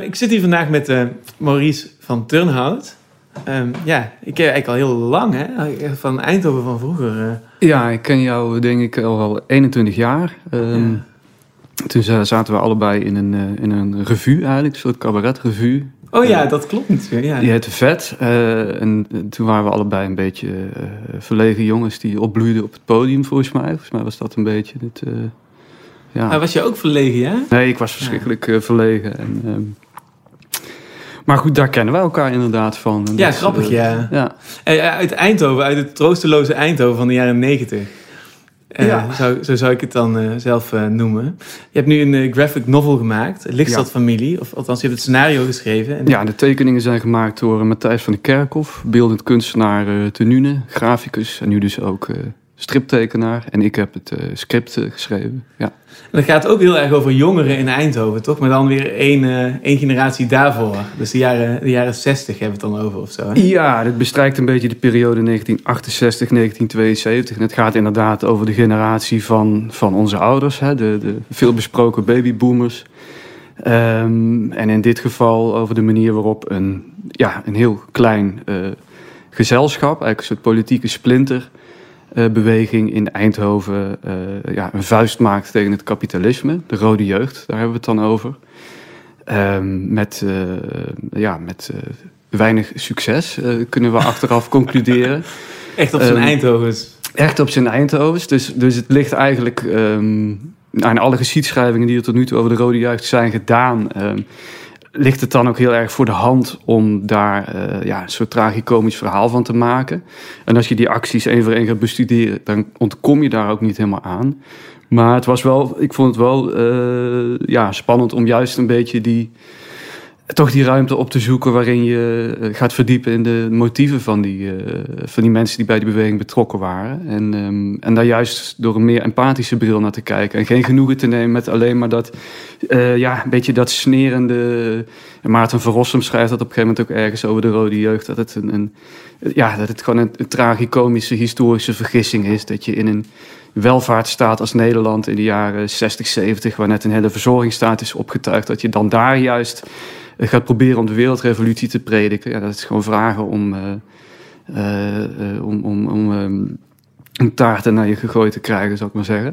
Ik zit hier vandaag met Maurice van Turnhout. Ik ken je eigenlijk al heel lang, hè? Van Eindhoven van vroeger. Ja, ik ken jou denk ik al 21 jaar. Toen zaten we allebei in een revue eigenlijk, een soort cabaretrevue. Oh ja, dat klopt natuurlijk. Ja. Die heette Vet. En toen waren we allebei een beetje verlegen jongens die opbloeiden op het podium, volgens mij. Volgens mij was dat een beetje het... Maar was je ook verlegen, ja? Nee, ik was verschrikkelijk verlegen. Maar goed, daar kennen wij elkaar inderdaad van. En ja, grappig, ja. Uit Eindhoven, uit het troosteloze Eindhoven van de jaren 90. Zo zou ik het dan zelf noemen. Je hebt nu een graphic novel gemaakt, Lichtstadfamilie. Of althans, je hebt het scenario geschreven. Ja, de tekeningen zijn gemaakt door Matthijs van der Kerkhof, beeldend kunstenaar te Nune, graficus en nu dus ook striptekenaar. En ik heb het script geschreven, ja. En dat gaat ook heel erg over jongeren in Eindhoven, toch? Maar dan weer één generatie daarvoor. Dus de jaren 60 hebben we het dan over of zo, hè? Ja, dit bestrijkt een beetje de periode 1968, 1972. En het gaat inderdaad over de generatie van onze ouders, hè? De veelbesproken babyboomers. En in dit geval over de manier waarop een heel klein gezelschap, eigenlijk een soort politieke splinter, beweging in Eindhoven een vuist maakt tegen het kapitalisme. De Rode Jeugd, daar hebben we het dan over. Met weinig succes, kunnen we achteraf concluderen. Echt op zijn Eindhovens. Echt op zijn Eindhovens. Dus het ligt eigenlijk aan alle geschiedschrijvingen die er tot nu toe over de Rode Jeugd zijn gedaan, ligt het dan ook heel erg voor de hand om daar een soort tragicomisch verhaal van te maken. En als je die acties één voor één gaat bestuderen, dan ontkom je daar ook niet helemaal aan. Maar ik vond het wel spannend om juist een beetje die ruimte op te zoeken waarin je gaat verdiepen in de motieven van die mensen die bij die beweging betrokken waren. En daar juist door een meer empathische bril naar te kijken. En geen genoegen te nemen met alleen maar dat een beetje dat snerende. Maarten van Rossum schrijft dat op een gegeven moment ook ergens over de Rode Jeugd. Dat het gewoon een tragicomische historische vergissing is. Dat je in een welvaartsstaat als Nederland in de jaren 60, 70, waar net een hele verzorgingsstaat is opgetuigd, dat je dan daar juist gaat proberen om de wereldrevolutie te prediken. Ja, dat is gewoon vragen om een taart naar je gegooid te krijgen, zou ik maar zeggen.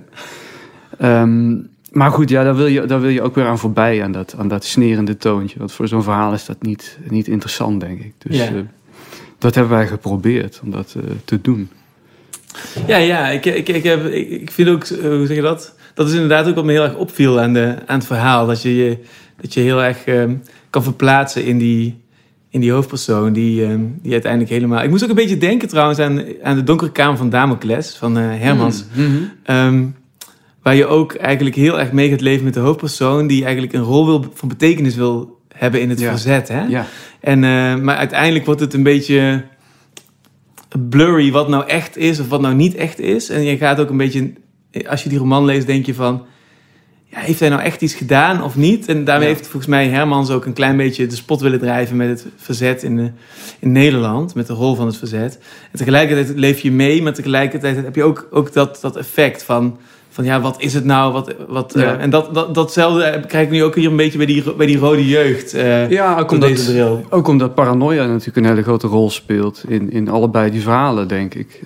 Maar goed, ja, daar wil je ook weer aan voorbij, aan dat snerende toontje. Want voor zo'n verhaal is dat niet interessant, denk ik. Dus dat hebben wij geprobeerd om dat te doen. Ja, ik vind ook, hoe zeg je dat? Dat is inderdaad ook wat me heel erg opviel aan het verhaal. Dat je heel erg kan verplaatsen in die hoofdpersoon die uiteindelijk helemaal... Ik moest ook een beetje denken trouwens aan de Donkere Kamer van Damocles van Hermans. Waar je ook eigenlijk heel erg mee gaat leven met de hoofdpersoon die eigenlijk een rol van betekenis wil hebben in het verzet. Hè? Ja. Maar uiteindelijk wordt het een beetje blurry wat nou echt is of wat nou niet echt is. En je gaat ook een beetje, als je die roman leest, denk je van, heeft hij nou echt iets gedaan of niet? En daarmee heeft volgens mij Hermans ook een klein beetje de spot willen drijven met het verzet in Nederland, met de rol van het verzet. En tegelijkertijd leef je mee, maar tegelijkertijd heb je ook dat effect van wat is het nou? En datzelfde krijg ik nu ook hier een beetje bij die Rode Jeugd. Ook omdat paranoia natuurlijk een hele grote rol speelt in allebei die verhalen, denk ik.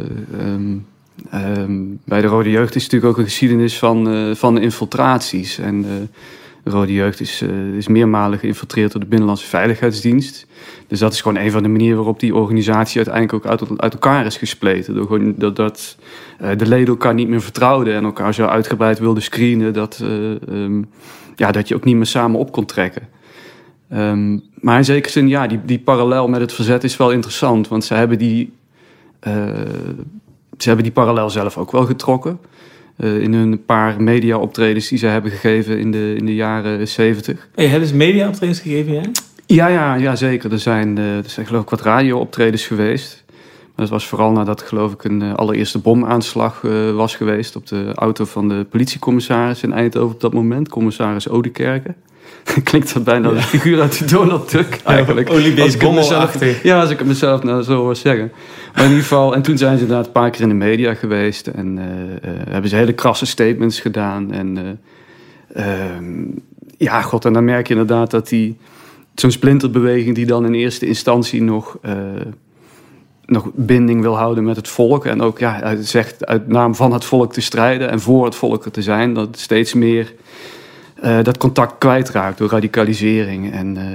Bij de Rode Jeugd is natuurlijk ook een geschiedenis van infiltraties. En de Rode Jeugd is meermalen geïnfiltreerd door de Binnenlandse Veiligheidsdienst. Dus dat is gewoon een van de manieren waarop die organisatie uiteindelijk ook uit elkaar is gespleten. Door gewoon dat de leden elkaar niet meer vertrouwden en elkaar zo uitgebreid wilden screenen dat je ook niet meer samen op kon trekken. Maar in zekere zin, die parallel met het verzet is wel interessant, want ze hebben die parallel zelf ook wel getrokken. In hun paar media-optredens die ze hebben gegeven in de jaren 70. Hebben ze media-optredens gegeven, ja? Ja, zeker. Er zijn geloof ik wat radio-optredens geweest. Maar dat was vooral nadat geloof ik een allereerste bomaanslag was geweest op de auto van de politiecommissaris in Eindhoven op dat moment. Commissaris Oudekerke. Klinkt dat bijna de figuur uit de Donald Duck eigenlijk. Als ik het mezelf nou zo hoor zeggen. Maar in ieder geval, en toen zijn ze inderdaad een paar keer in de media geweest. En hebben ze hele krasse statements gedaan. En ja, god, en dan merk je inderdaad dat zo'n splinterbeweging die dan in eerste instantie nog binding wil houden met het volk. En ook hij zegt uit naam van het volk te strijden en voor het volk te zijn. Dat steeds meer dat contact kwijtraakt door radicalisering.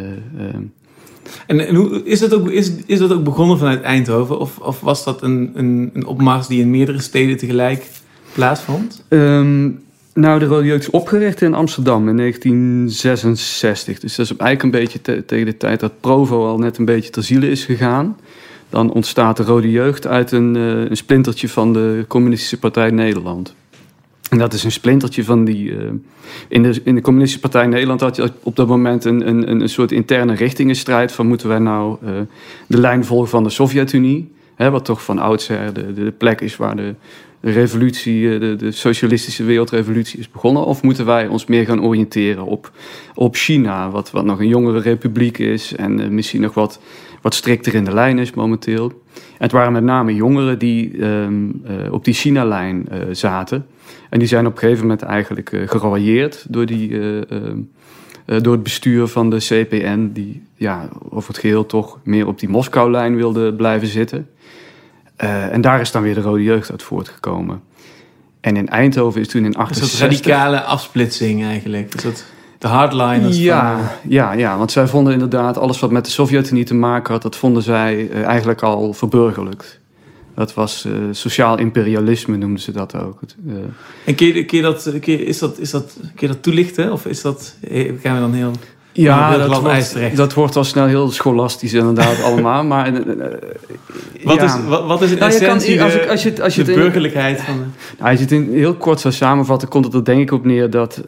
En hoe is dat ook begonnen vanuit Eindhoven? Of was dat een opmars die in meerdere steden tegelijk plaatsvond? Nou, de Rode Jeugd is opgericht in Amsterdam in 1966. Dus dat is eigenlijk een beetje tegen de tijd dat Provo al net een beetje ter ziele is gegaan. Dan ontstaat de Rode Jeugd uit een splintertje van de Communistische Partij Nederland. En dat is een splintertje van die... In de Communistische Partij Nederland had je op dat moment een soort interne richtingenstrijd van moeten wij nou de lijn volgen van de Sovjet-Unie, wat toch van oudsher de plek is waar de revolutie, de socialistische wereldrevolutie is begonnen, of moeten wij ons meer gaan oriënteren op China, wat nog een jongere republiek is en misschien nog wat strikter in de lijn is momenteel. En het waren met name jongeren die op die China-lijn zaten. En die zijn op een gegeven moment eigenlijk gerooieerd door het bestuur van de CPN, die over het geheel toch meer op die Moskou-lijn wilde blijven zitten. En daar is dan weer de Rode Jeugd uit voortgekomen. En in Eindhoven is toen in 1968... Een soort radicale afsplitsing eigenlijk. Is dat de hardliners? Ja, want zij vonden inderdaad alles wat met de Sovjet-Unie te maken had, dat vonden zij eigenlijk al verburgerlijkt. Dat was sociaal imperialisme, noemden ze dat ook. En kun je dat toelichten? Of gaan we dan heel... Ja, dat wordt al snel heel scholastisch inderdaad allemaal. Maar, wat is in essentie de burgerlijkheid van de... Nou, als je het heel kort zou samenvatten, komt het er denk ik op neer dat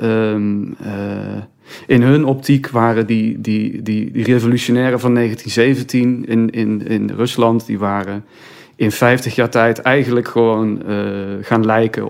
in hun optiek waren die revolutionairen van 1917 in Rusland, die waren in 50 jaar tijd eigenlijk gewoon gaan lijken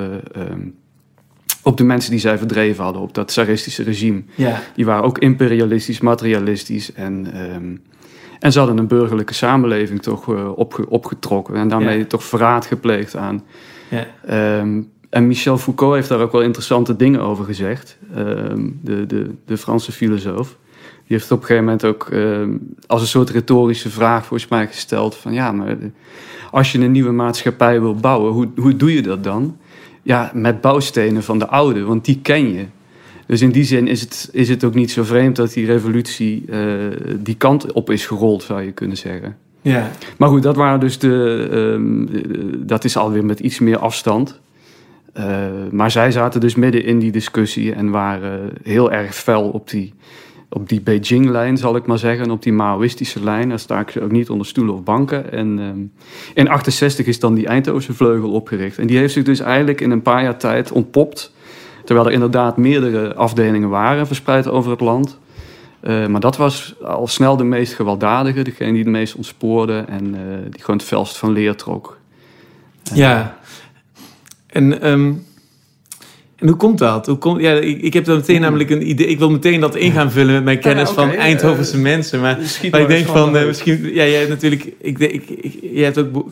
op de mensen die zij verdreven hadden, op dat tsaristische regime. Ja. Die waren ook imperialistisch, materialistisch en ze hadden een burgerlijke samenleving toch opgetrokken en daarmee toch verraad gepleegd aan. Ja. En Michel Foucault heeft daar ook wel interessante dingen over gezegd, de Franse filosoof. Die heeft het op een gegeven moment ook als een soort retorische vraag volgens mij gesteld van maar als je een nieuwe maatschappij wil bouwen, hoe doe je dat dan? Ja, met bouwstenen van de oude, want die ken je. Dus in die zin is het ook niet zo vreemd dat die revolutie die kant op is gerold, zou je kunnen zeggen. Ja. Maar goed, dat waren dus dat is alweer met iets meer afstand. Maar zij zaten dus midden in die discussie en waren heel erg fel op die Beijing-lijn, zal ik maar zeggen. Op die Maoïstische lijn. Daar sta ik ook niet onder stoelen of banken. En in 1968 is dan die Eindhovense vleugel opgericht. En die heeft zich dus eigenlijk in een paar jaar tijd ontpopt. Terwijl er inderdaad meerdere afdelingen waren verspreid over het land. Maar dat was al snel de meest gewelddadige. Degene die het meest ontspoorde en die gewoon het felst van leer trok. Ja. En hoe komt dat? Ik heb dan meteen namelijk een idee. Ik wil meteen dat in gaan vullen met mijn kennis van Eindhovense mensen. Maar ik denk van misschien... Ja, jij natuurlijk... Jij hebt ook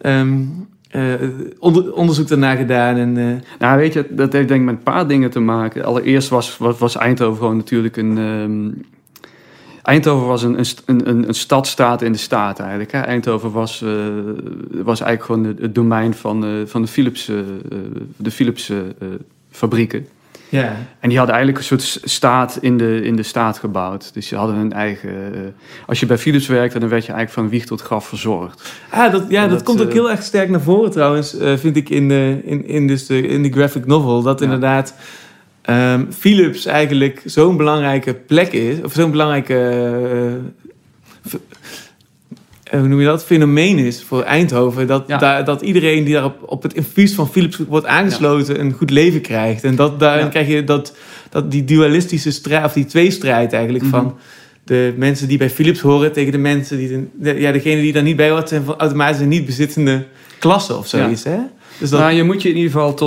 onderzoek daarna gedaan. En, Nou, weet je, dat heeft denk ik met een paar dingen te maken. Allereerst was Eindhoven gewoon natuurlijk Eindhoven was een stadstaat in de staat eigenlijk. Hè. Eindhoven was eigenlijk gewoon het domein van de Philipse fabrieken. Ja. En die hadden eigenlijk een soort staat in de staat gebouwd. Dus je hadden hun eigen... als je bij Philips werkte, dan werd je eigenlijk van wieg tot graf verzorgd. Dat komt ook heel erg sterk naar voren trouwens, vind ik in de graphic novel. Dat inderdaad Philips eigenlijk zo'n belangrijke plek is, of zo'n belangrijke... hoe noem je dat? Fenomeen is voor Eindhoven. Dat iedereen die daar op het infuus van Philips wordt aangesloten een goed leven krijgt. En daarin krijg je dat die dualistische strijd, of die tweestrijd eigenlijk van de mensen die bij Philips horen tegen de mensen die degene die daar niet bij hoort zijn van automatisch een niet bezittende klasse of zoiets. Ja. Hè? Dus dat... Nou, je moet je in ieder geval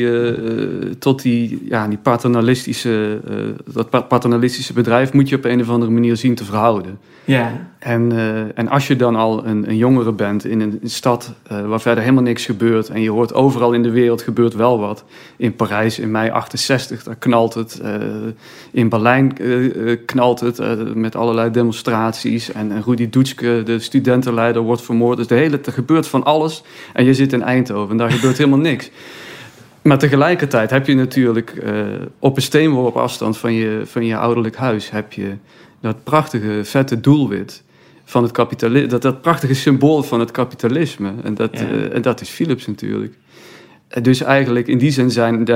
tot die paternalistische, dat paternalistische bedrijf moet je op een of andere manier zien te verhouden. Ja. En als je dan al een jongere bent in een stad waar verder helemaal niks gebeurt en je hoort overal in de wereld gebeurt wel wat. In Parijs in mei 68, daar knalt het. In Berlijn knalt het met allerlei demonstraties. En Rudi Dutschke, de studentenleider, wordt vermoord. Dus er gebeurt van alles. En je zit in Eindhoven en daar gebeurt helemaal niks. Maar tegelijkertijd heb je natuurlijk op een steenworp afstand van je ouderlijk huis heb je dat prachtige, vette doelwit van het kapitalisme, dat prachtige symbool van het kapitalisme. En dat is Philips natuurlijk. Dus eigenlijk in die zin zijn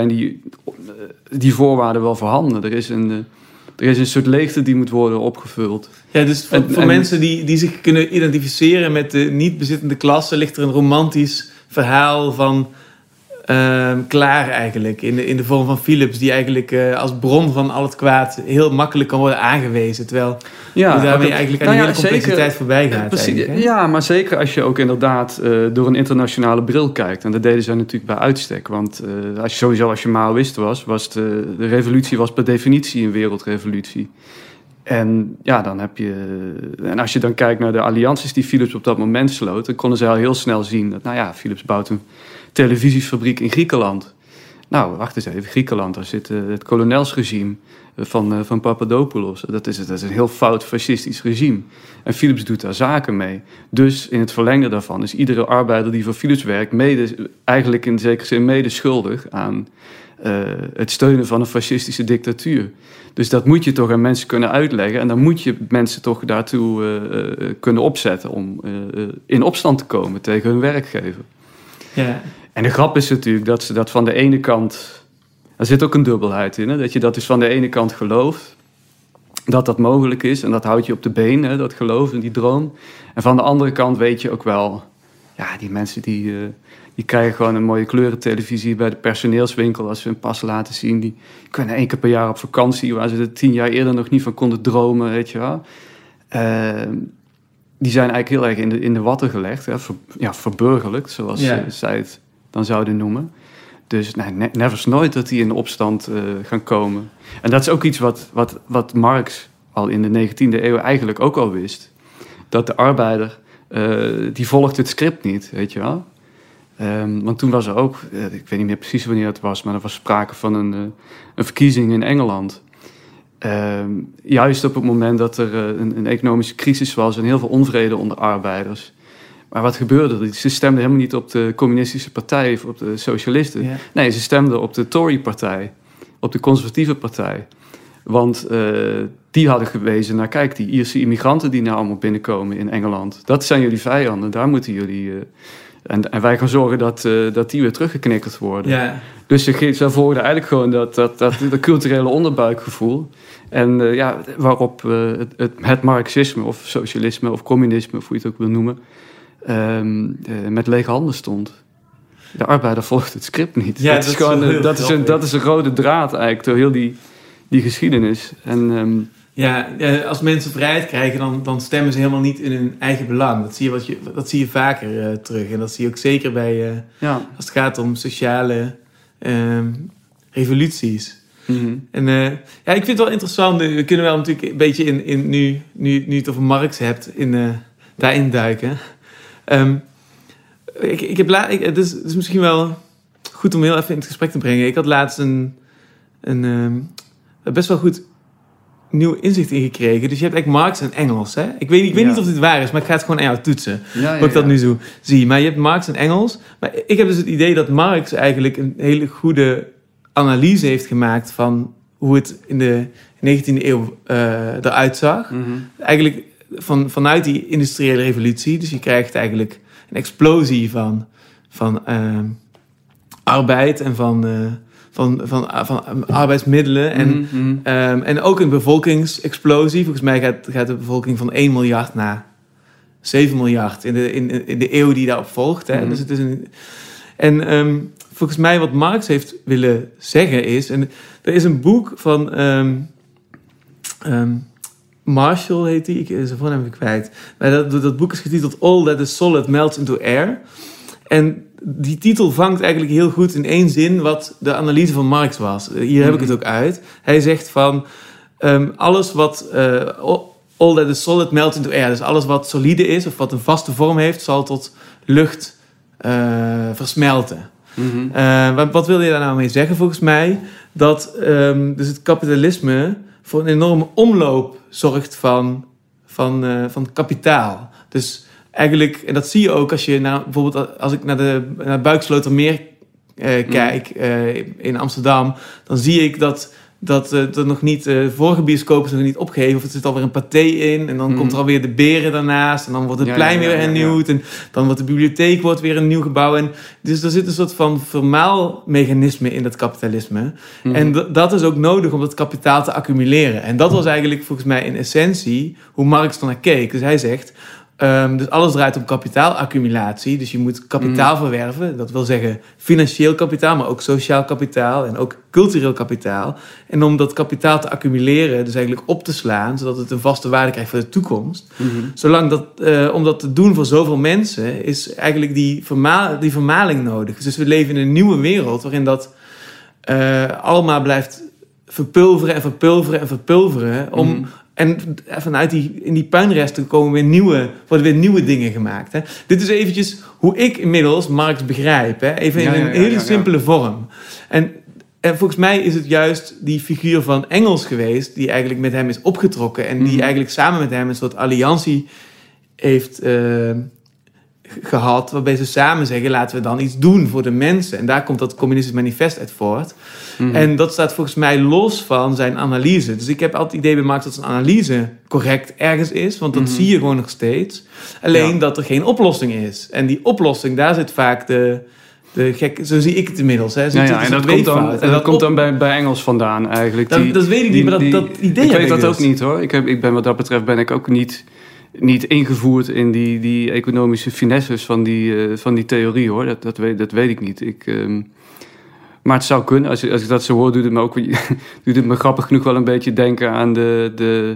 die voorwaarden wel voorhanden. Er is een soort leegte die moet worden opgevuld. Ja, dus voor mensen die zich kunnen identificeren met de niet bezittende klasse, ligt er een romantisch verhaal van klaar eigenlijk. In de vorm van Philips, die eigenlijk als bron van al het kwaad heel makkelijk kan worden aangewezen. Terwijl je daarmee eigenlijk aan die hele complexiteit voorbij gaat. Ja, maar zeker als je ook inderdaad door een internationale bril kijkt. En dat deden zij natuurlijk bij uitstek. Want als je Maoïst was de revolutie was per definitie een wereldrevolutie. En ja, dan heb je. En als je dan kijkt naar de allianties die Philips op dat moment sloot, dan konden ze al heel snel zien dat, Philips bouwt een televisiefabriek in Griekenland. Nou, wacht eens even, Griekenland, daar zit het kolonelsregime van Papadopoulos. Dat is een heel fout fascistisch regime. En Philips doet daar zaken mee. Dus in het verlengde daarvan is iedere arbeider die voor Philips werkt eigenlijk in zekere zin medeschuldig aan het steunen van een fascistische dictatuur. Dus dat moet je toch aan mensen kunnen uitleggen. En dan moet je mensen toch daartoe kunnen opzetten om in opstand te komen tegen hun werkgever. Ja. En de grap is natuurlijk dat ze dat van de ene kant... Er zit ook een dubbelheid in, hè? Dat je dat dus van de ene kant gelooft, dat mogelijk is. En dat houdt je op de been, hè? Dat geloof en die droom. En van de andere kant weet je ook wel... Ja, die mensen die krijgen gewoon een mooie kleurentelevisie bij de personeelswinkel als ze hun pas laten zien. Die kunnen 1 keer per jaar op vakantie, waar ze er 10 jaar eerder nog niet van konden dromen, weet je wel. Die zijn eigenlijk heel erg in de watten gelegd, hè? Verburgerlijkt, zoals zij het dan zouden noemen. Dus nevers nooit dat die in opstand gaan komen. En dat is ook iets wat Marx al in de 19e eeuw eigenlijk ook al wist. Dat de arbeider, die volgt het script niet, weet je wel. Want toen was er ook, ik weet niet meer precies wanneer het was, maar er was sprake van een verkiezing in Engeland. Juist op het moment dat er een economische crisis was en heel veel onvrede onder arbeiders. Maar wat gebeurde er? Ze stemden helemaal niet op de communistische partij of op de socialisten. Ja. Nee, ze stemden op de Tory-partij, op de conservatieve partij. Want die hadden gewezen naar, kijk, die Ierse immigranten die nou allemaal binnenkomen in Engeland. Dat zijn jullie vijanden, daar moeten jullie... En wij gaan zorgen dat die weer teruggeknikkerd worden. Ja. Dus ze volgden eigenlijk gewoon dat culturele onderbuikgevoel. En waarop het marxisme of socialisme of communisme, of hoe je het ook wil noemen, met lege handen stond. De arbeider volgt het script niet. Ja, dat is een rode draad eigenlijk door heel die geschiedenis. En... als mensen vrijheid krijgen, dan stemmen ze helemaal niet in hun eigen belang. Dat zie je vaker terug. En dat zie je ook zeker bij als het gaat om sociale revoluties. Mm-hmm. En ik vind het wel interessant. We kunnen wel natuurlijk een beetje nu je het over Marx hebt, daarin duiken. Het is misschien wel goed om heel even in het gesprek te brengen. Ik had laatst een best wel goed nieuw inzicht in gekregen. Dus je hebt eigenlijk Marx en Engels. Hè? Ik weet niet of dit waar is, maar ik ga het gewoon aan jou toetsen. Hoe ik dat nu zo zie. Maar je hebt Marx en Engels. Maar ik heb dus het idee dat Marx eigenlijk een hele goede analyse heeft gemaakt van hoe het in de 19e eeuw eruit zag. Mm-hmm. Eigenlijk vanuit die industriële revolutie. Dus je krijgt eigenlijk een explosie van arbeid en van arbeidsmiddelen. En ook een bevolkingsexplosie. Volgens mij gaat de bevolking van 1 miljard naar 7 miljard in de eeuw die daarop volgt. Hè. Mm-hmm. Dus het is volgens mij wat Marx heeft willen zeggen is... En er is een boek van... Marshall heet die. Zijn voornaam even kwijt. Maar dat boek is getiteld All That Is Solid Melts Into Air. En die titel vangt eigenlijk heel goed in één zin wat de analyse van Marx was. Hier heb ik het ook uit. Hij zegt van alles wat all that is solid melts into air. Dus alles wat solide is of wat een vaste vorm heeft, zal tot lucht versmelten. Wat wil je daar nou mee zeggen volgens mij? Dat dus het kapitalisme voor een enorme omloop zorgt van kapitaal. Dus eigenlijk, en dat zie je ook als je bijvoorbeeld als ik naar Buikslotermeer kijk in Amsterdam, dan zie ik dat er nog niet, vorige bioscoop is nog niet opgeheven, of er zit alweer een paté in, en dan komt er alweer de Beren daarnaast, en dan wordt het plein weer hernieuwd, en dan wordt de bibliotheek weer een nieuw gebouw. En dus er zit een soort van vermaalmechanisme in dat kapitalisme. En dat is ook nodig om dat kapitaal te accumuleren. En dat was eigenlijk volgens mij in essentie hoe Marx dan naar keek. Dus hij zegt, dus alles draait om kapitaalaccumulatie. Dus je moet kapitaal verwerven. Dat wil zeggen financieel kapitaal, maar ook sociaal kapitaal en ook cultureel kapitaal. En om dat kapitaal te accumuleren, dus eigenlijk op te slaan, zodat het een vaste waarde krijgt voor de toekomst. Om dat te doen voor zoveel mensen, is eigenlijk die vermaling nodig. Dus we leven in een nieuwe wereld waarin dat allemaal blijft verpulveren en verpulveren en verpulveren. En vanuit in die puinresten worden weer nieuwe dingen gemaakt. Hè. Dit is eventjes hoe ik inmiddels Marx begrijp. Hè. Even in een hele simpele vorm. En volgens mij is het juist die figuur van Engels geweest die eigenlijk met hem is opgetrokken. En die eigenlijk samen met hem een soort alliantie heeft gehad, waarbij ze samen zeggen, laten we dan iets doen voor de mensen. En daar komt dat communistisch manifest uit voort. En dat staat volgens mij los van zijn analyse. Dus ik heb altijd het idee bij Marx dat zijn analyse correct ergens is, want dat zie je gewoon nog steeds. Alleen dat er geen oplossing is. En die oplossing, daar zit vaak de gek, zo zie ik het inmiddels. Hè. En dat komt dan bij Engels vandaan eigenlijk. Dat weet ik niet, maar dat idee ik heb weet ik dat ook niet hoor. Ik ben wat dat betreft ben ik ook niet ingevoerd in die economische finesses van die theorie hoor. Dat weet ik niet. Maar het zou kunnen. Als ik dat zo hoor, doet het me grappig genoeg wel een beetje denken aan de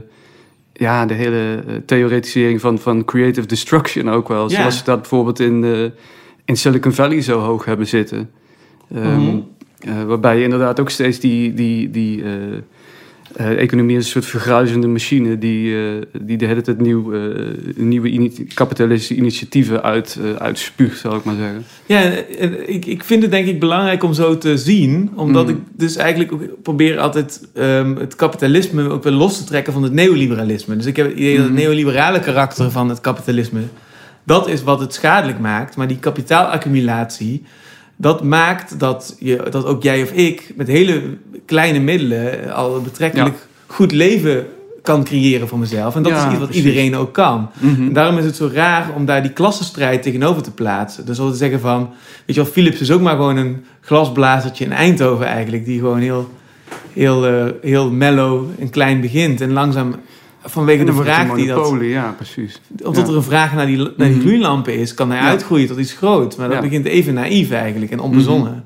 hele theoretisering van creative destruction ook wel. Ja. Zoals ze dat bijvoorbeeld in Silicon Valley zo hoog hebben zitten. Waarbij je inderdaad ook steeds die economie is een soort vergruizende machine die de hele tijd nieuwe kapitalistische initiatieven uitspuugt, zal ik maar zeggen. Ja, ik vind het denk ik belangrijk om zo te zien, omdat ik dus eigenlijk ook probeer altijd het kapitalisme ook weer los te trekken van het neoliberalisme. Dus ik heb het idee dat het neoliberale karakter van het kapitalisme, dat is wat het schadelijk maakt, maar die kapitaalaccumulatie, dat maakt dat ook jij of ik met hele kleine middelen al een betrekkelijk goed leven kan creëren voor mezelf. En dat is iets wat iedereen ook kan. En daarom is het zo raar om daar die klassenstrijd tegenover te plaatsen. Dus om te zeggen van, weet je wel, Philips is ook maar gewoon een glasblazertje in Eindhoven eigenlijk, die gewoon heel mellow en klein begint en langzaam vanwege de vraag die dat... Ja, precies. Omdat er een vraag naar die gloeilampen is, kan hij uitgroeien tot iets groots. Maar dat begint even naïef eigenlijk en onbezonnen.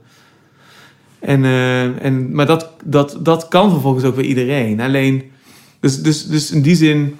Maar dat kan vervolgens ook weer iedereen. Alleen, dus in die zin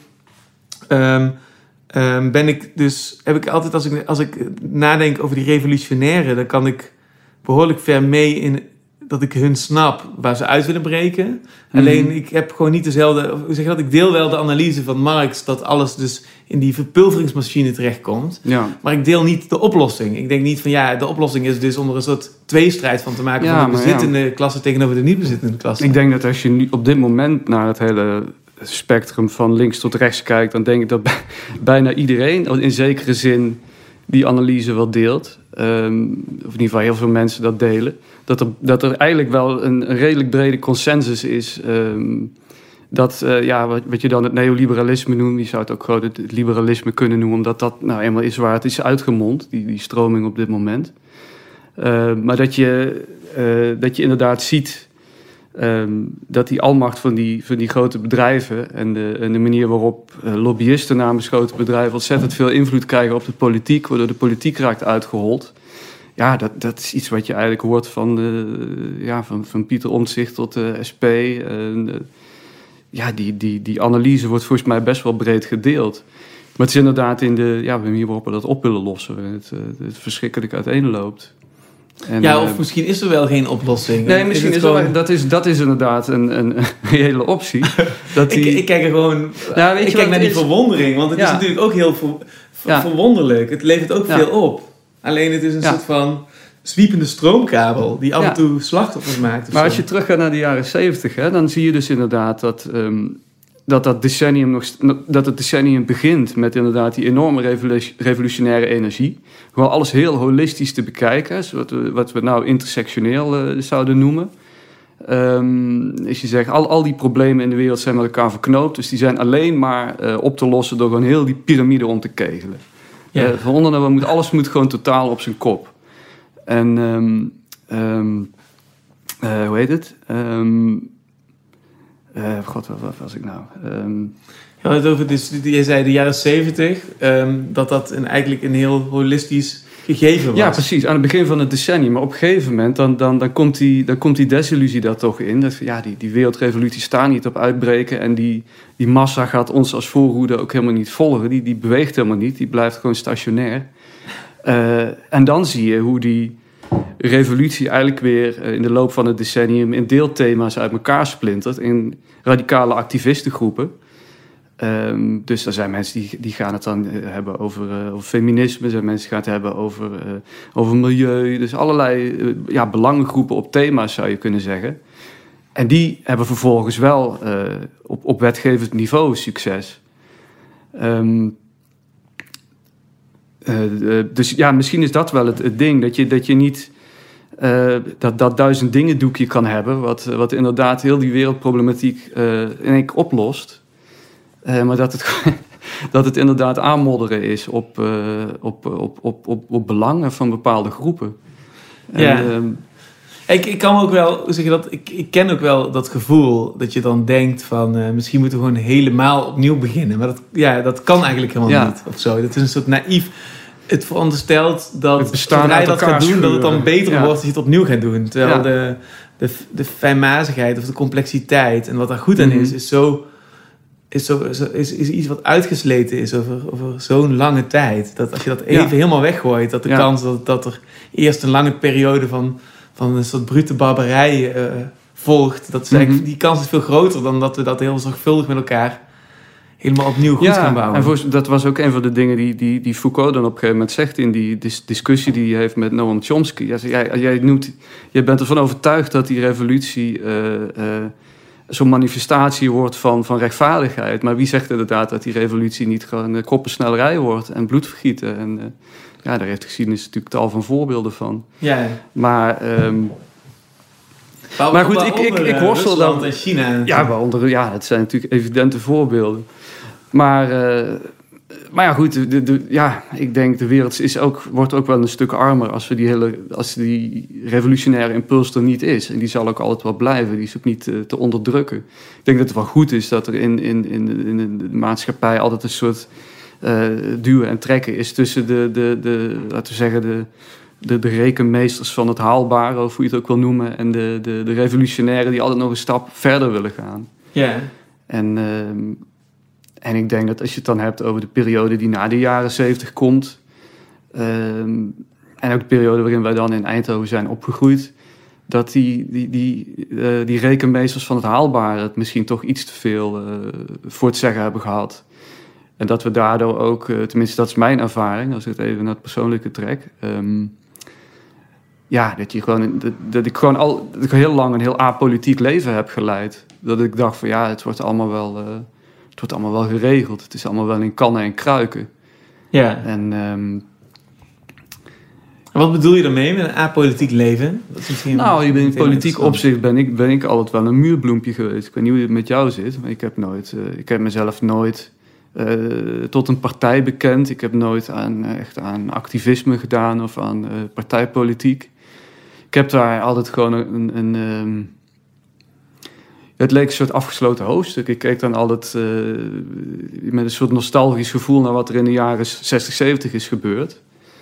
heb ik altijd, als ik nadenk over die revolutionairen, dan kan ik behoorlijk ver mee in dat ik hun snap waar ze uit willen breken. Alleen ik heb gewoon niet dezelfde... Hoe zeg je dat? Ik deel wel de analyse van Marx dat alles dus in die verpulveringsmachine terechtkomt. Ja. Maar ik deel niet de oplossing. Ik denk niet van de oplossing is dus om er een soort tweestrijd van te maken van de bezittende klasse tegenover de niet bezittende klasse. Ik denk dat als je nu op dit moment naar het hele spectrum van links tot rechts kijkt, dan denk ik dat bijna iedereen in zekere zin die analyse wel deelt. Of in ieder geval heel veel mensen dat delen. Dat er eigenlijk wel een redelijk brede consensus is. Wat je dan het neoliberalisme noemt. Je zou het ook gewoon het liberalisme kunnen noemen. Omdat dat nou eenmaal is waar het is uitgemond. Die stroming op dit moment. Maar dat je inderdaad ziet dat die almacht van die grote bedrijven en de manier waarop lobbyisten namens grote bedrijven ontzettend veel invloed krijgen op de politiek, waardoor de politiek raakt uitgehold. Ja, dat is iets wat je eigenlijk hoort van Pieter Omtzigt tot de SP. Die analyse wordt volgens mij best wel breed gedeeld. Maar het is inderdaad in de manier waarop we dat op willen lossen, het verschrikkelijk uiteenloopt. En, of misschien is er wel geen oplossing. Nee, misschien is gewoon... dat is inderdaad een reële optie. Ik kijk er gewoon... ik kijk naar die verwondering, want het is natuurlijk ook heel verwonderlijk. Het levert ook veel op. Alleen het is een soort van zwiepende stroomkabel die af en toe slachtoffers maakt. Maar als je teruggaat naar de jaren 70, dan zie je dus inderdaad dat het decennium begint met inderdaad die enorme revolutionaire energie. Gewoon alles heel holistisch te bekijken, wat we nou intersectioneel zouden noemen. Als je zegt, al die problemen in de wereld zijn met elkaar verknoopt, dus die zijn alleen maar op te lossen door gewoon heel die piramide om te kegelen. Van onder naar alles moet gewoon totaal op zijn kop. En hoe heet het? God, wat was ik nou? Je had het over, je zei de jaren 70, dat eigenlijk een heel holistisch gegeven was. Ja, precies. Aan het begin van het decennium. Maar op een gegeven moment, dan komt die desillusie daar toch in. Dat, die wereldrevolutie staat niet op uitbreken. En die massa gaat ons als voorhoede ook helemaal niet volgen. Die beweegt helemaal niet. Die blijft gewoon stationair. En dan zie je hoe die revolutie eigenlijk weer in de loop van het decennium in deelthema's uit elkaar splintert. In radicale activistengroepen. Dus er zijn mensen die gaan het dan hebben over feminisme. Er zijn mensen die gaan het hebben over milieu. Dus allerlei belangengroepen op thema's zou je kunnen zeggen. En die hebben vervolgens wel op wetgevend niveau succes. Dus misschien is dat wel het ding. Dat je niet dat 1000 dingen doekje kan hebben. Wat inderdaad heel die wereldproblematiek in één keer oplost. Maar dat het inderdaad aanmodderen is op belangen van bepaalde groepen. Ik kan ook wel, hoe zeg je dat? Ik ken ook wel dat gevoel dat je dan denkt van misschien moeten we gewoon helemaal opnieuw beginnen. Maar dat kan eigenlijk helemaal niet of zo. Dat is een soort naïef. Het veronderstelt dat zodra je dat gaat doen, dat het dan beter wordt als je het opnieuw gaat doen. Terwijl de fijnmazigheid of de complexiteit en wat daar goed aan is iets wat uitgesleten is over zo'n lange tijd. Dat als je dat even helemaal weggooit, dat de kans dat er eerst een lange periode van een soort brute barbarij volgt, die kans is veel groter dan dat we dat heel zorgvuldig met elkaar helemaal opnieuw goed gaan bouwen. En dat was ook een van de dingen die Foucault dan op een gegeven moment zegt in die discussie die hij heeft met Noam Chomsky. Jij bent ervan overtuigd dat die revolutie zo'n manifestatie wordt van rechtvaardigheid. Maar wie zegt inderdaad dat die revolutie niet gewoon koppensnellerij wordt en bloedvergieten? En daar heeft de geschiedenis natuurlijk tal van voorbeelden van. Ja. Maar goed, ik worstel dan. En China. Ja, waaronder, dat zijn natuurlijk evidente voorbeelden. Maar goed, ik denk de wereld wordt ook wel een stuk armer als die revolutionaire impuls er niet is. En die zal ook altijd wel blijven. Die is ook niet te onderdrukken. Ik denk dat het wel goed is dat er in de maatschappij altijd een soort duwen en trekken is tussen laten we zeggen, de rekenmeesters van het haalbare, of hoe je het ook wil noemen, en de revolutionairen die altijd nog een stap verder willen gaan. Ja. En ik denk dat als je het dan hebt over de periode die na de jaren 70 komt, en ook de periode waarin wij dan in Eindhoven zijn opgegroeid, dat die rekenmeesters van het haalbare het misschien toch iets te veel voor het zeggen hebben gehad. En dat we daardoor ook, tenminste dat is mijn ervaring, als ik het even naar het persoonlijke trek, dat ik heel lang een heel apolitiek leven heb geleid. Dat ik dacht van het wordt allemaal wel geregeld. Het is allemaal wel in kannen en kruiken. Ja. En wat bedoel je daarmee met een apolitiek leven? In politiek opzicht ben ik altijd wel een muurbloempje geweest. Ik weet niet hoe het met jou zit, maar ik heb mezelf nooit tot een partij bekend. Ik heb nooit aan activisme gedaan of aan partijpolitiek. Ik heb daar altijd gewoon het leek een soort afgesloten hoofdstuk. Ik keek dan altijd met een soort nostalgisch gevoel naar wat er in de jaren 60, 70 is gebeurd.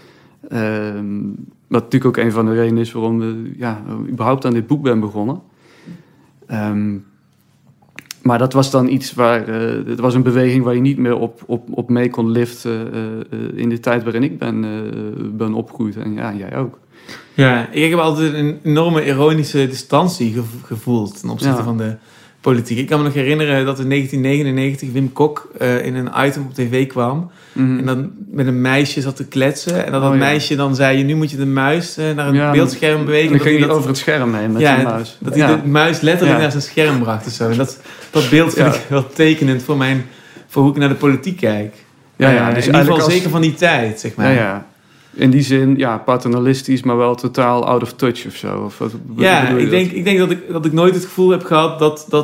Wat natuurlijk ook een van de redenen is waarom we überhaupt aan dit boek ben begonnen. Maar dat was dan iets waar... het was een beweging waar je niet meer op mee kon liften... in de tijd waarin ik ben opgegroeid. En ja, jij ook. Ja, ik heb altijd een enorme ironische distantie gevoeld... ten opzichte van de politiek. Ik kan me nog herinneren dat in 1999 Wim Kok in een item op tv kwam... Mm-hmm. En dan met een meisje zat te kletsen. En dat meisje dan zei... nu moet je de muis naar het beeldscherm bewegen. En dan ging je over het scherm heen met de muis. Dat hij de muis letterlijk naar zijn scherm bracht. Of zo. En dat beeld vind ik wel tekenend voor hoe ik naar de politiek kijk. Dus in ieder geval zeker van die tijd, zeg maar. Ja. In die zin, paternalistisch, maar wel totaal out of touch of zo. Of ik denk dat ik nooit het gevoel heb gehad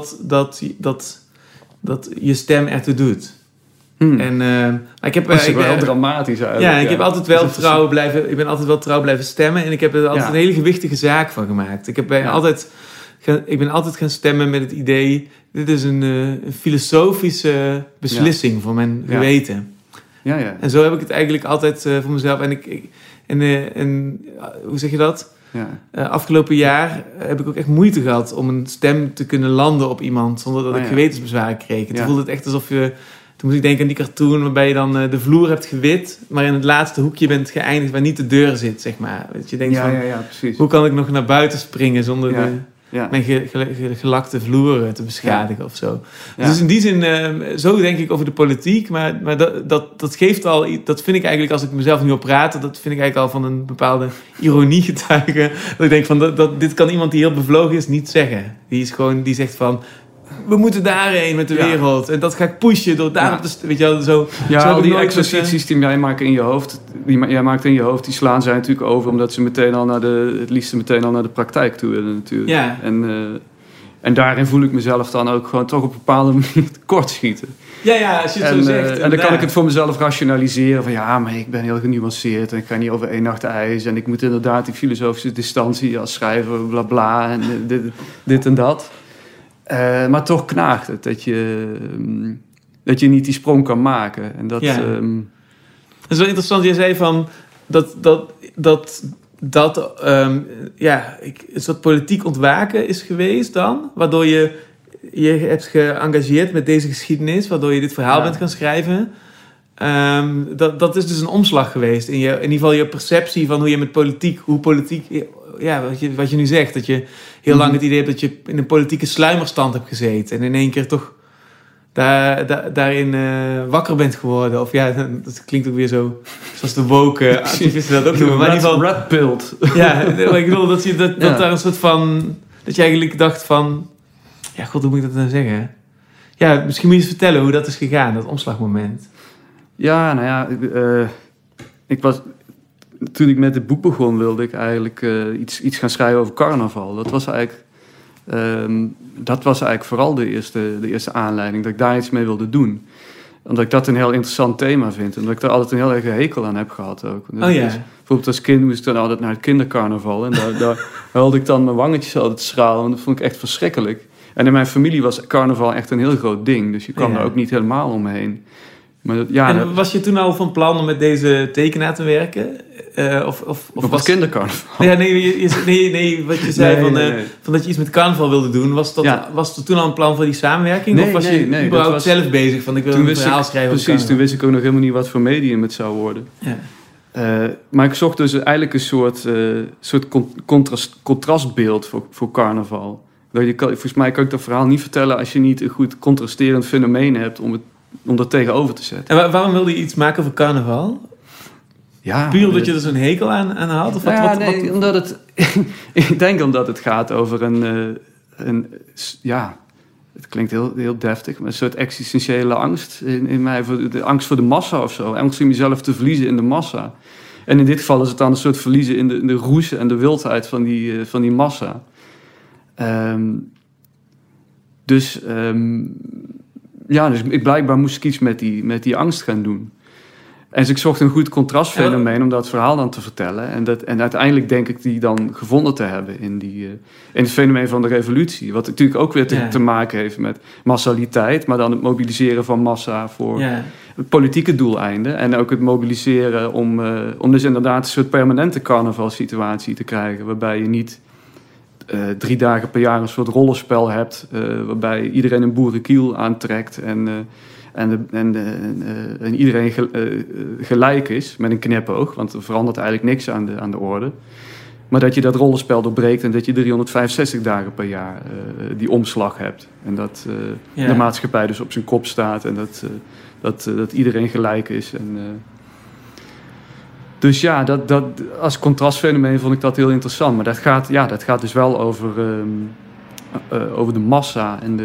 dat je stem ertoe doet. En ik heb dat is wel dramatisch eigenlijk. Ja, ik heb altijd wel trouw blijven stemmen en ik heb er altijd een hele gewichtige zaak van gemaakt. Ik ben altijd gaan stemmen met het idee, dit is een filosofische beslissing voor mijn geweten. Ja. En zo heb ik het eigenlijk altijd voor mezelf. En hoe zeg je dat? Ja. Afgelopen jaar heb ik ook echt moeite gehad om een stem te kunnen landen op iemand zonder dat ik gewetensbezwaren kreeg. Toen voelde het echt alsof je... Toen moest ik denken aan die cartoon waarbij je dan de vloer hebt gewit, maar in het laatste hoekje bent geëindigd waar niet de deur zit, zeg maar. Dat je denkt precies. Hoe kan ik nog naar buiten springen zonder mijn gelakte vloer te beschadigen of zo. Ja. Dus in die zin, zo denk ik over de politiek, maar dat geeft al, dat vind ik eigenlijk, als ik mezelf nu op praat, dat vind ik eigenlijk al van een bepaalde ironie getuigen. Dat ik denk van, dit kan iemand die heel bevlogen is niet zeggen. Die zegt van... We moeten daarheen met de wereld. En dat ga ik pushen door daarop te... Weet je wel, zo... Ja, al die exercities die jij maakt in je hoofd... Die slaan zij natuurlijk over... omdat ze het liefst meteen al naar de praktijk toe willen natuurlijk. Ja. En daarin voel ik mezelf dan ook gewoon toch op een bepaalde manier tekortschieten. Ja, als je het zo zegt. En dan kan ik het voor mezelf rationaliseren van... maar ik ben heel genuanceerd en ik ga niet over één nacht ijs... en ik moet inderdaad die filosofische distantie als schrijver, bla bla... en dit en dat... maar toch knaagt het dat je niet die sprong kan maken. En dat, dat is wel interessant. Je zei van een soort politiek ontwaken is geweest dan, waardoor je hebt geëngageerd met deze geschiedenis, waardoor je dit verhaal bent gaan schrijven. Dat is dus een omslag geweest in ieder geval je perceptie van hoe je met politiek, wat je nu zegt, dat je heel lang het idee hebt dat je in een politieke sluimerstand hebt gezeten en in één keer toch daarin wakker bent geworden. Of dat klinkt ook weer zo zoals de woke activisten dat ook noemen. Maar in ieder geval red-pilled. Ja, ik bedoel dat daar een soort van, dat je eigenlijk dacht van, god, hoe moet ik dat nou zeggen? Ja, misschien moet je eens vertellen hoe dat is gegaan, dat omslagmoment. Ja, ik was... Toen ik met het boek begon, wilde ik eigenlijk iets gaan schrijven over carnaval. Dat was eigenlijk vooral de eerste aanleiding dat ik daar iets mee wilde doen. Omdat ik dat een heel interessant thema vind. En dat ik daar altijd een heel erg hekel aan heb gehad ook. Dus bijvoorbeeld als kind moest ik dan altijd naar het kindercarnaval. En daar huilde ik dan mijn wangetjes altijd schraal. En dat vond ik echt verschrikkelijk. En in mijn familie was carnaval echt een heel groot ding. Dus je kwam daar ook niet helemaal omheen. Maar was je toen al van plan om met deze tekenaar te werken? Of was het kindercarnaval? Ja, nee, wat je zei van dat je iets met carnaval wilde doen. Was er toen al een plan voor die samenwerking? Of was je überhaupt zelf bezig van ik wil een verhaal schrijven? Precies, toen wist ik ook nog helemaal niet wat voor medium het zou worden. Ja. Maar ik zocht dus eigenlijk een soort contrastbeeld voor carnaval. Volgens mij kan ik dat verhaal niet vertellen als je niet een goed contrasterend fenomeen hebt om dat tegenover te zetten. En waarom wilde je iets maken voor carnaval? Ja, puur omdat je er zo'n hekel aan had? Of omdat het... ik denk omdat het gaat over het klinkt heel deftig, maar een soort existentiële angst in mij. De angst voor de massa of zo. Angst om jezelf te verliezen in de massa. En in dit geval is het dan een soort verliezen in de roes en de wildheid van die massa. Dus blijkbaar moest ik iets met die angst gaan doen. En dus ik zocht een goed contrastfenomeen om dat verhaal dan te vertellen. En uiteindelijk denk ik die dan gevonden te hebben in het fenomeen van de revolutie. Wat natuurlijk ook weer te maken heeft met massaliteit. Maar dan het mobiliseren van massa voor politieke doeleinden. En ook het mobiliseren om dus inderdaad een soort permanente carnavalsituatie te krijgen. Waarbij je niet 3 dagen per jaar een soort rollenspel hebt, waarbij iedereen een boerenkiel aantrekt en iedereen gelijk is met een knipoog, want er verandert eigenlijk niks aan de orde. Maar dat je dat rollenspel doorbreekt en dat je 365 dagen per jaar die omslag hebt. En dat de maatschappij dus op zijn kop staat en dat iedereen gelijk is. Dus ja, dat als contrastfenomeen vond ik dat heel interessant. Maar dat gaat dus wel over de massa en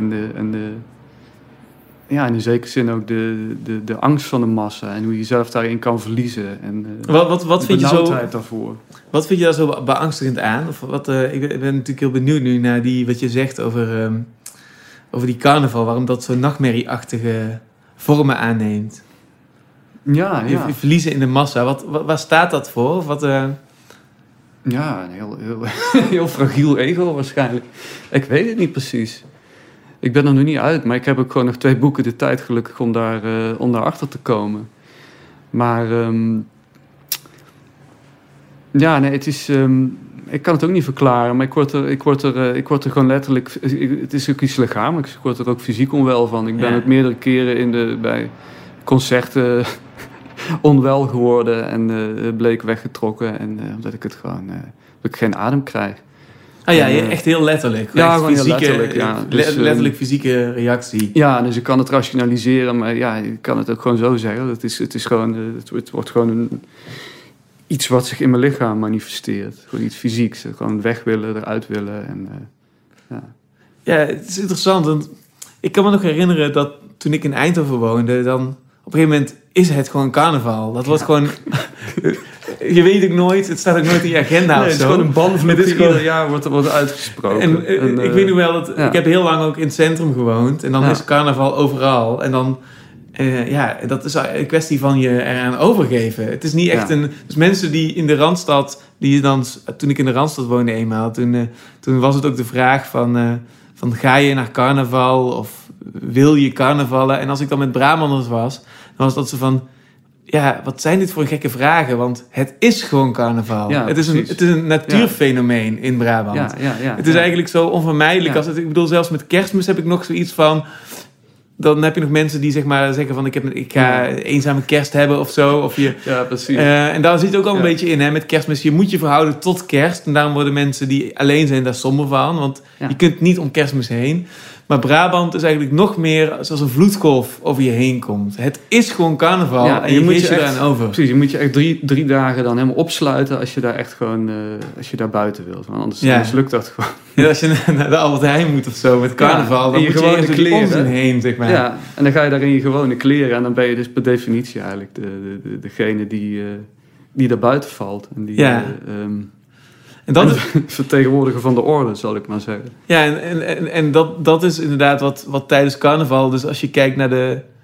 in een zekere zin ook de angst van de massa en hoe je jezelf daarin kan verliezen. En wat vind je zo daarvoor. Wat vind je daar zo beangstigend aan? Of ik ben natuurlijk heel benieuwd nu naar wat je zegt over die carnaval, waarom dat zo'n nachtmerrieachtige vormen aanneemt. Ja. Je verliezen in de massa. Waar staat dat voor? Of wat, Ja, een heel fragiel ego waarschijnlijk. Ik weet het niet precies. Ik ben er nog niet uit, maar ik heb ook gewoon nog 2 boeken de tijd gelukkig om daarachter te komen. Maar het is... ik kan het ook niet verklaren, maar ik word er gewoon letterlijk... Het is ook iets lichamelijks. Ik word er ook fysiek onwel van. Ik ben ook meerdere keren bij concerten onwel geworden en bleek weggetrokken. En omdat ik het gewoon... dat ik geen adem krijg. Echt heel letterlijk. Ja, gewoon heel letterlijk. Ja. Dus, letterlijk fysieke reactie. Ja, dus ik kan het rationaliseren, maar ik kan het ook gewoon zo zeggen. Het is gewoon... Het wordt gewoon iets wat zich in mijn lichaam manifesteert. Gewoon iets fysieks. Gewoon weg willen, eruit willen. Ja, het is interessant. Want ik kan me nog herinneren dat toen ik in Eindhoven woonde, dan op een gegeven moment is het gewoon carnaval. Dat wordt gewoon... Je weet ook nooit, het staat ook nooit in je agenda of zo. Het is gewoon een banvloed die ieder jaar wordt uitgesproken. En ik weet nog wel dat... Ik heb heel lang ook in het centrum gewoond. En dan is carnaval overal. En dan... dat is een kwestie van je eraan overgeven. Het is niet echt Dus mensen die in de Randstad... Toen ik in de Randstad woonde eenmaal... Toen was het ook de vraag van ga je naar carnaval? Of wil je carnavallen? En als ik dan met Brabanders was... Dan was dat zo van... Ja, wat zijn dit voor gekke vragen? Want het is gewoon carnaval. Ja, het is een natuurfenomeen in Brabant. Het is eigenlijk zo onvermijdelijk. Ik bedoel, zelfs met Kerstmis heb ik nog zoiets van... Dan heb je nog mensen die zeg maar zeggen van... ik ga eenzame kerst hebben of zo. Of ja, precies. En daar zit ook al een beetje in. Hè, met Kerstmis, je moet je verhouden tot kerst. En daarom worden mensen die alleen zijn daar somber van. Want je kunt niet om Kerstmis heen. Maar Brabant is eigenlijk nog meer zoals een vloedgolf over je heen komt. Het is gewoon carnaval en je moet je eraan over. Precies, je moet je echt drie dagen dan helemaal opsluiten als je daar echt gewoon, als je daar buiten wilt. Want anders lukt dat gewoon. Ja, als je naar de Albert Heijn moet of zo met carnaval, dan moet je gewoon de kleren heen, zeg maar. Ja, en dan ga je daar in je gewone kleren en dan ben je dus per definitie eigenlijk degene die daar buiten valt. En die, en dat is vertegenwoordiger van de orde, zal ik maar zeggen. Ja, en dat is inderdaad wat tijdens carnaval... Dus als je kijkt naar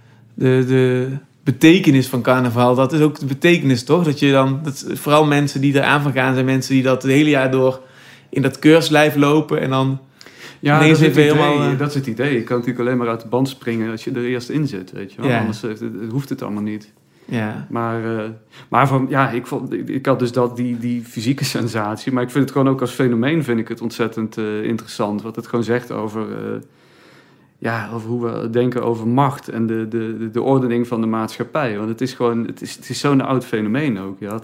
de betekenis van carnaval... Dat is ook de betekenis, toch? Dat je dan... vooral mensen die eraan van gaan... zijn mensen die dat het hele jaar door... in dat keurslijf lopen en dan... Ja, dat is het idee. Je kan natuurlijk alleen maar uit de band springen... als je er eerst in zit, weet je wel. Ja. Anders hoeft het allemaal niet. Ja. Maar ik had dus die fysieke sensatie, maar ik vind het gewoon ook als fenomeen vind ik het ontzettend interessant. Wat het gewoon zegt over hoe we denken over macht en de ordening van de maatschappij. Want het is gewoon, het is zo'n oud fenomeen ook. Je had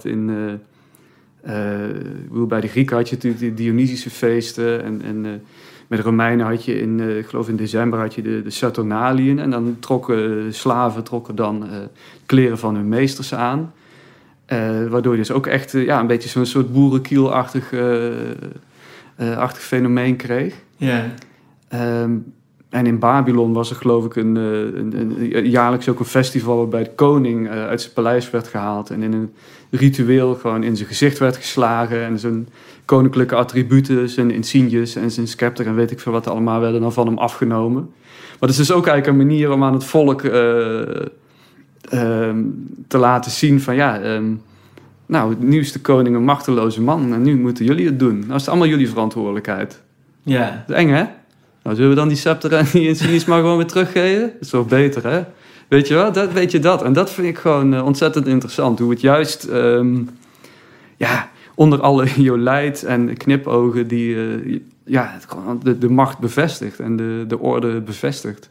bij de Grieken had je natuurlijk de Dionysische feesten en met de Romeinen had je ik geloof in december had je de Saturnaliën. En dan slaven trokken kleren van hun meesters aan. Waardoor je dus ook echt een beetje zo'n soort boerenkielachtig fenomeen kreeg. Ja. En in Babylon was er geloof ik jaarlijks ook een festival waarbij de koning uit zijn paleis werd gehaald. En in een ritueel gewoon in zijn gezicht werd geslagen. En zijn koninklijke attributen, zijn insignes en zijn scepter en weet ik veel wat allemaal werden dan van hem afgenomen. Maar het is dus ook eigenlijk een manier om aan het volk te laten zien van nu is de koning een machteloze man en nu moeten jullie het doen. Nou is het allemaal jullie verantwoordelijkheid. Ja. Dat is eng, hè? Nou, zullen we dan die scepter en die insignes maar gewoon weer teruggeven? Dat is toch beter, hè? Weet je wel? Weet je dat? En dat vind ik gewoon ontzettend interessant. Hoe het juist... onder alle jolijt en knipogen die de macht bevestigt en de orde bevestigt.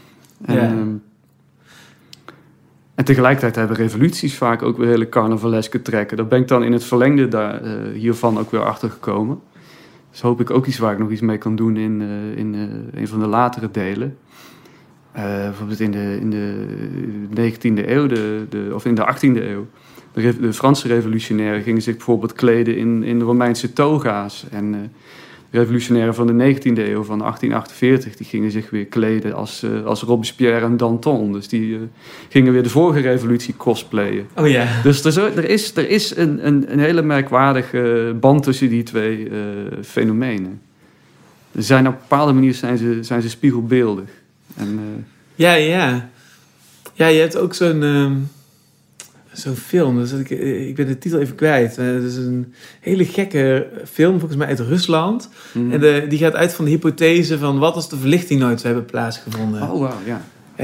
En tegelijkertijd hebben revoluties vaak ook weer hele carnavaleske trekken. Daar ben ik dan in het verlengde hiervan ook weer achter gekomen. Dus hoop ik ook iets waar ik nog iets mee kan doen in een van de latere delen. Bijvoorbeeld in de 19e eeuw of in de 18e eeuw. De Franse revolutionairen gingen zich bijvoorbeeld kleden in Romeinse toga's. En de revolutionairen van de 19e eeuw, van 1848, die gingen zich weer kleden als Robespierre en Danton. Dus die gingen weer de vorige revolutie cosplayen. Oh ja. Dus er is een hele merkwaardige band tussen die twee fenomenen. Er zijn op een bepaalde manier zijn ze spiegelbeeldig. En, Ja, je hebt ook zo'n film. Dus ik ben de titel even kwijt. Het is een hele gekke film, volgens mij uit Rusland. Mm. En die gaat uit van de hypothese van wat als de verlichting nooit zou hebben plaatsgevonden. Oh, wow, ja.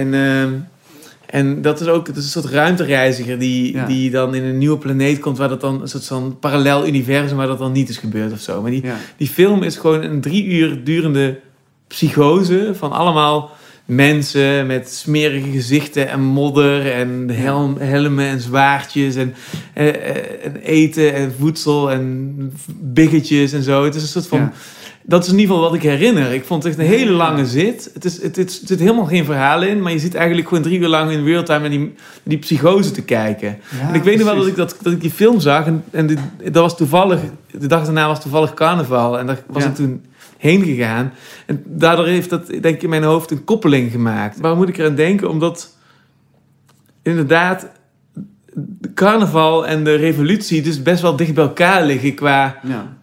En dat is ook een soort ruimtereiziger die dan in een nieuwe planeet komt, waar dat dan een soort van parallel universum waar dat dan niet is gebeurd of zo. Maar die film is gewoon een 3 uur durende psychose van allemaal mensen met smerige gezichten en modder en helmen en zwaardjes en eten en voedsel en biggetjes en zo. Het is een soort van... Ja. Dat is in ieder geval wat ik herinner. Ik vond het echt een hele lange zit. Er zit helemaal geen verhaal in, maar je zit eigenlijk gewoon 3 uur lang in realtime naar die psychose te kijken. Ja, en ik weet nog wel dat ik die film zag en dat was toevallig, de dag daarna was toevallig carnaval en daar was ik toen heen gegaan. En daardoor heeft dat, denk ik, in mijn hoofd een koppeling gemaakt. Waarom moet ik eraan denken? Omdat inderdaad de carnaval en de revolutie dus best wel dicht bij elkaar liggen qua...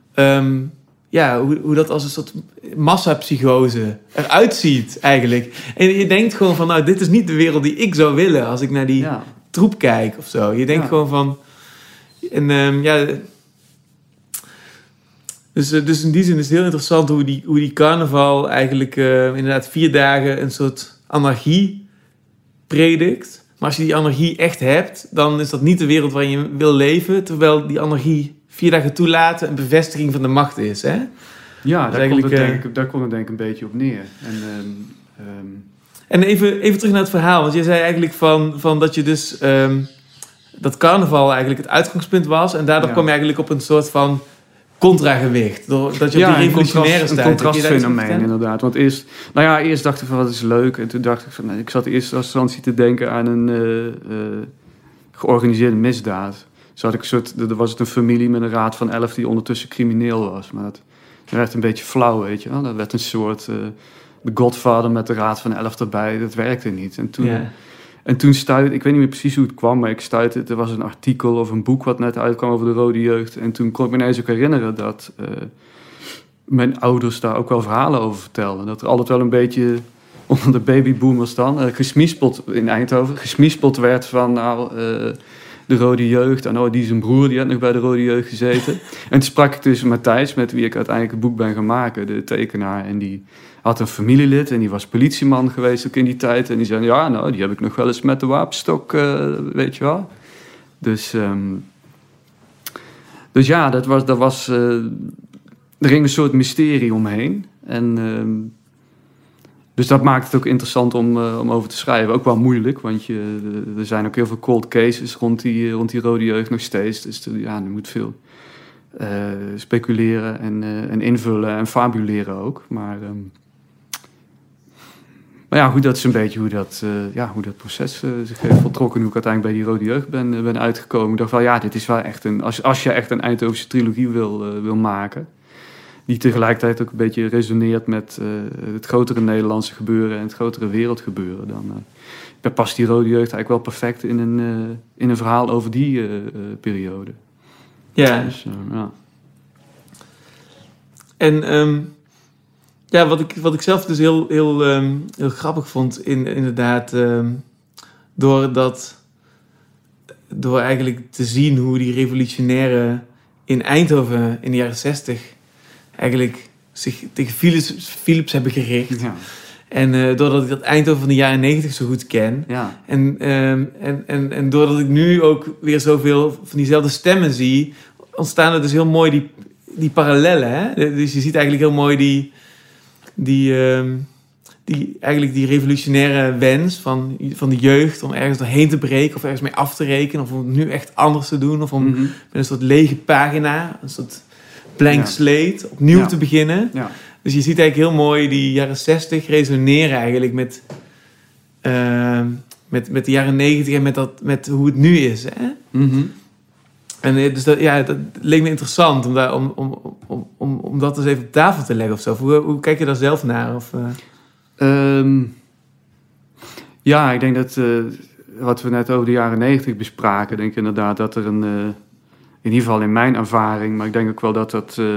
hoe dat als een soort massapsychose eruit ziet eigenlijk. En je denkt gewoon van, nou, dit is niet de wereld die ik zou willen als ik naar die troep kijk of zo. Je denkt gewoon van... Dus in die zin is het heel interessant hoe die carnaval eigenlijk inderdaad 4 dagen een soort anarchie predikt. Maar als je die anarchie echt hebt, dan is dat niet de wereld waarin je wil leven. Terwijl die anarchie 4 dagen toelaten een bevestiging van de macht is. Hè? Ja, daar komt het denk ik een beetje op neer. En even terug naar het verhaal. Want je zei eigenlijk van dat je dus... dat carnaval eigenlijk het uitgangspunt was. En daardoor kwam je eigenlijk op een soort van... contragewicht. Dat je op die revolutionaire staat. Een contrastfenomeen inderdaad. Want eerst dacht ik van wat is leuk. En toen dacht ik van ik zat eerst als instantie te denken aan een georganiseerde misdaad. Er was een familie met een raad van 11 die ondertussen crimineel was. Maar dat werd een beetje flauw, weet je wel. Dat werd een soort The Godfather met de raad van 11 erbij. Dat werkte niet. En toen stuitte, ik weet niet meer precies hoe het kwam, maar er was een artikel of een boek wat net uitkwam over de rode jeugd. En toen kon ik me ineens ook herinneren dat mijn ouders daar ook wel verhalen over vertelden. Dat er altijd wel een beetje onder de babyboomers dan, in Eindhoven, gesmispeld werd van de rode jeugd. En die is een broer, die had nog bij de rode jeugd gezeten. En toen sprak ik dus Matthijs, met wie ik uiteindelijk het boek ben gaan maken, de tekenaar. En die had een familielid en die was politieman geweest ook in die tijd. En die zei, die heb ik nog wel eens met de wapenstok, weet je wel. Dus dat was er ging een soort mysterie omheen. En dus dat maakt het ook interessant om over te schrijven. Ook wel moeilijk, want er zijn ook heel veel cold cases rond die rode jeugd nog steeds. Dus er moet veel speculeren en invullen en fabuleren ook. Maar goed, dat is een beetje hoe dat proces zich heeft voltrokken. Hoe ik uiteindelijk bij die rode jeugd ben uitgekomen. Ik dacht wel, dit is wel echt als je echt een Eindhovense trilogie wil maken, die tegelijkertijd ook een beetje resoneert met het grotere Nederlandse gebeuren en het grotere wereldgebeuren, dan past die rode jeugd eigenlijk wel perfect in een verhaal over die periode. Ja. Dus, En wat ik zelf dus heel grappig vond, inderdaad, door eigenlijk te zien hoe die revolutionairen in Eindhoven in de jaren 60 eigenlijk zich tegen Philips hebben gericht. Ja. En doordat ik dat Eindhoven van de jaren 90 zo goed ken. Ja. En doordat ik nu ook weer zoveel van diezelfde stemmen zie, ontstaan er dus heel mooi die parallellen. Hè? Dus je ziet eigenlijk heel mooi die revolutionaire wens van de jeugd om ergens doorheen te breken of ergens mee af te rekenen of om het nu echt anders te doen of om met een soort lege pagina, een soort blank slate opnieuw te beginnen. Ja. Dus je ziet eigenlijk heel mooi die jaren 60 resoneren eigenlijk met de jaren 90 en met hoe het nu is. Hè? Mm-hmm. En dus dat leek me interessant om dat eens even op tafel te leggen of zo. Hoe kijk je daar zelf naar? Of, ik denk dat wat we net over de jaren 90 bespraken, denk ik inderdaad dat er in ieder geval in mijn ervaring, maar ik denk ook wel dat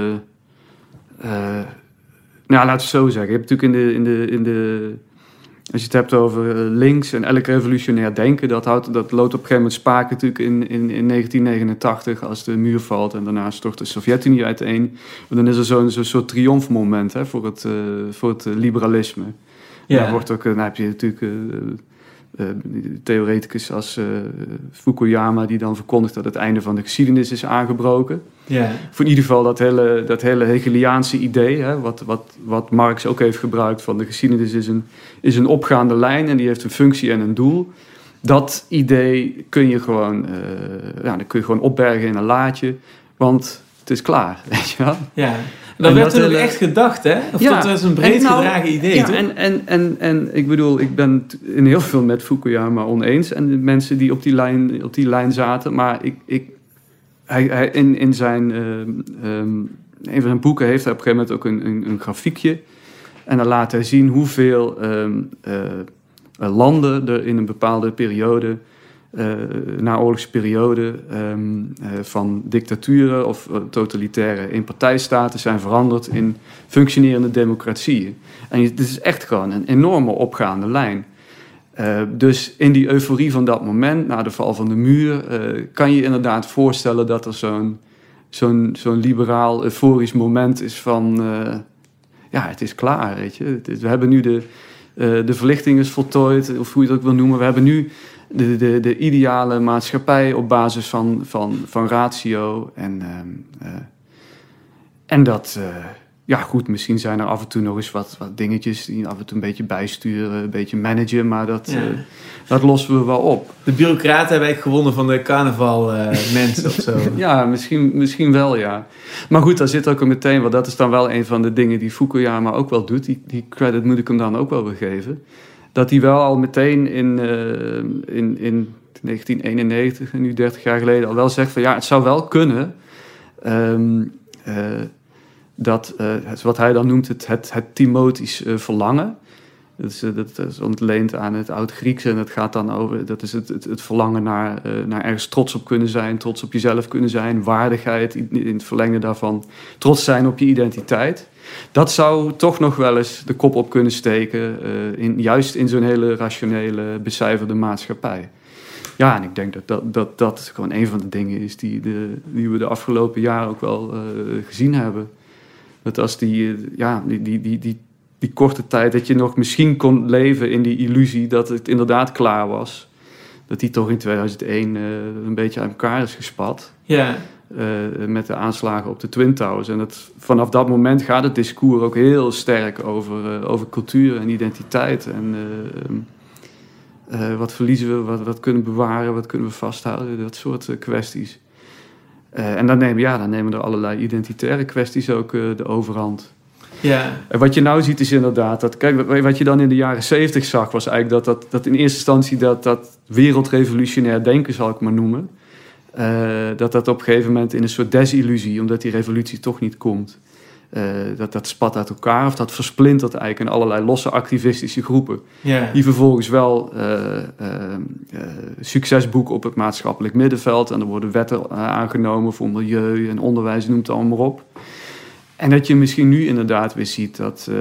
laten we het zo zeggen. Je hebt natuurlijk in de als je het hebt over links en elk revolutionair denken, dat loopt op een gegeven moment spaken natuurlijk in 1989 als de muur valt en daarna stort de Sovjet-Unie uiteen. En dan is er zo'n soort triomfmoment voor het liberalisme. Ja. Dan heb je natuurlijk theoreticus als Fukuyama die dan verkondigt dat het einde van de geschiedenis is aangebroken. Yeah. Voor in ieder geval dat hele Hegeliaanse idee, hè, wat Marx ook heeft gebruikt van de geschiedenis is een opgaande lijn en die heeft een functie en een doel. Dat idee kun je gewoon, dan kun je gewoon opbergen in een laadje, want het is klaar, weet je wel. Ja. Dat werd toen ook echt gedacht, hè? Of dat was een breed gedragen idee, toch? En ik bedoel, ik ben in heel veel met Fukuyama oneens en de mensen die op die lijn zaten, maar hij in zijn een van zijn boeken heeft hij op een gegeven moment ook een grafiekje en dan laat hij zien hoeveel landen er in een bepaalde periode, naoorlogse periode, van dictaturen of totalitaire eenpartijstaten zijn veranderd in functionerende democratieën. En dit is echt gewoon een enorme opgaande lijn. Dus in die euforie van dat moment, na de val van de muur, kan je inderdaad voorstellen dat er zo'n liberaal euforisch moment is van het is klaar, weet je. We hebben nu de verlichting is voltooid, of hoe je het ook wil noemen. We hebben nu de ideale maatschappij op basis van ratio. En dat, goed, misschien zijn er af en toe nog eens wat dingetjes die af en toe een beetje bijsturen, een beetje managen, maar dat lossen we wel op. De bureaucraten hebben eigenlijk gewonnen van de carnaval mensen of zo. Ja, misschien wel, ja. Maar goed, daar zit ook meteen, want dat is dan wel een van de dingen die Fukuyama ook wel doet. Die credit moet ik hem dan ook wel weer geven. Dat hij wel al meteen in 1991, nu 30 jaar geleden, al wel zegt van het zou wel kunnen dat wat hij dan noemt het Timotisch verlangen. Dat is ontleend aan het Oud-Grieks en dat gaat dan over, dat is het verlangen naar ergens trots op kunnen zijn, trots op jezelf kunnen zijn, waardigheid in het verlengen daarvan, trots zijn op je identiteit. Dat zou toch nog wel eens de kop op kunnen steken, juist in zo'n hele rationele, becijferde maatschappij. Ja, en ik denk dat gewoon een van de dingen is die we de afgelopen jaren ook wel gezien hebben. Dat als die korte tijd dat je nog misschien kon leven in die illusie dat het inderdaad klaar was, dat die toch in 2001 een beetje uit elkaar is gespat. Ja. Met de aanslagen op de Twin Towers. En vanaf dat moment gaat het discours ook heel sterk over cultuur en identiteit. En wat verliezen we, wat kunnen we bewaren, wat kunnen we vasthouden, dat soort kwesties. En dan nemen er allerlei identitaire kwesties ook de overhand. Ja. En wat je nou ziet is inderdaad dat, kijk, wat je dan in de jaren 70 zag, was eigenlijk dat in eerste instantie dat wereldrevolutionair denken, zal ik maar noemen, dat op een gegeven moment in een soort desillusie, omdat die revolutie toch niet komt, dat spat uit elkaar of dat versplintert eigenlijk in allerlei losse activistische groepen. Yeah. Die vervolgens wel succes boeken op het maatschappelijk middenveld en er worden wetten aangenomen voor milieu en onderwijs, noem het allemaal maar op. En dat je misschien nu inderdaad weer ziet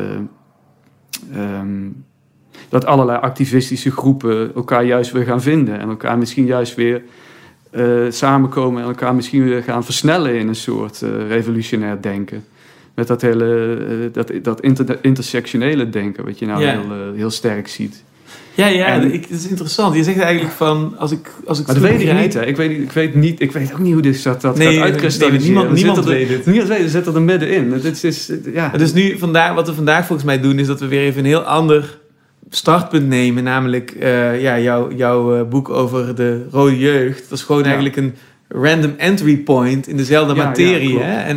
dat allerlei activistische groepen elkaar juist weer gaan vinden en elkaar misschien juist weer samenkomen en elkaar misschien weer gaan versnellen in een soort revolutionair denken. Met dat hele dat intersectionele denken, wat je nou heel sterk ziet. Ja, het is interessant. Je zegt eigenlijk van, als ik maar dat weet ik niet, hè. Ik weet ook niet hoe dit gaat uitkristalliseren. Niemand weet het. Niemand weet het, zit er middenin. Het is, Dus nu, wat we vandaag volgens mij doen, is dat we weer even een heel ander startpunt nemen. Namelijk jouw boek over de rode jeugd. Dat is gewoon eigenlijk een random entry point in dezelfde materie. Hè?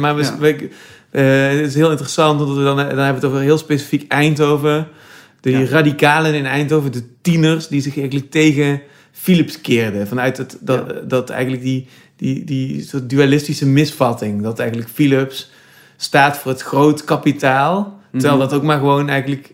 Het is heel interessant, want dan hebben we het over heel specifiek Eindhoven. De radicalen in Eindhoven, de tieners die zich eigenlijk tegen Philips keerden. Vanuit dat eigenlijk die soort dualistische misvatting. Dat eigenlijk Philips staat voor het groot kapitaal. Terwijl dat ook maar gewoon eigenlijk...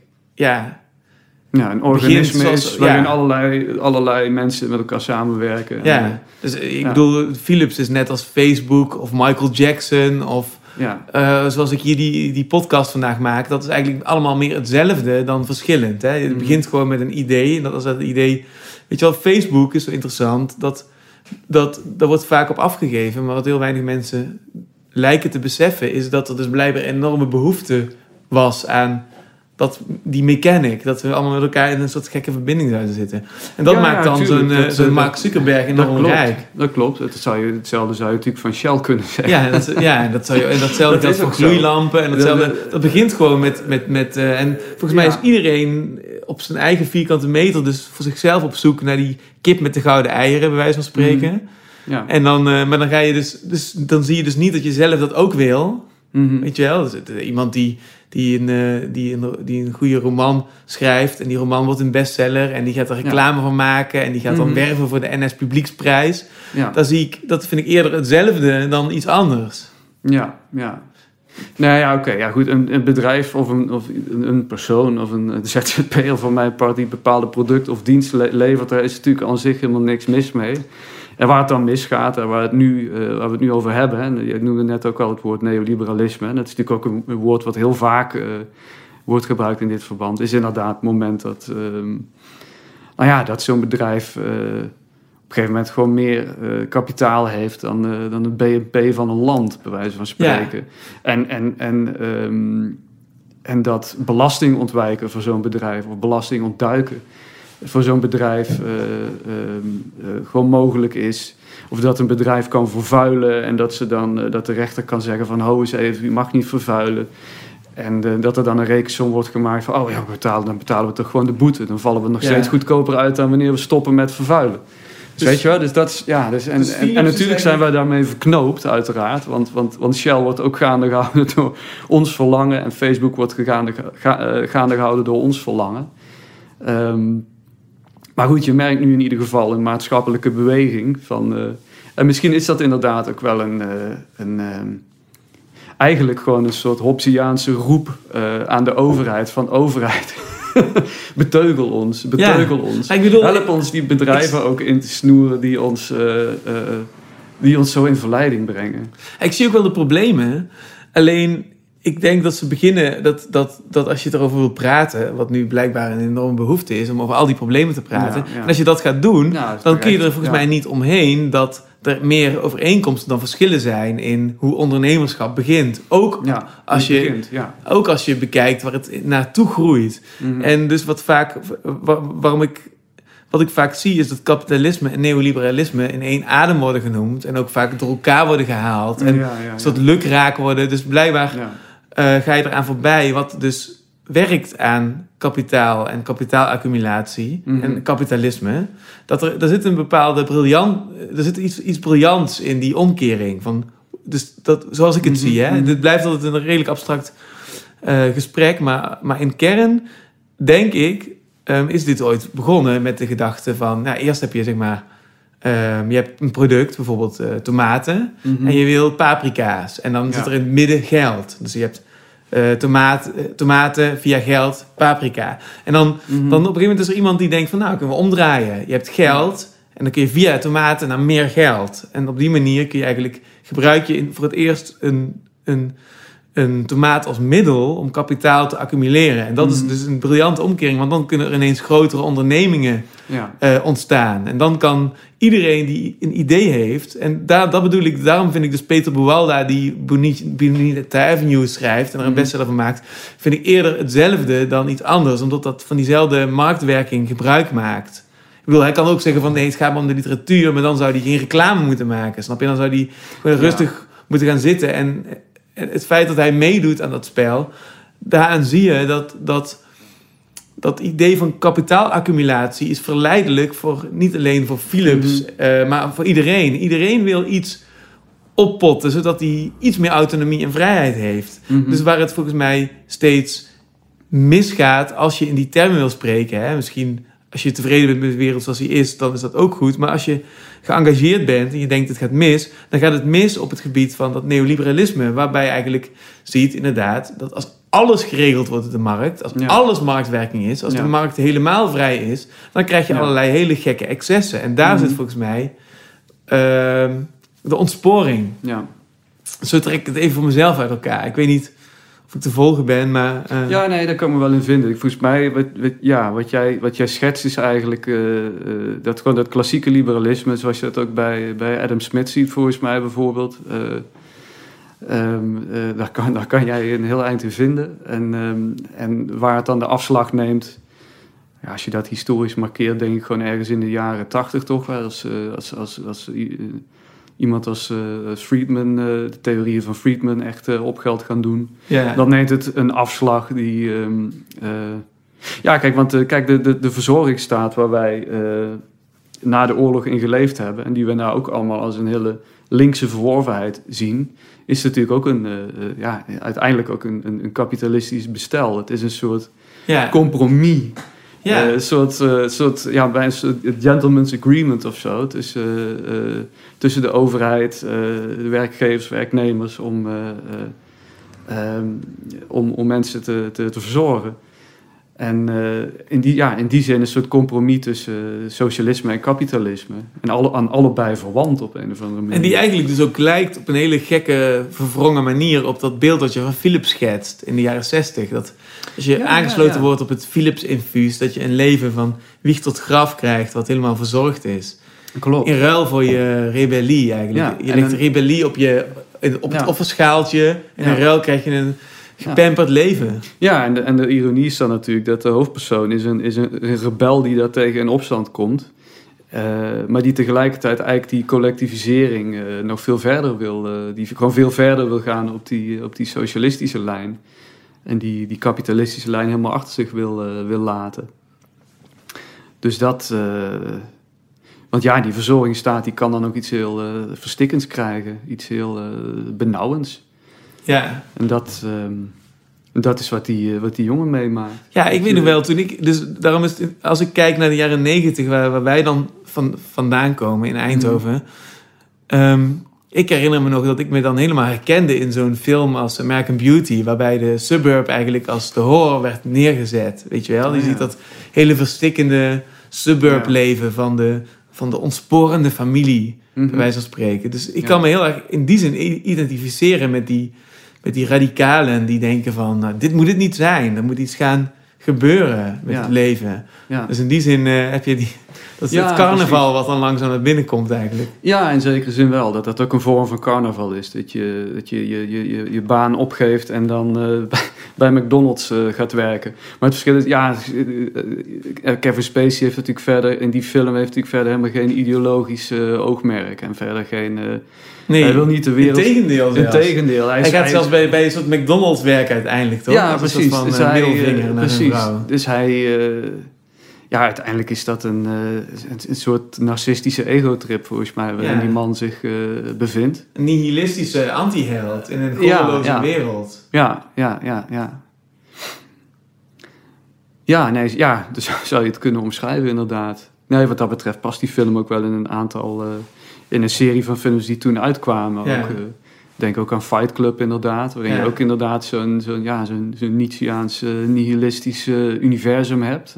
een organisme is waarin allerlei mensen met elkaar samenwerken. Ja, dus ik bedoel, Philips is net als Facebook of Michael Jackson of... zoals ik hier die podcast vandaag maak, dat is eigenlijk allemaal meer hetzelfde dan verschillend. Hè? Het begint gewoon met een idee. En dat is het idee. Weet je wel, Facebook is zo interessant. Dat wordt vaak op afgegeven. Maar wat heel weinig mensen lijken te beseffen, is dat er dus blijkbaar enorme behoefte was aan die mechanic. Dat we allemaal met elkaar in een soort gekke verbinding zouden zitten. En dat maakt dan zo'n Mark Zuckerberg enorm rijk. Dat klopt. Hetzelfde zou je natuurlijk van Shell kunnen zeggen. Datzelfde geldt voor gloeilampen. En dat begint gewoon met en volgens mij is iedereen op zijn eigen vierkante meter dus voor zichzelf op zoek naar die kip met de gouden eieren, bij wijze van spreken. Ja. En dan, maar dan ga je dus dan zie je dus niet dat je zelf dat ook wil. Weet je wel? Dus iemand die een goede roman schrijft en die roman wordt een bestseller en die gaat er reclame van maken en die gaat dan werven voor de NS Publieksprijs. Ja. Dat vind ik eerder hetzelfde dan iets anders. Ja. Nou ja, oké. Ja, goed. Een bedrijf of een persoon of een ZZP'er van mijn part die bepaalde product of dienst levert, daar is natuurlijk aan zich helemaal niks mis mee. En waar het dan misgaat, en waar we het nu over hebben, hè, je noemde net ook al het woord neoliberalisme, en dat is natuurlijk ook een woord wat heel vaak wordt gebruikt in dit verband, is inderdaad het moment dat zo'n bedrijf op een gegeven moment gewoon meer kapitaal heeft dan het BNP van een land, bij wijze van spreken. Ja. En dat belasting ontwijken voor zo'n bedrijf, of belasting ontduiken voor zo'n bedrijf gewoon mogelijk is. Of dat een bedrijf kan vervuilen en dat de rechter kan zeggen van ho eens even, u mag niet vervuilen. En dat er dan een rekensom wordt gemaakt van dan betalen we toch gewoon de boete. Dan vallen we nog steeds goedkoper uit dan wanneer we stoppen met vervuilen. Dus weet je wel, dus dat is, en natuurlijk zijn wij daarmee verknoopt, uiteraard. Want Shell wordt ook gaande gehouden door ons verlangen en Facebook wordt gaande gehouden door ons verlangen. Maar goed, je merkt nu in ieder geval een maatschappelijke beweging van... en misschien is dat inderdaad ook wel eigenlijk gewoon een soort Hobbesiaanse roep aan de overheid. Van overheid, beteugel ons. Ik bedoel, help ons die bedrijven ook in te snoeren die ons zo in verleiding brengen. Ik zie ook wel de problemen. Alleen, ik denk dat ze beginnen, dat als je erover wil praten, wat nu blijkbaar een enorme behoefte is om over al die problemen te praten. Ja. En als je dat gaat doen, dan kun je er volgens mij niet omheen dat er meer overeenkomsten dan verschillen zijn in hoe ondernemerschap begint. Ook als je bekijkt waar het naartoe groeit. Mm-hmm. En dus wat ik vaak zie is dat kapitalisme en neoliberalisme in één adem worden genoemd en ook vaak door elkaar worden gehaald en een soort lukraak worden. Dus blijkbaar ga je eraan voorbij wat dus werkt aan kapitaal en kapitaalaccumulatie en kapitalisme. Er zit een bepaalde er zit iets briljants in die omkering van, dus dat, zoals ik het zie. Hè? Dit blijft altijd een redelijk abstract gesprek, maar in kern denk ik is dit ooit begonnen met de gedachte van, eerst heb je zeg maar je hebt een product, bijvoorbeeld tomaten, en je wil paprika's. En dan zit er in het midden geld. Dus je hebt tomaten via geld, paprika. En dan op een gegeven moment is er iemand die denkt van, kunnen we omdraaien. Je hebt geld en dan kun je via tomaten naar meer geld. En op die manier kun je eigenlijk gebruik je voor het eerst een tomaat als middel om kapitaal te accumuleren. En dat is dus een briljante omkering, want dan kunnen er ineens grotere ondernemingen ontstaan. En dan kan iedereen die een idee heeft, en dat bedoel ik, daarom vind ik dus Peter Buwalda, die Bonita Avenue schrijft en er een bestseller van maakt, vind ik eerder hetzelfde dan iets anders, omdat dat van diezelfde marktwerking gebruik maakt. Ik bedoel, hij kan ook zeggen van nee, het gaat maar om de literatuur, maar dan zou hij geen reclame moeten maken, snap je? Dan zou hij rustig moeten gaan zitten. En het feit dat hij meedoet aan dat spel, daaraan zie je dat idee van kapitaalaccumulatie is verleidelijk voor, niet alleen voor Philips, maar voor iedereen. Iedereen wil iets oppotten, zodat hij iets meer autonomie en vrijheid heeft. Dus waar het volgens mij steeds misgaat, als je in die termen wil spreken, hè, misschien als je tevreden bent met de wereld zoals die is, dan is dat ook goed. Maar als je geëngageerd bent en je denkt het gaat mis, dan gaat het mis op het gebied van dat neoliberalisme, waarbij je eigenlijk ziet inderdaad dat als alles geregeld wordt op de markt, als alles marktwerking is, als de markt helemaal vrij is, dan krijg je allerlei hele gekke excessen. En daar zit volgens mij de ontsporing. Ja. Zo trek ik het even voor mezelf uit elkaar. Ik weet niet of ik te volgen ben, maar... Ja, nee, daar kan ik me wel in vinden. Volgens mij, wat jij schetst is eigenlijk dat klassieke liberalisme, zoals je dat ook bij Adam Smith ziet, volgens mij bijvoorbeeld. Daar kan jij een heel eind in vinden. En waar het dan de afslag neemt, ja, als je dat historisch markeert, denk ik gewoon ergens in de jaren 80 toch, als iemand als Friedman, de theorieën van Friedman echt op geld gaan doen. Yeah. Dan neemt het een afslag die... de verzorgingsstaat waar wij na de oorlog in geleefd hebben, en die we nou ook allemaal als een hele linkse verworvenheid zien, is natuurlijk ook uiteindelijk ook een kapitalistisch bestel. Het is een soort compromis. Ja. Een soort gentleman's agreement of zo tussen de overheid, de werkgevers, werknemers om mensen te verzorgen. En in die zin een soort compromis tussen socialisme en kapitalisme. En aan allebei verwant op een of andere manier. En die eigenlijk dus ook lijkt op een hele gekke, verwrongen manier op dat beeld dat je van Philips schetst in de jaren 60. Dat als je aangesloten wordt op het Philips-infuus, dat je een leven van wieg tot graf krijgt wat helemaal verzorgd is. Klopt. In ruil voor je rebellie eigenlijk. Je legt rebellie op het offerschaaltje en in ruil krijg je een gepamperd leven. Ja, en de ironie is dan natuurlijk dat de hoofdpersoon is een rebel die daar tegen in opstand komt. Maar die tegelijkertijd eigenlijk die collectivisering nog veel verder wil. Die gewoon veel verder wil gaan op die socialistische lijn. En die kapitalistische lijn helemaal achter zich wil laten. Dus dat... want ja, die verzorgingsstaat die kan dan ook iets heel verstikkends krijgen. Iets heel benauwends. Ja. En dat is wat die jongen meemaakt. Ja, ik weet nog wel, daarom is als ik kijk naar de jaren 90, waar wij dan vandaan komen in Eindhoven. Ik herinner me nog dat ik me dan helemaal herkende in zo'n film als American Beauty, waarbij de suburb eigenlijk als de horror werd neergezet. Weet je wel? Je ziet dat hele verstikkende suburb leven van de ontsporende familie, bij wijze van spreken. Dus ik kan me heel erg in die zin identificeren met die radicalen die denken van, nou, dit moet het niet zijn. Er moet iets gaan gebeuren met het leven. Ja. Dus in die zin heb je dat is het carnaval precies, wat dan langzaam naar binnen komt eigenlijk. Ja, in zekere zin wel. Dat ook een vorm van carnaval is. Dat je baan opgeeft en dan bij McDonald's gaat werken. Maar het verschil is, Kevin Spacey heeft natuurlijk verder, in die film heeft natuurlijk verder helemaal geen ideologisch oogmerk. En verder geen... Nee, hij wil niet de wereld... Integendeel. Hij gaat zelfs bij een soort McDonald's werken uiteindelijk, toch? Ja, precies. Van dus middelvinger naar een vrouw. Dus hij... uiteindelijk is dat een soort narcistische egotrip volgens mij, waarin die man zich bevindt. Een nihilistische anti-held in een goddeloze wereld. Ja. Dus zou je het kunnen omschrijven inderdaad. Nee, wat dat betreft past die film ook wel in een aantal... in een serie van films die toen uitkwamen. Ja. Denk ook aan Fight Club inderdaad. Waarin je ook inderdaad zo'n Nietzscheaans nihilistisch universum hebt.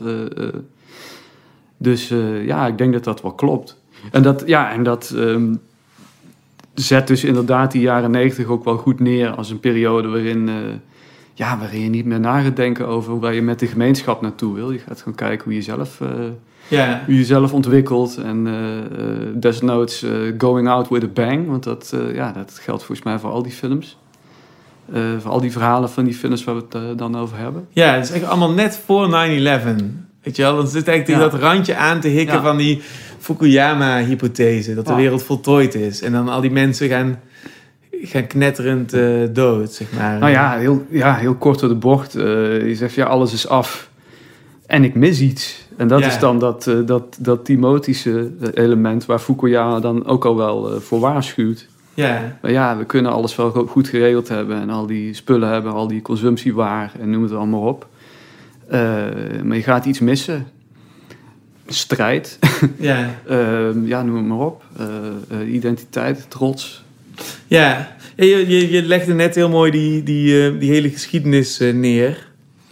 Dus ik denk dat dat wel klopt. En zet dus inderdaad die jaren 90 ook wel goed neer als een periode waarin je niet meer na gaat denken over waar je met de gemeenschap naartoe wil. Je gaat gewoon kijken hoe je zelf ontwikkelt en desnoods going out with a bang. Want dat geldt volgens mij voor al die films. Voor al die verhalen van die films waar we het dan over hebben. Ja, het is echt allemaal net voor 9/11. Weet je wel, want het zit eigenlijk dat randje aan te hikken van die Fukuyama-hypothese. Dat de wereld voltooid is. En dan al die mensen gaan knetterend dood, zeg maar. Nou ja, heel kort door de bocht. Je zegt, alles is af. En ik mis iets. En dat is dan dat Timotische element waar Fukuyama dan ook al wel voor waarschuwt. Ja. Maar we kunnen alles wel goed geregeld hebben. En al die spullen hebben, al die consumptiewaar en noem het allemaal op. Maar je gaat iets missen. Strijd. Noem het maar op. Identiteit, trots. Ja, je legde net heel mooi die hele geschiedenis neer.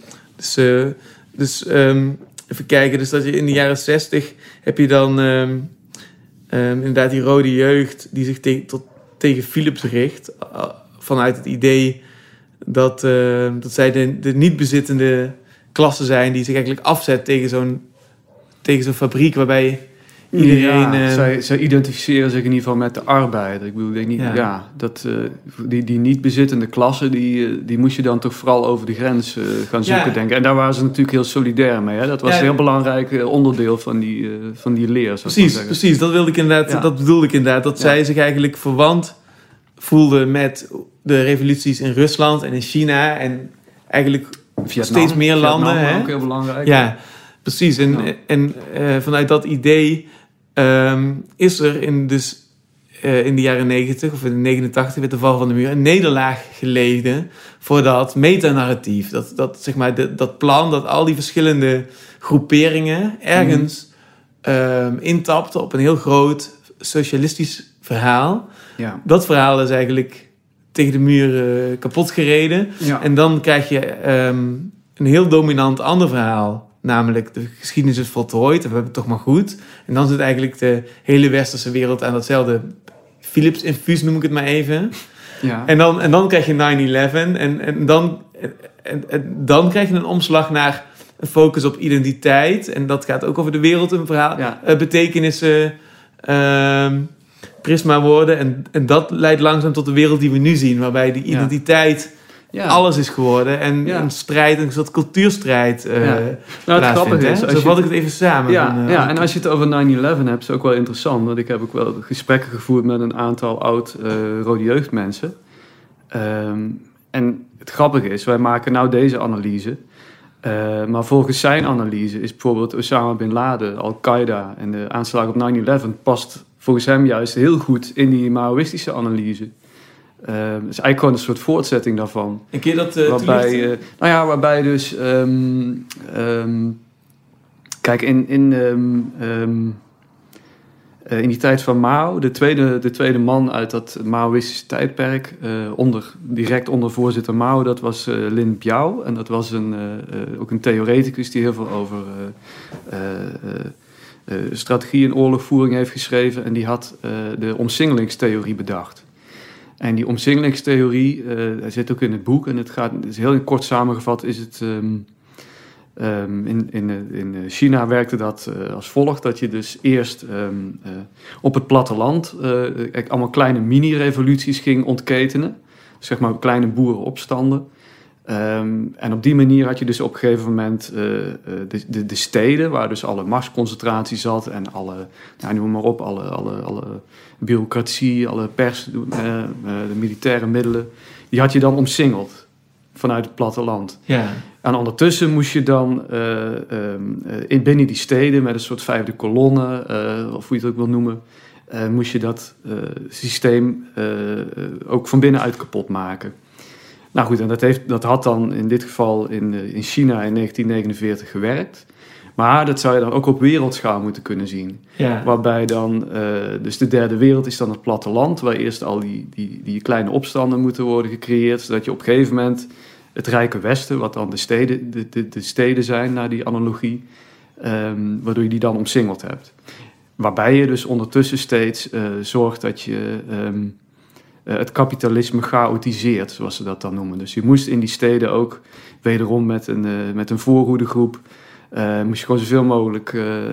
Dus even kijken. Dus dat je in de jaren 60 heb je dan inderdaad die rode jeugd die zich tegen Philips richt. Vanuit het idee dat zij de niet bezittende klasse zijn die zich eigenlijk afzet tegen zo'n fabriek waarbij iedereen... Zij identificeren zich in ieder geval met de arbeider. Ik bedoel, ik denk niet... die niet bezittende klasse, die moest je dan toch vooral over de grens gaan zoeken, denk ik. En daar waren ze natuurlijk heel solidair mee. Hè? Dat was een heel belangrijk onderdeel van die leer. Precies. Dat wilde ik inderdaad, dat bedoelde ik inderdaad. Dat zij zich eigenlijk verwant voelden met de revoluties in Rusland en in China en eigenlijk steeds meer landen. Vietnam, ook heel belangrijk. Ja, precies. En vanuit dat idee is er in de jaren 90 of in de 89 met de val van de muur een nederlaag geleden voor dat metanarratief. Dat plan dat al die verschillende groeperingen ergens intapten op een heel groot socialistisch verhaal. Ja. Dat verhaal is eigenlijk tegen de muur kapot gereden. Ja. En dan krijg je een heel dominant ander verhaal. Namelijk, de geschiedenis is voltooid, we hebben het toch maar goed. En dan zit eigenlijk de hele westerse wereld aan datzelfde Philips-infuus, noem ik het maar even. Ja. En dan krijg je 9/11 en dan krijg je een omslag naar een focus op identiteit. En dat gaat ook over de wereld een verhaal, betekenissen, prisma worden. En dat leidt langzaam tot de wereld die we nu zien, waarbij die identiteit... Ja. Alles is geworden en een strijd, een soort cultuurstrijd het grappige is... Zo vat ik het even samen. En als je het over 9/11 hebt, is het ook wel interessant. Want ik heb ook wel gesprekken gevoerd met een aantal oud-rode jeugdmensen. En het grappige is, wij maken nou deze analyse. Maar volgens zijn analyse is bijvoorbeeld Osama Bin Laden, Al-Qaeda en de aanslag op 9/11... past volgens hem juist heel goed in die Maoïstische analyse. Het is eigenlijk gewoon een soort voortzetting daarvan. En kun je dat waarbij dus... kijk, in die tijd van Mao... De tweede man uit dat Maoïstische tijdperk... direct onder voorzitter Mao... dat was Lin Biao. En dat was ook een theoreticus... die heel veel over strategie en oorlogvoering heeft geschreven. En die had de omsingelingstheorie bedacht. En die omsingelingstheorie, dat zit ook in het boek. En het is heel kort samengevat, is het... in China werkte dat als volgt. Dat je dus eerst op het platteland allemaal kleine mini-revoluties ging ontketenen. Zeg maar kleine boerenopstanden. En op die manier had je dus op een gegeven moment de steden... waar dus alle machtsconcentratie zat en alle, noem maar op, alle bureaucratie, alle pers, de militaire middelen... die had je dan omsingeld vanuit het platteland. Ja. En ondertussen moest je dan binnen die steden met een soort vijfde kolonne... of hoe je het ook wil noemen... moest je dat systeem ook van binnenuit kapot maken... Nou goed, en dat had dan in dit geval in China in 1949 gewerkt. Maar dat zou je dan ook op wereldschaal moeten kunnen zien. Ja. Waarbij dan, dus de derde wereld is dan het platteland... waar eerst al die kleine opstanden moeten worden gecreëerd... zodat je op een gegeven moment het rijke Westen... wat dan de steden zijn, naar die analogie... waardoor je die dan omsingeld hebt. Waarbij je dus ondertussen steeds zorgt dat je... het kapitalisme chaotiseert, zoals ze dat dan noemen. Dus je moest in die steden ook wederom met een voorhoedegroep, moest je gewoon zoveel mogelijk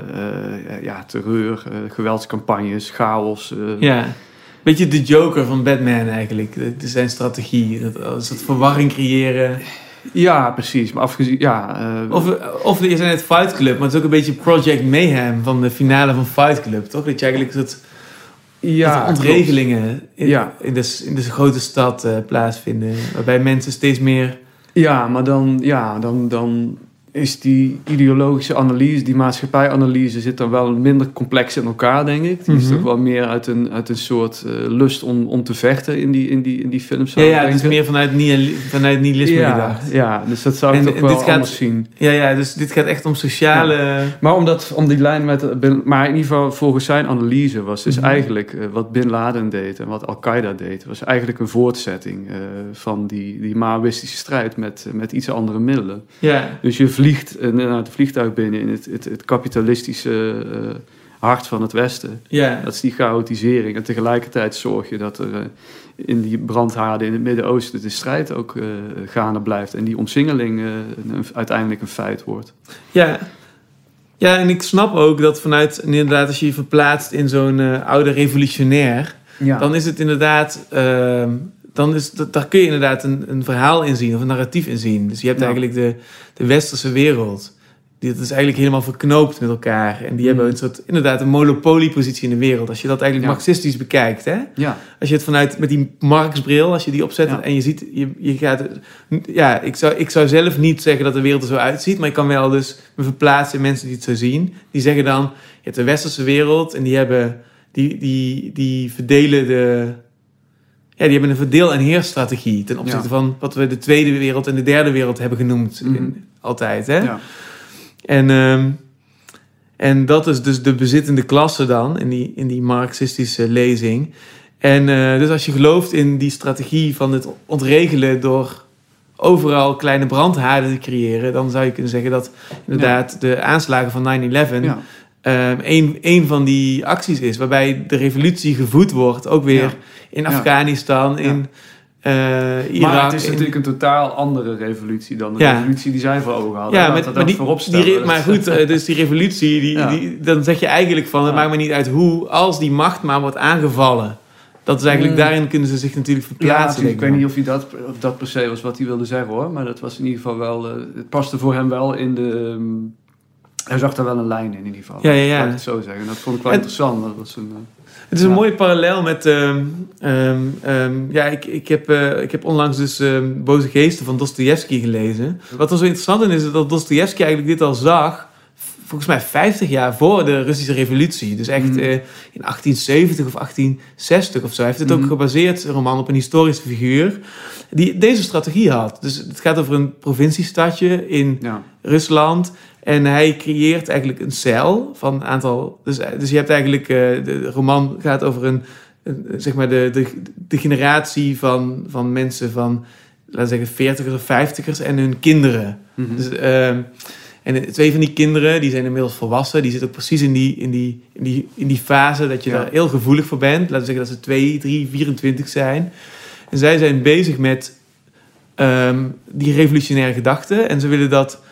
terreur, geweldscampagnes, chaos. Beetje de Joker van Batman eigenlijk. Dat is zijn strategie. Dat verwarring creëren. Ja, precies. Maar afgezien, Of je zei net Fight Club, maar het is ook een beetje Project Mayhem van de finale van Fight Club, toch? Dat je eigenlijk dat ontregelingen in de grote stad plaatsvinden, waarbij mensen steeds meer... Ja, maar dan is die ideologische analyse, die maatschappijanalyse zit dan wel minder complex in elkaar, denk ik. Die is toch wel meer uit een soort lust om te vechten in die films. Ja, het is meer vanuit nihilisme gedacht. Ja, dus dat zou ik toch wel anders zien. Ja, dus dit gaat echt om sociale... Ja. Maar om die lijn maar in ieder geval volgens zijn analyse was dus eigenlijk wat Bin Laden deed en wat Al-Qaeda deed, was eigenlijk een voortzetting van die Maoïstische strijd met iets andere middelen. Ja. Dus je vliegt het vliegtuig binnen in het kapitalistische hart van het Westen. Ja. Dat is die chaotisering. En tegelijkertijd zorg je dat er in die brandhaarden in het Midden-Oosten de strijd ook gaande blijft. En die omsingeling uiteindelijk een feit wordt. Ja. Ja, en ik snap ook dat vanuit, inderdaad, als je je verplaatst in zo'n oude revolutionair, dan is het inderdaad... daar kun je inderdaad een verhaal in zien of een narratief in zien. Dus je hebt eigenlijk de westerse wereld. Dat is eigenlijk helemaal verknoopt met elkaar. En die hebben een soort, inderdaad, een monopoliepositie in de wereld. Als je dat eigenlijk marxistisch bekijkt. Hè? Ja. Als je het vanuit, met die Marx-bril, als je die opzet en je ziet, je gaat... Ja, ik zou zelf niet zeggen dat de wereld er zo uitziet. Maar ik kan wel dus me verplaatsen in mensen die het zo zien. Die zeggen dan, je hebt de westerse wereld en die hebben... Die verdelen de... Ja, die hebben een verdeel- en heersstrategie ten opzichte van wat we de tweede wereld en de derde wereld hebben genoemd. Altijd, hè? Ja. En dat is dus de bezittende klasse dan, in die marxistische lezing. En dus als je gelooft in die strategie van het ontregelen door overal kleine brandhaarden te creëren, dan zou je kunnen zeggen dat inderdaad de aanslagen van 9/11... een van die acties is, waarbij de revolutie gevoed wordt, ook weer in Afghanistan, in Irak. Maar het is natuurlijk een totaal andere revolutie dan de revolutie die zij voor ogen hadden. Maar goed, dus die revolutie, dan zeg je eigenlijk van, het maakt me niet uit hoe, als die macht maar wordt aangevallen. Dat is eigenlijk, daarin kunnen ze zich natuurlijk verplaatsen. Ja, ik weet niet of dat per se was wat hij wilde zeggen, hoor. Maar dat was in ieder geval wel, het paste voor hem wel in de... Hij zag daar wel een lijn in ieder geval. Ja. Laat ik het zo zeggen. Dat vond ik wel interessant. Dat was het is een mooie parallel met... Ik heb onlangs dus Boze Geesten van Dostojevski gelezen. Wat er zo interessant in is dat Dostojevski eigenlijk dit al zag, volgens mij 50 jaar voor de Russische revolutie. Dus echt in 1870 of 1860 of zo. Hij heeft het ook gebaseerd, een roman, op een historische figuur die deze strategie had. Dus het gaat over een provinciestadje in Rusland. En hij creëert eigenlijk een cel van een aantal... Dus je hebt eigenlijk... de roman gaat over zeg maar de generatie van mensen van... Laten we zeggen 40ers of 50ers en hun kinderen. Dus, en twee van die kinderen, die zijn inmiddels volwassen. Die zitten ook precies in die fase dat je daar heel gevoelig voor bent. Laten we zeggen dat ze 2, 3, 24 zijn. En zij zijn bezig met die revolutionaire gedachten. En ze willen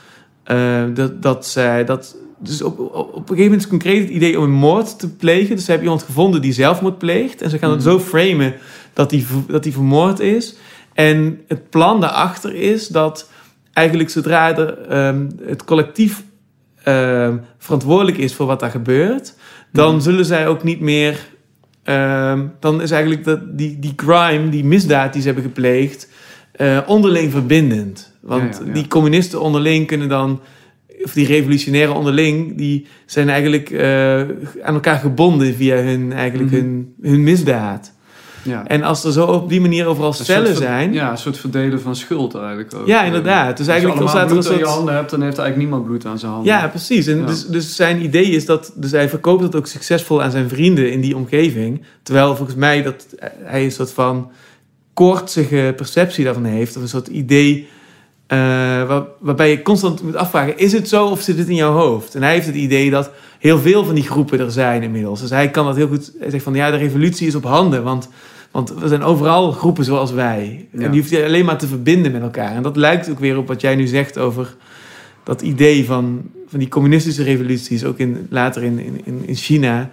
dus op een gegeven moment is concreet het idee om een moord te plegen. Dus ze hebben iemand gevonden die zelfmoord pleegt. En ze gaan het zo framen dat die vermoord is. En het plan daarachter is dat eigenlijk zodra het collectief verantwoordelijk is voor wat daar gebeurt, dan zullen zij ook niet meer... dan is eigenlijk die crime, die misdaad die ze hebben gepleegd, onderling verbindend. Want die communisten onderling kunnen dan... Of die revolutionairen onderling, die zijn eigenlijk aan elkaar gebonden via hun misdaad. Ja. En als er zo op die manier overal cellen zijn... Ja, een soort verdelen van schuld eigenlijk ook. Ja, inderdaad. Dus eigenlijk als je allemaal bloed aan je handen hebt, dan heeft eigenlijk niemand bloed aan zijn handen. Ja, precies. En dus zijn idee is dat... Dus hij verkoopt het ook succesvol aan zijn vrienden in die omgeving. Terwijl volgens mij dat hij een soort van koortsige perceptie daarvan heeft. Of een soort idee... waarbij je constant moet afvragen, is het zo of zit het in jouw hoofd? En hij heeft het idee dat heel veel van die groepen er zijn inmiddels. Dus hij kan dat heel goed... Hij zegt van, de revolutie is op handen. Want Want we zijn overal groepen zoals wij. Ja. En die hoeft je alleen maar te verbinden met elkaar. En dat lijkt ook weer op wat jij nu zegt over dat idee van die communistische revoluties. Ook later in China.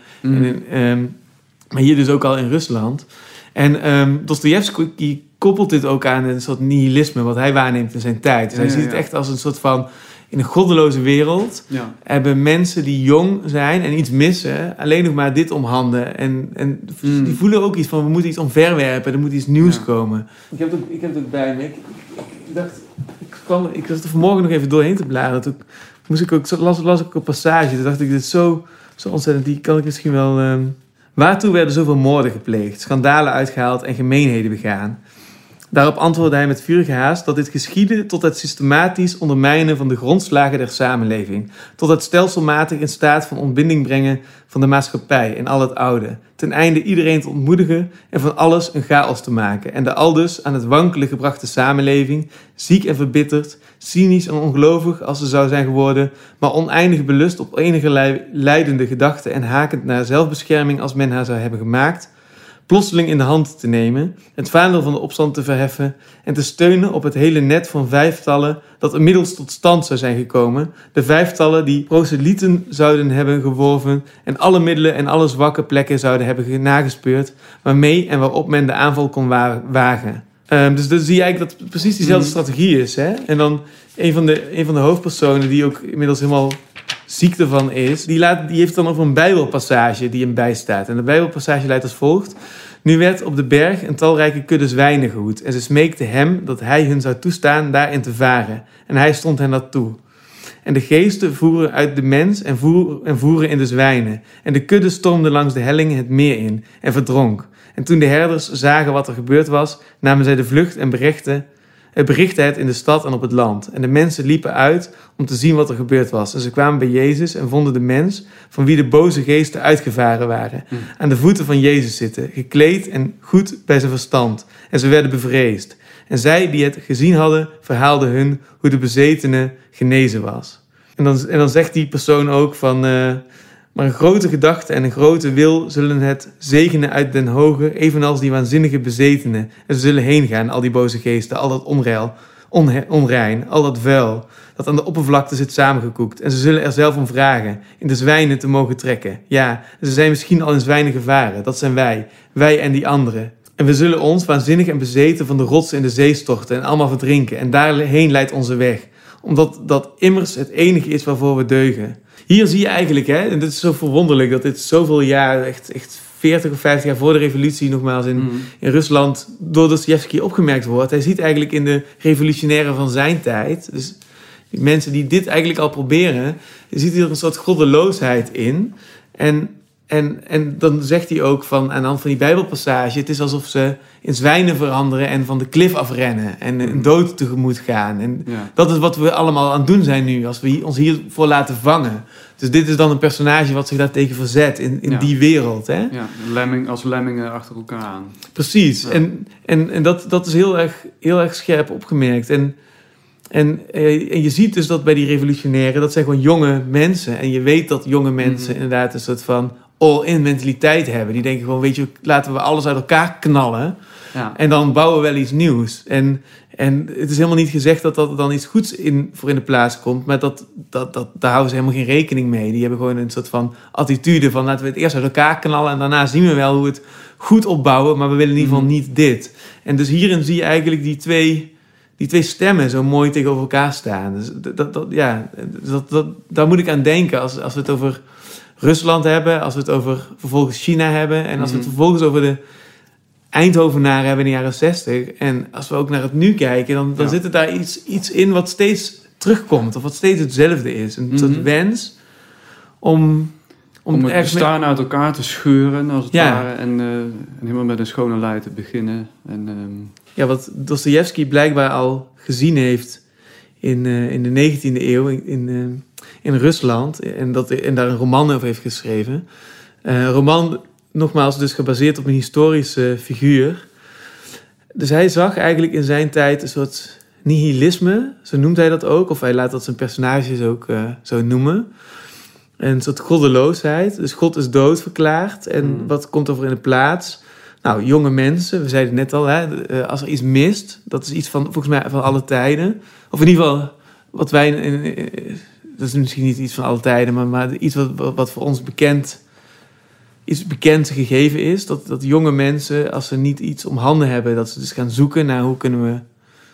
Maar hier dus ook al in Rusland. En Dostojevski koppelt dit ook aan een soort nihilisme wat hij waarneemt in zijn tijd. Dus hij ziet het echt als een soort van... In een goddeloze wereld hebben mensen die jong zijn en iets missen... alleen nog maar dit om handen. En die voelen ook iets van, we moeten iets omverwerpen. Er moet iets nieuws komen. Ik heb het ook bij me. Ik dacht... Ik was er vanmorgen nog even doorheen te bladeren. Toen las ik een passage. Toen dacht ik, dit is zo ontzettend... Die kan ik misschien wel... Waartoe werden zoveel moorden gepleegd, schandalen uitgehaald en gemeenheden begaan? Daarop antwoordde hij met vurige haast dat dit geschiedde tot het systematisch ondermijnen van de grondslagen der samenleving, tot het stelselmatig in staat van ontbinding brengen van de maatschappij en al het oude, ten einde iedereen te ontmoedigen en van alles een chaos te maken en de aldus aan het wankelen gebrachte samenleving, ziek en verbitterd, cynisch en ongelovig als ze zou zijn geworden, maar oneindig belust op enige leidende gedachten en hakend naar zelfbescherming als men haar zou hebben gemaakt, plotseling in de hand te nemen, het vaandel van de opstand te verheffen en te steunen op het hele net van vijftallen dat inmiddels tot stand zou zijn gekomen, de vijftallen die proselieten zouden hebben geworven en alle middelen en alle zwakke plekken zouden hebben nagespeurd, waarmee en waarop men de aanval kon wagen. Dus dan zie je eigenlijk dat het precies diezelfde strategie is. Hè? En dan een van de hoofdpersonen die ook inmiddels helemaal ziek ervan is, die heeft dan over een Bijbelpassage die hem bijstaat. En de Bijbelpassage luidt als volgt: Nu werd op de berg een talrijke kudde zwijnen gehoed en ze smeekten hem dat hij hun zou toestaan daarin te varen. En hij stond hen dat toe. En de geesten voeren uit de mens en voeren in de zwijnen. En de kudde stormde langs de hellingen het meer in en verdronk. En toen de herders zagen wat er gebeurd was, namen zij de vlucht en berichtte het in de stad en op het land. En de mensen liepen uit om te zien wat er gebeurd was. En ze kwamen bij Jezus en vonden de mens van wie de boze geesten uitgevaren waren, aan de voeten van Jezus zitten, gekleed en goed bij zijn verstand. En ze werden bevreesd. En zij die het gezien hadden, verhaalden hun hoe de bezetene genezen was. En dan zegt die persoon ook van... Maar een grote gedachte en een grote wil zullen het zegenen uit den hoge, evenals die waanzinnige bezetenen. En ze zullen heen gaan, al die boze geesten, al dat onrein, al dat vuil, dat aan de oppervlakte zit samengekoekt. En ze zullen er zelf om vragen, in de zwijnen te mogen trekken. Ja, ze zijn misschien al in zwijnen gevaren, dat zijn wij en die anderen. En we zullen ons, waanzinnig en bezeten, van de rotsen in de zee storten en allemaal verdrinken. En daarheen leidt onze weg, omdat dat immers het enige is waarvoor we deugen. Hier zie je eigenlijk, hè, en dit is zo verwonderlijk, dat dit zoveel jaar, echt 40 of 50 jaar voor de revolutie nogmaals in Rusland, door Dostojevski opgemerkt wordt. Hij ziet eigenlijk in de revolutionairen van zijn tijd, dus die mensen die dit eigenlijk al proberen, je ziet hier een soort goddeloosheid in. En dan zegt hij ook aan de hand van die Bijbelpassage, het is alsof ze in zwijnen veranderen en van de klif afrennen en een dood tegemoet gaan. En dat is wat we allemaal aan het doen zijn nu, als we ons hiervoor laten vangen. Dus dit is dan een personage wat zich daartegen verzet in die wereld. Hè? Ja, als lemmingen achter elkaar aan. Precies. Ja. En dat is heel erg scherp opgemerkt. En je ziet dus dat bij die revolutionairen, dat zijn gewoon jonge mensen. En je weet dat jonge mensen inderdaad een soort van all-in mentaliteit hebben. Die denken gewoon, weet je, laten we alles uit elkaar knallen. Ja. En dan bouwen we wel iets nieuws. En het is helemaal niet gezegd dat er dan iets goeds voor in de plaats komt. Maar daar houden ze helemaal geen rekening mee. Die hebben gewoon een soort van attitude van, laten we het eerst uit elkaar knallen. En daarna zien we wel hoe we het goed opbouwen. Maar we willen in ieder geval niet dit. En dus hierin zie je eigenlijk die twee stemmen zo mooi tegenover elkaar staan. Dus daar moet ik aan denken als we het over Rusland hebben, als we het over vervolgens China hebben en als we het vervolgens over de Eindhovenaren hebben in de jaren 60. En als we ook naar het nu kijken, dan zit er daar iets in wat steeds terugkomt of wat steeds hetzelfde is. Een soort wens om het bestaan uit elkaar te scheuren, als het ware, en helemaal met een schone lei te beginnen. Ja, wat Dostojevski blijkbaar al gezien heeft in de 19e eeuw in Rusland en daar een roman over heeft geschreven. Een roman, nogmaals, dus gebaseerd op een historische figuur. Dus hij zag eigenlijk in zijn tijd een soort nihilisme, zo noemt hij dat ook, of hij laat dat zijn personages ook zo noemen. Een soort goddeloosheid. Dus God is dood verklaard. En wat komt er voor in de plaats? Nou, jonge mensen, we zeiden het net al, hè, als er iets mist, dat is iets van, volgens mij, van alle tijden. Of in ieder geval, wat wij, dat is misschien niet iets van alle tijden, maar iets wat voor ons bekend gegeven is. Dat jonge mensen, als ze niet iets om handen hebben, dat ze dus gaan zoeken naar hoe kunnen we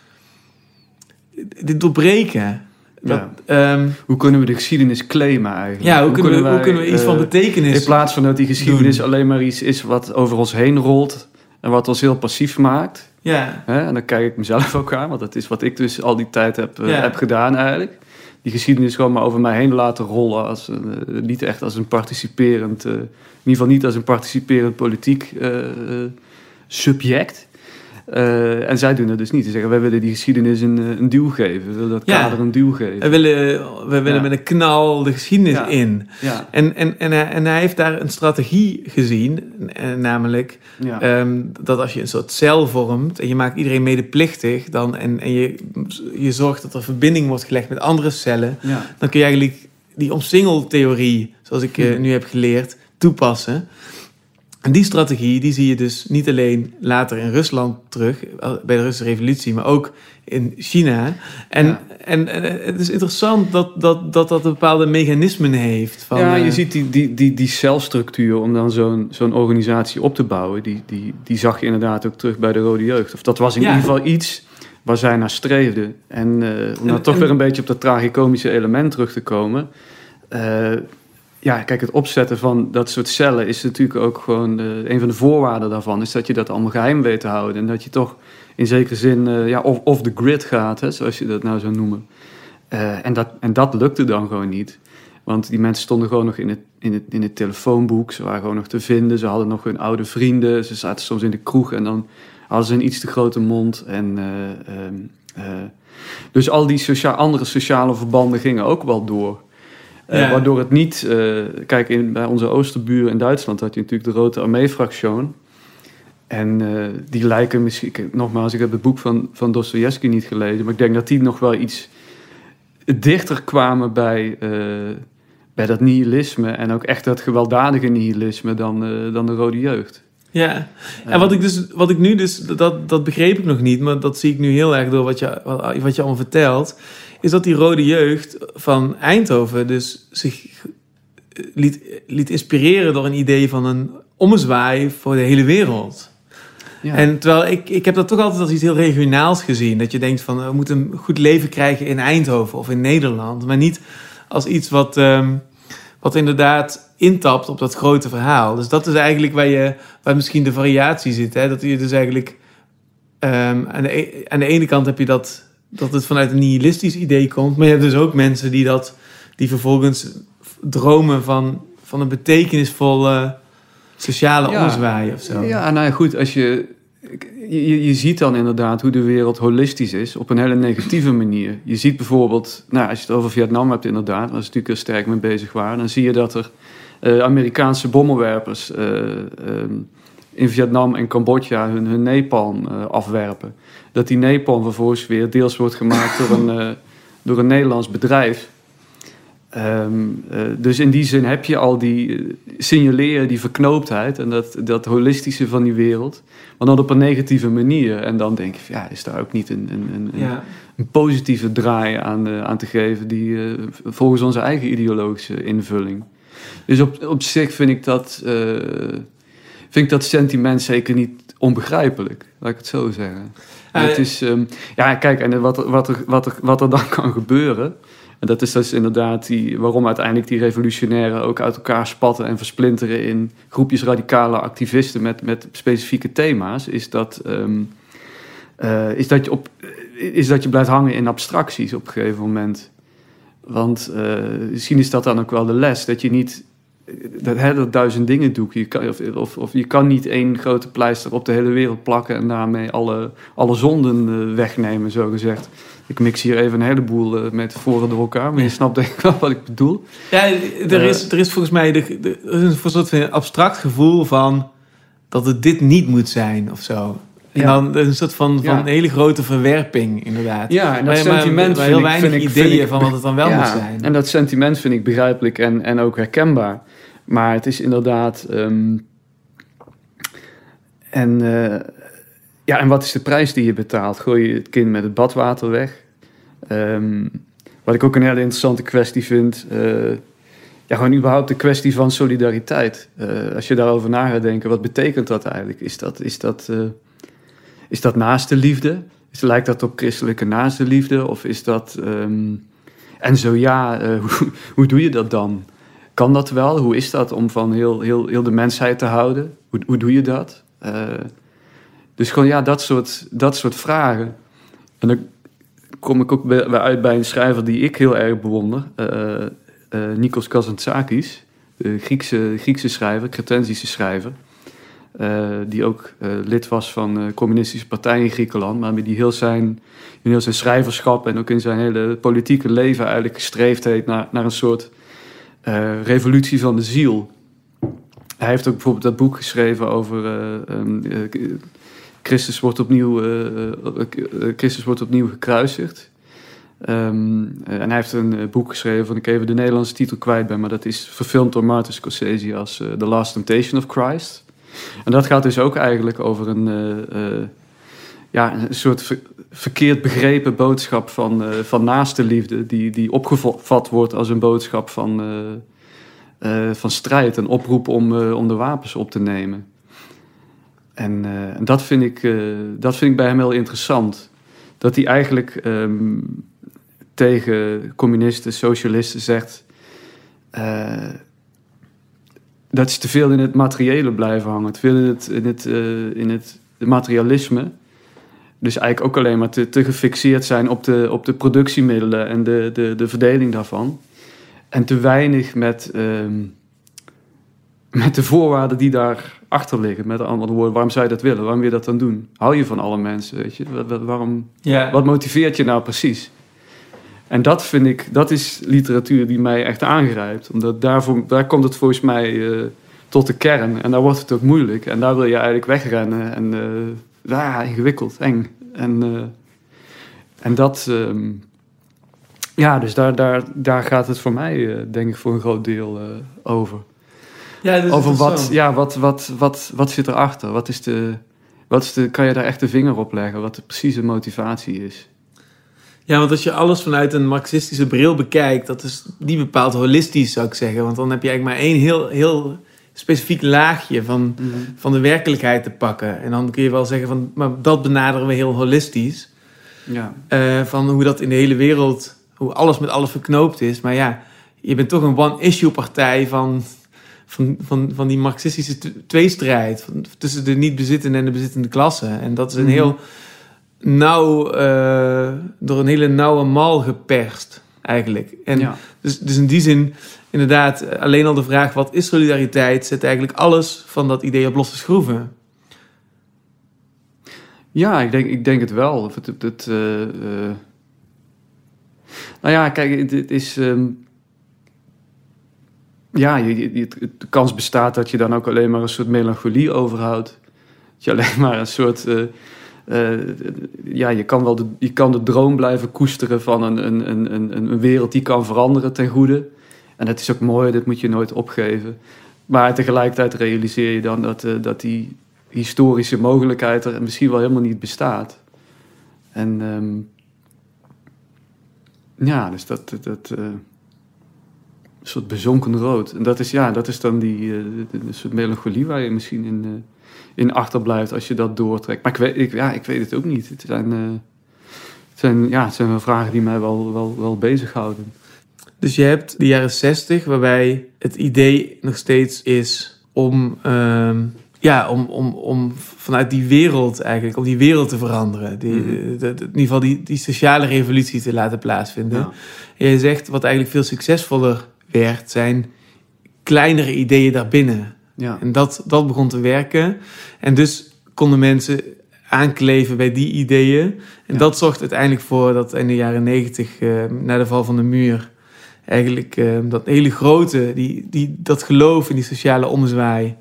dit doorbreken. Hoe kunnen we de geschiedenis claimen eigenlijk? Ja, hoe kunnen we iets van betekenis in plaats van dat die geschiedenis doen. alleen maar iets is wat over ons heen rolt en wat ons heel passief maakt. Ja. En dan kijk ik mezelf ook aan, want dat is wat ik dus al die tijd heb gedaan eigenlijk. Die geschiedenis gewoon maar over mij heen laten rollen, niet echt als een participerend, in ieder geval niet als een participerend politiek subject. En zij doen dat dus niet. Ze zeggen, wij willen die geschiedenis een duw geven. We willen dat kader een duw geven. We willen met een knal de geschiedenis in. Ja. En hij heeft daar een strategie gezien. Namelijk dat als je een soort cel vormt en je maakt iedereen medeplichtig, en je zorgt dat er verbinding wordt gelegd met andere cellen, dan kun je eigenlijk die omsingeltheorie, zoals ik nu heb geleerd, toepassen. En die strategie, die zie je dus niet alleen later in Rusland terug, bij de Russische revolutie, maar ook in China. En het is interessant dat bepaalde mechanismen heeft. Je ziet die celstructuur om dan zo'n organisatie op te bouwen, die zag je inderdaad ook terug bij de Rode Jeugd. Of dat was in ieder geval iets waar zij naar streefden. En om dan toch weer een beetje op dat tragicomische element terug te komen. Kijk, het opzetten van dat soort cellen is natuurlijk ook gewoon een van de voorwaarden daarvan. Is dat je dat allemaal geheim weet te houden. En dat je toch in zekere zin off the grid gaat, hè, zoals je dat nou zou noemen. En dat lukte dan gewoon niet. Want die mensen stonden gewoon nog in het telefoonboek. Ze waren gewoon nog te vinden. Ze hadden nog hun oude vrienden. Ze zaten soms in de kroeg en dan hadden ze een iets te grote mond. Dus al die andere sociale verbanden gingen ook wel door. Waardoor het niet... kijk, bij onze oosterburen in Duitsland had je natuurlijk de Rote Armee-fractie. En die lijken misschien... Nogmaals, ik heb het boek van Dostojevski niet gelezen, maar ik denk dat die nog wel iets dichter kwamen bij dat nihilisme en ook echt dat gewelddadige nihilisme dan de Rode Jeugd. Ja, en wat ik nu dus, dat begreep ik nog niet, maar dat zie ik nu heel erg door wat je allemaal vertelt, is dat die Rode Jeugd van Eindhoven dus zich liet inspireren door een idee van een ommezwaai voor de hele wereld. Ja. En terwijl ik heb dat toch altijd als iets heel regionaals gezien, dat je denkt van we moeten een goed leven krijgen in Eindhoven of in Nederland, maar niet als iets wat inderdaad intapt op dat grote verhaal. Dus dat is eigenlijk waar misschien de variatie zit. Hè? Dat je dus eigenlijk aan de ene kant heb je dat het vanuit een nihilistisch idee komt, maar je hebt dus ook mensen die vervolgens dromen van een betekenisvolle sociale ommezwaai of zo. Ja, nou goed, als je ziet dan inderdaad hoe de wereld holistisch is op een hele negatieve manier. Je ziet bijvoorbeeld, als je het over Vietnam hebt inderdaad, waar ze natuurlijk heel sterk mee bezig waren, dan zie je dat er Amerikaanse bommenwerpers in Vietnam en Cambodja hun napalm afwerpen. Dat die napalm vervolgens weer deels wordt gemaakt door een Nederlands bedrijf. Dus in die zin heb je al signaleren die verknooptheid en dat holistische van die wereld, maar dan op een negatieve manier. En dan denk je, is daar ook niet een positieve draai aan te geven die volgens onze eigen ideologische invulling. Dus op zich vind ik dat sentiment zeker niet onbegrijpelijk, laat ik het zo zeggen. Het is, kijk, en wat er dan kan gebeuren. En dat is dus inderdaad waarom uiteindelijk die revolutionairen ook uit elkaar spatten en versplinteren in groepjes radicale activisten met specifieke thema's, is dat je blijft hangen in abstracties op een gegeven moment. Want misschien is dat dan ook wel de les, dat je niet dat 1000 dingen doet. Je kan niet één grote pleister op de hele wereld plakken en daarmee alle zonden wegnemen, zo gezegd. Ik mix hier even een heleboel metaforen door elkaar, maar je snapt denk ik wel wat ik bedoel. Ja, er is volgens mij een soort van abstract gevoel van dat het dit niet moet zijn of zo. En dan een soort van een hele grote verwerping, inderdaad. Ja, en dat sentiment maar heel weinig ideeën van wat het dan wel moet zijn. En dat sentiment vind ik begrijpelijk en ook herkenbaar. Maar het is inderdaad... En wat is de prijs die je betaalt? Gooi je het kind met het badwater weg? Wat ik ook een hele interessante kwestie vind... gewoon überhaupt de kwestie van solidariteit. Als je daarover na gaat denken, wat betekent dat eigenlijk? Is dat naaste liefde? Lijkt dat op christelijke naaste liefde? Of is dat... En zo ja, hoe doe je dat dan? Kan dat wel? Hoe is dat om van heel de mensheid te houden? Hoe doe je dat? Dus gewoon ja, dat soort vragen. En dan kom ik ook uit bij een schrijver die ik heel erg bewonder. Nikos Kazantzakis, de Griekse schrijver, Cretensische schrijver. Die ook lid was van de communistische partij in Griekenland. Maar die in heel zijn schrijverschap en ook in zijn hele politieke leven eigenlijk gestreefd heeft naar een soort revolutie van de ziel. Hij heeft ook bijvoorbeeld dat boek geschreven over Christus wordt opnieuw gekruisigd. En hij heeft een boek geschreven van ik even de Nederlandse titel kwijt ben, maar dat is verfilmd door Martin Scorsese als The Last Temptation of Christ. En dat gaat dus ook eigenlijk over een soort verkeerd begrepen boodschap van naaste liefde, die opgevat wordt als een boodschap van strijd, een oproep om de wapens op te nemen. En dat vind ik bij hem heel interessant. Dat hij eigenlijk tegen communisten, socialisten zegt... dat ze te veel in het materiële blijven hangen. Te veel in het materialisme. Dus eigenlijk ook alleen maar te gefixeerd zijn op de productiemiddelen en de verdeling daarvan. En te weinig met de voorwaarden die daarachter liggen. Met andere woorden, waarom zou je dat willen? Waarom wil je dat dan doen? Hou je van alle mensen, weet je? Wat motiveert je nou precies? En dat is literatuur die mij echt aangrijpt. Omdat daar komt het volgens mij tot de kern. En daar wordt het ook moeilijk. En daar wil je eigenlijk wegrennen. En ingewikkeld, eng. En dat... dus daar gaat het voor mij, denk ik, voor een groot deel over. Ja, dus over wat zit erachter? Kan je daar echt de vinger op leggen? Wat de precieze motivatie is? Ja, want als je alles vanuit een marxistische bril bekijkt, dat is niet bepaald holistisch, zou ik zeggen. Want dan heb je eigenlijk maar één heel specifiek laagje van de werkelijkheid te pakken. En dan kun je wel zeggen maar dat benaderen we heel holistisch. Ja. Van hoe dat in de hele wereld, hoe alles met alles verknoopt is. Maar ja, je bent toch een one-issue partij van die marxistische tweestrijd. Tussen de niet-bezittende en de bezittende klasse. En dat is een heel door een hele nauwe mal geperst, eigenlijk. En dus in die zin, inderdaad, alleen al de vraag, wat is solidariteit, zet eigenlijk alles van dat idee op losse schroeven. Ja, ik denk het wel. Nou ja, kijk, het is... de kans bestaat dat je dan ook alleen maar een soort melancholie overhoudt. Dat je alleen maar een soort... je kan de droom blijven koesteren van een wereld die kan veranderen ten goede. En dat is ook mooi, dat moet je nooit opgeven. Maar tegelijkertijd realiseer je dan dat die historische mogelijkheid er misschien wel helemaal niet bestaat. En dus dat een soort bezonken rood. En dat is dan die soort melancholie waar je misschien in achterblijft als je dat doortrekt. Maar ik weet het ook niet. Het zijn wel vragen die mij wel bezighouden. Dus je hebt de jaren 60, waarbij het idee nog steeds is om vanuit die wereld eigenlijk, om die wereld te veranderen. In ieder geval die sociale revolutie te laten plaatsvinden. Ja. En je zegt, wat eigenlijk veel succesvoller werd, zijn kleinere ideeën daarbinnen. Ja. En dat begon te werken. En dus konden mensen aankleven bij die ideeën. En dat zorgt uiteindelijk voor dat in de jaren 90, na de val van de muur, eigenlijk dat hele grote, dat geloof in die sociale ommezwaai,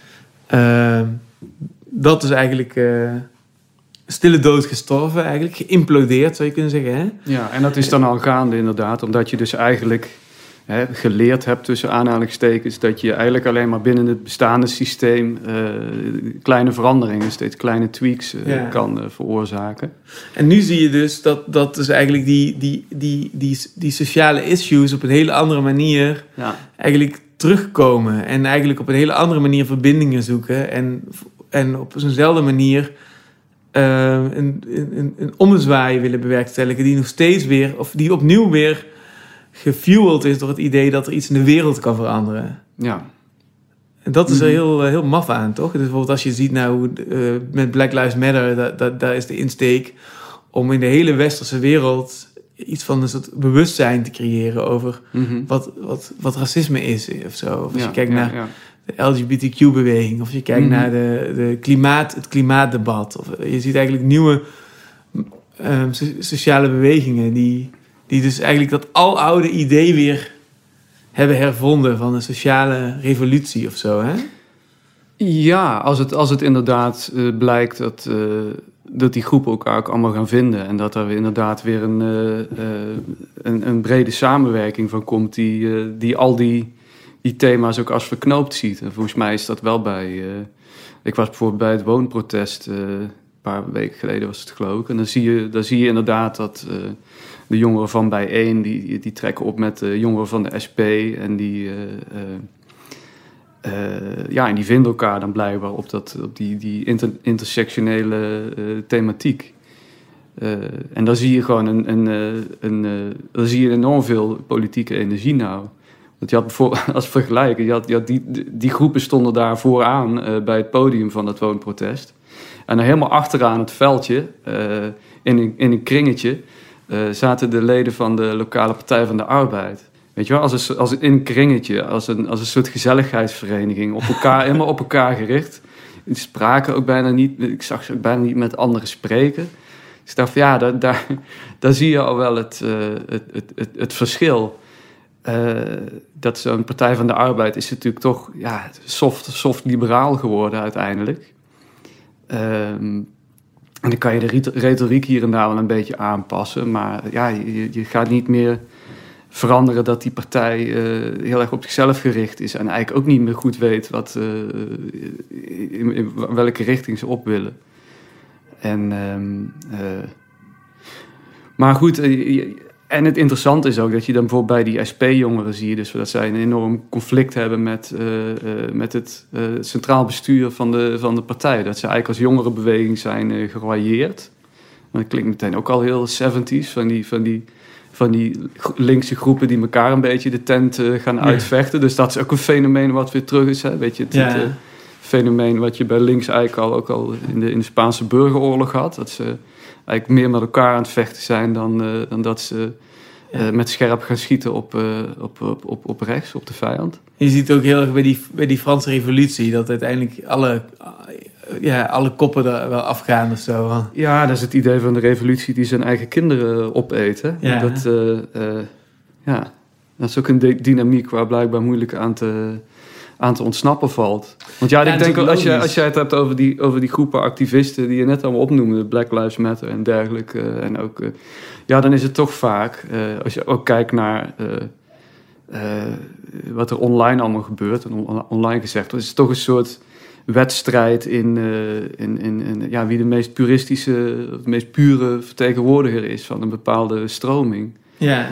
dat is eigenlijk stille dood gestorven, eigenlijk geïmplodeerd, zou je kunnen zeggen. Hè? Ja, en dat is dan al gaande inderdaad, omdat je dus eigenlijk geleerd hebt tussen aanhalingstekens, dat je eigenlijk alleen maar binnen het bestaande systeem kleine veranderingen, steeds kleine tweaks kan veroorzaken. En nu zie je dus dat dus eigenlijk die sociale issues op een hele andere manier eigenlijk terugkomen en eigenlijk op een hele andere manier verbindingen zoeken en op zo'nzelfde manier een ommezwaai willen bewerkstelligen die nog steeds weer, of die opnieuw weer gefueld is door het idee dat er iets in de wereld kan veranderen. Ja. En dat is er heel maf aan, toch? Dus bijvoorbeeld als je ziet met Black Lives Matter, daar is de insteek om in de hele westerse wereld iets van een soort bewustzijn te creëren over wat racisme is of zo. Of als je kijkt naar de LGBTQ-beweging, of je kijkt naar het klimaatdebat. Of je ziet eigenlijk nieuwe sociale bewegingen die dus eigenlijk dat aloude idee weer hebben hervonden van een sociale revolutie of zo, hè? Ja, als het inderdaad blijkt dat die groepen elkaar ook allemaal gaan vinden en dat er inderdaad weer een brede samenwerking van komt die al die thema's ook als verknoopt ziet. En volgens mij is dat wel bij... ik was bijvoorbeeld bij het woonprotest, een paar weken geleden was het geloof ik. En dan zie je inderdaad dat de jongeren van Bijeen, die trekken op met de jongeren van de SP. En en die vinden elkaar dan blijkbaar op die intersectionele thematiek. En dan zie je gewoon dan zie je enorm veel politieke energie nou. Want je had bijvoorbeeld als vergelijker, je had die groepen stonden daar vooraan bij het podium van dat woonprotest. En dan helemaal achteraan het veldje, in een kringetje, zaten de leden van de lokale Partij van de Arbeid. Weet je wel, als in een kringetje, als een soort gezelligheidsvereniging, helemaal op elkaar gericht. Die spraken ook bijna niet, ik zag ze ook bijna niet met anderen spreken. Dus ik dacht van daar zie je al wel het verschil. Dat zo'n Partij van de Arbeid is natuurlijk toch soft liberaal geworden uiteindelijk. En dan kan je de retoriek hier en daar wel een beetje aanpassen. Maar je gaat niet meer veranderen dat die partij heel erg op zichzelf gericht is. En eigenlijk ook niet meer goed weet in welke richting ze op willen. Maar goed, en het interessante is ook dat je dan bijvoorbeeld bij die SP-jongeren zie je dus dat zij een enorm conflict hebben met het centraal bestuur van de partij. Dat ze eigenlijk als jongerenbeweging zijn geroyeerd. Dat klinkt meteen ook al heel 70's, van die linkse groepen die elkaar een beetje de tent gaan uitvechten. Dus dat is ook een fenomeen wat weer terug is. Hè? Weet je, het fenomeen wat je bij links eigenlijk ook al in de Spaanse burgeroorlog had. Dat ze eigenlijk meer met elkaar aan het vechten zijn dan dat ze met scherp gaan schieten op rechts, op de vijand. Je ziet ook heel erg bij die Franse revolutie dat uiteindelijk alle koppen er wel afgaan of zo. Ja, dat is het idee van de revolutie die zijn eigen kinderen opeten. Ja. Dat is ook een dynamiek waar blijkbaar moeilijk aan te ontsnappen valt. Want ik denk als jij het hebt over die groepen activisten die je net allemaal opnoemde, Black Lives Matter en dergelijke, en ook, dan is het toch vaak, als je ook kijkt naar wat er online allemaal gebeurt en online gezegd wordt, is het toch een soort wedstrijd in wie de meest puristische, de meest pure vertegenwoordiger is van een bepaalde stroming. Ja.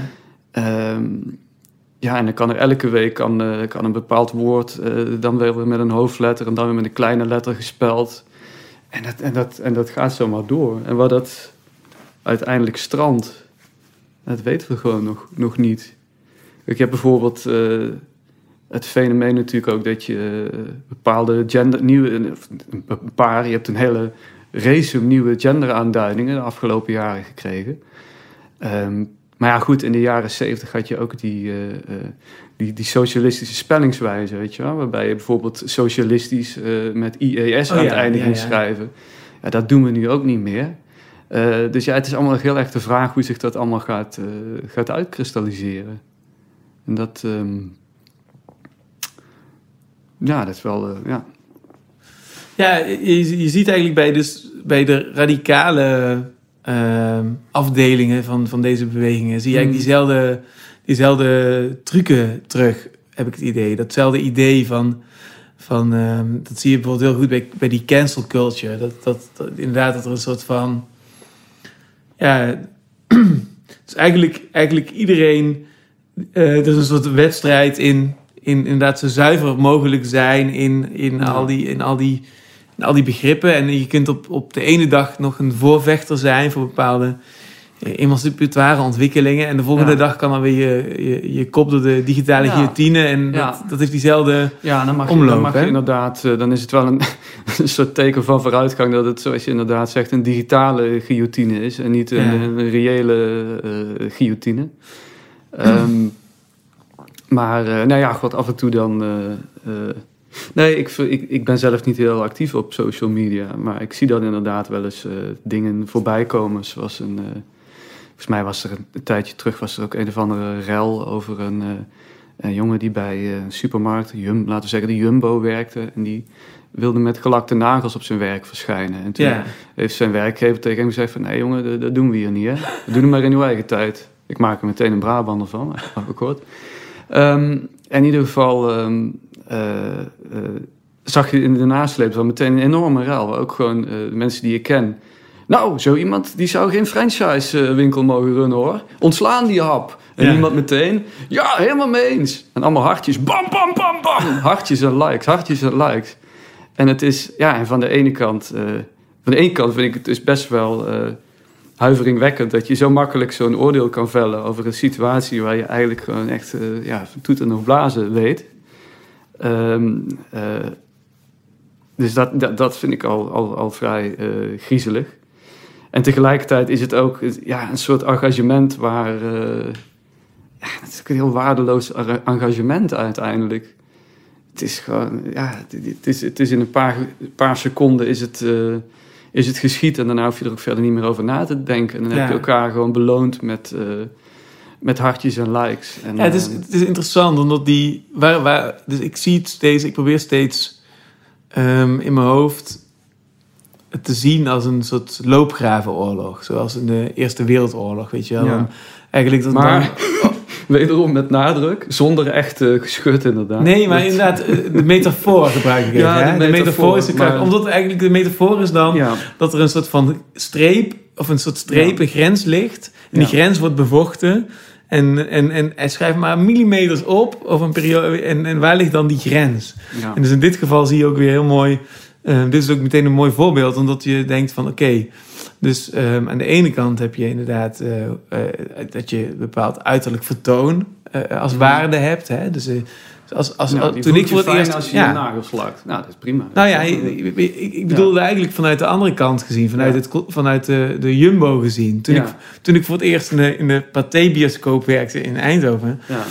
En dan kan er elke week kan een bepaald woord dan weer met een hoofdletter en dan weer met een kleine letter gespeld. En dat gaat zomaar door. En waar dat uiteindelijk strandt, dat weten we gewoon nog niet. Ik heb bijvoorbeeld het fenomeen natuurlijk ook dat je bepaalde je hebt een hele race nieuwe genderaanduidingen de afgelopen jaren gekregen. Maar ja, goed, in de jaren 70 had je ook die socialistische spellingswijze, weet je wel? Waarbij je bijvoorbeeld socialistisch met IES aan het einde ging schrijven. Ja, dat doen we nu ook niet meer. Dus het is allemaal heel erg de vraag hoe zich dat allemaal gaat uitkristalliseren. En dat... dat is wel... Ja, je ziet eigenlijk bij de radicale afdelingen van deze bewegingen, zie je eigenlijk diezelfde trucken terug, heb ik het idee. Datzelfde idee van dat zie je bijvoorbeeld heel goed bij die cancel culture. Dat inderdaad dat er een soort van... Ja, dus eigenlijk iedereen... er is een soort wedstrijd in inderdaad zo zuiver mogelijk zijn in al die begrippen. En je kunt op de ene dag nog een voorvechter zijn voor bepaalde emancipatoire ontwikkelingen. En de volgende dag kan dan weer je kop door de digitale guillotine. En dat heeft diezelfde omloop. Dan mag je inderdaad, dan is het wel een soort teken van vooruitgang dat het, zoals je inderdaad zegt, een digitale guillotine is en niet een reële guillotine. Maar god, af en toe dan... ik ben zelf niet heel actief op social media, maar ik zie dan inderdaad wel eens dingen voorbij komen, zoals volgens mij was er een tijdje terug was er ook een of andere rel over een jongen die bij een supermarkt, laten we zeggen de Jumbo, werkte en die wilde met gelakte nagels op zijn werk verschijnen. En toen heeft zijn werkgever tegen hem gezegd van, nee jongen, dat doen we hier niet, hè. We doen het maar in uw eigen tijd. Ik maak er meteen een Brabander van, akkoord. In ieder geval zag je in de nasleep wel meteen een enorme rel. Ook gewoon mensen die je ken. Nou, zo iemand die zou geen franchise winkel mogen runnen, hoor. Ontslaan die hap. En iemand meteen, ja, helemaal mee eens. En allemaal hartjes, bam, bam, bam, bam. Hartjes en likes. En het is, en van de ene kant vind ik het dus best wel huiveringwekkend dat je zo makkelijk zo'n oordeel kan vellen over een situatie waar je eigenlijk gewoon echt van toeten nog blazen weet. Dus dat vind ik al vrij griezelig. En tegelijkertijd is het ook een soort engagement waar... het is ook een heel waardeloos engagement uiteindelijk. Het is gewoon... het is in een paar seconden is het geschied en daarna hoef je er ook verder niet meer over na te denken. En dan heb je elkaar gewoon beloond met hartjes en likes. En, het is interessant, omdat dus ik zie het steeds, ik probeer steeds in mijn hoofd het te zien als een soort loopgravenoorlog. Zoals in de Eerste Wereldoorlog, weet je wel. Ja. Eigenlijk maar wederom met nadruk, zonder echt geschut inderdaad. Nee, maar inderdaad, de metafoor gebruik ik even. De metafoor is omdat eigenlijk de metafoor is dan dat er een soort van streep, of een soort streep, een grens ligt. En die grens wordt bevochten. En hij schrijft maar millimeters op over een periode. En waar ligt dan die grens? Ja. En dus in dit geval zie je ook weer heel mooi... dit is ook meteen een mooi voorbeeld, omdat je denkt van oké, dus aan de ene kant heb je inderdaad dat je bepaald uiterlijk vertoon als waarde hebt. Hè? Dus toen ik voor het eerst... als je je nagels lakt. Nou, dat is prima. Ik bedoelde eigenlijk vanuit de andere kant gezien. Vanuit de Jumbo gezien. Toen ik voor het eerst in de Pathé-bioscoop werkte in Eindhoven. Ja.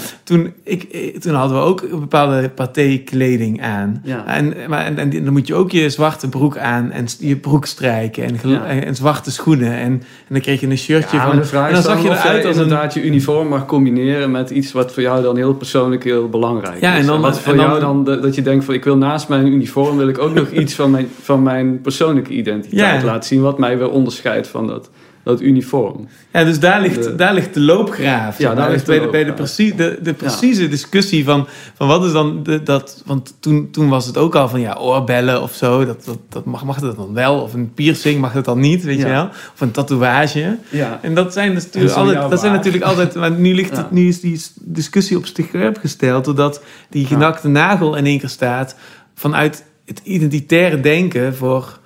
Toen hadden we ook een bepaalde Pathé-kleding aan. Ja. En dan moet je ook je zwarte broek aan. En je broek strijken. En zwarte schoenen. En dan kreeg je een shirtje van... En dan zag je eruit als inderdaad je uniform mag combineren met iets wat voor jou dan heel persoonlijk heel belangrijk is. Ja, en dan, wat voor jou dan dat je denkt van ik wil naast mijn uniform wil ik ook nog iets van mijn persoonlijke identiteit laten zien wat mij weer onderscheidt van dat uniform. Ja, dus daar ligt de loopgraaf. Ja, daar ligt bij de precieze discussie van wat is dan dat. Want toen was het ook al van oorbellen of zo. Dat mag dat dan wel? Of een piercing mag dat dan niet, weet je wel? Of een tatoeage. Ja. En dat zijn natuurlijk altijd. Maar nu is die discussie op scherp gesteld doordat die genakte nagel in één keer staat vanuit het identitaire denken voor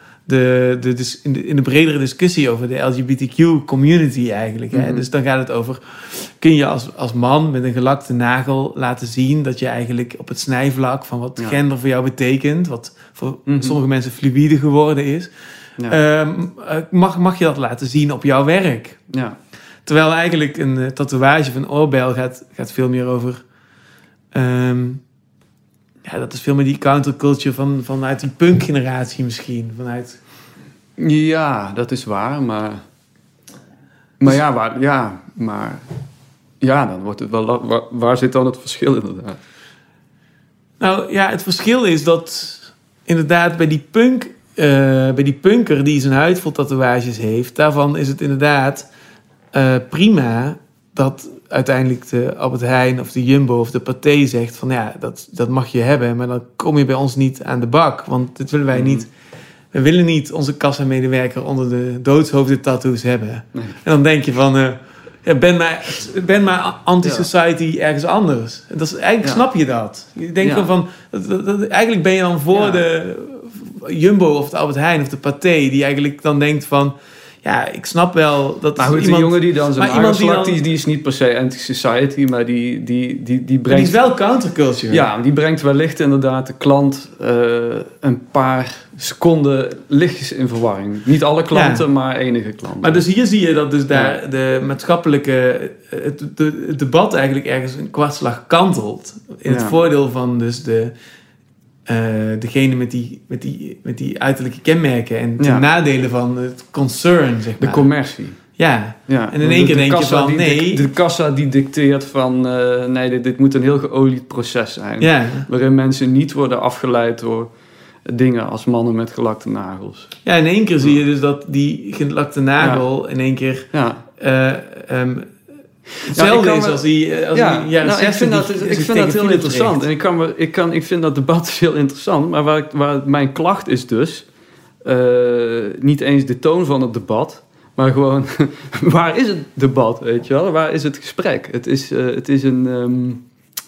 in de bredere discussie over de LGBTQ-community eigenlijk. Mm-hmm. Hè? Dus dan gaat het over... Kun je als man met een gelakte nagel laten zien dat je eigenlijk op het snijvlak van wat gender voor jou betekent, wat voor sommige mensen fluïde geworden is, mag je dat laten zien op jouw werk. Ja. Terwijl eigenlijk een tatoeage of een oorbel gaat veel meer over... dat is veel meer die counterculture vanuit die punkgeneratie misschien. Ja, dat is waar, maar dan wordt het wel... Waar zit dan het verschil inderdaad? Nou ja, het verschil is dat inderdaad bij die punker die zijn huidvol tatoeages heeft, daarvan is het inderdaad prima dat uiteindelijk de Albert Heijn of de Jumbo of de Pathé zegt van ja, dat mag je hebben, maar dan kom je bij ons niet aan de bak, want dit willen wij niet. We willen niet onze kassamedewerker onder de doodshoofden tattoos hebben. Nee. En dan denk je van, ben maar anti-society ergens anders. En dat is, eigenlijk snap je dat. Je denkt van eigenlijk ben je dan voor de Jumbo of de Albert Heijn of de Pathé, die eigenlijk dan denkt van, ja, ik snap wel dat. Maar goed, iemand, die jongen die dan zo'n aangeslakt, die is niet per se anti-society, maar die brengt. Die is wel counterculture. Ja, die brengt wellicht inderdaad de klant een paar seconden lichtjes in verwarring. Niet alle klanten, maar enige klanten. Maar dus hier zie je dat dus daar de maatschappelijke het debat eigenlijk ergens een kwartslag kantelt in het voordeel van dus degene met die uiterlijke kenmerken en ten nadele van het concern, zeg maar. De commercie. Ja. En in één keer denk je van, nee. De kassa die dicteert van, nee, dit moet een heel geolied proces zijn. Ja. Waarin mensen niet worden afgeleid door dingen als mannen met gelakte nagels. Ja, in één keer zie je dus dat die gelakte nagel in één keer hetzelfde is als die jaren 60. Ik vind dat heel interessant. En ik vind dat debat heel interessant. Maar waar mijn klacht is dus, niet eens de toon van het debat, maar gewoon, waar is het debat, weet je wel? Waar is het gesprek? Het is een...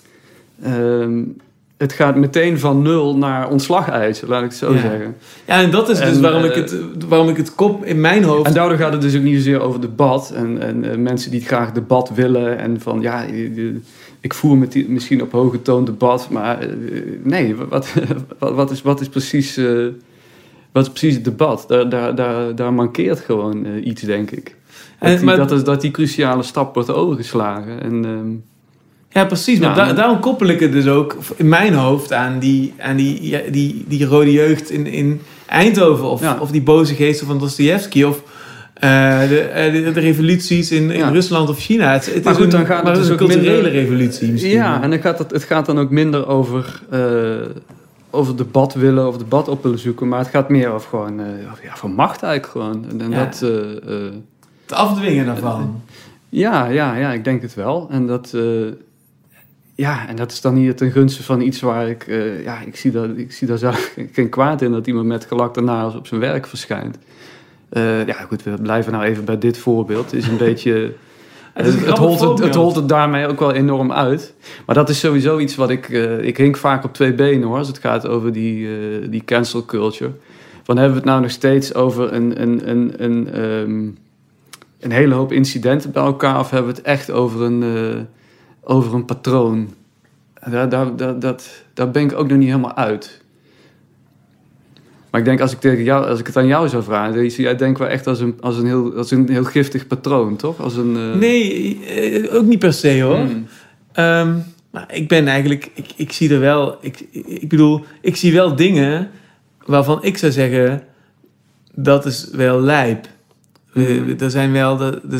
het gaat meteen van 0 naar ontslageisen, laat ik het zo zeggen. Ja, en dat is dus waarom ik het kop in mijn hoofd... En daardoor gaat het dus ook niet zozeer over debat. En mensen die graag debat willen. En van, ja, ik voer misschien op hoge toon debat. Maar nee, wat is precies het debat? Daar mankeert gewoon iets, denk ik. Dat die cruciale stap wordt overgeslagen. En... Ja, precies. Maar daarom koppel ik het dus ook in mijn hoofd aan die rode jeugd in Eindhoven. Of die boze geesten van Dostojevski. Of de revoluties in Rusland of China. Het is een culturele revolutie misschien. Ja, en het gaat dan ook minder over debat willen of debat op willen zoeken. Maar het gaat meer over gewoon van macht eigenlijk gewoon. En dat... het afdwingen daarvan. Ja, ik denk het wel. En dat... en dat is dan niet ten gunste van iets waar ik zie daar zelf geen kwaad in dat iemand met gelakte nagels op zijn werk verschijnt. Goed, we blijven nou even bij dit voorbeeld. Het is een beetje... Het holt het daarmee ook wel enorm uit. Maar dat is sowieso iets wat ik hink vaak op 2 benen, hoor, als het gaat over die cancel culture. Dan hebben we het nou nog steeds over een hele hoop incidenten bij elkaar, of hebben we het echt over een patroon? Daar ben ik ook nog niet helemaal uit. Maar ik denk, als ik het aan jou zou vragen, jij denkt wel echt als een heel giftig patroon, toch? Nee, ook niet per se, hoor. Maar ik ben eigenlijk... Ik zie er wel... Ik bedoel, ik zie wel dingen waarvan ik zou zeggen, dat is wel lijp. Er zijn wel...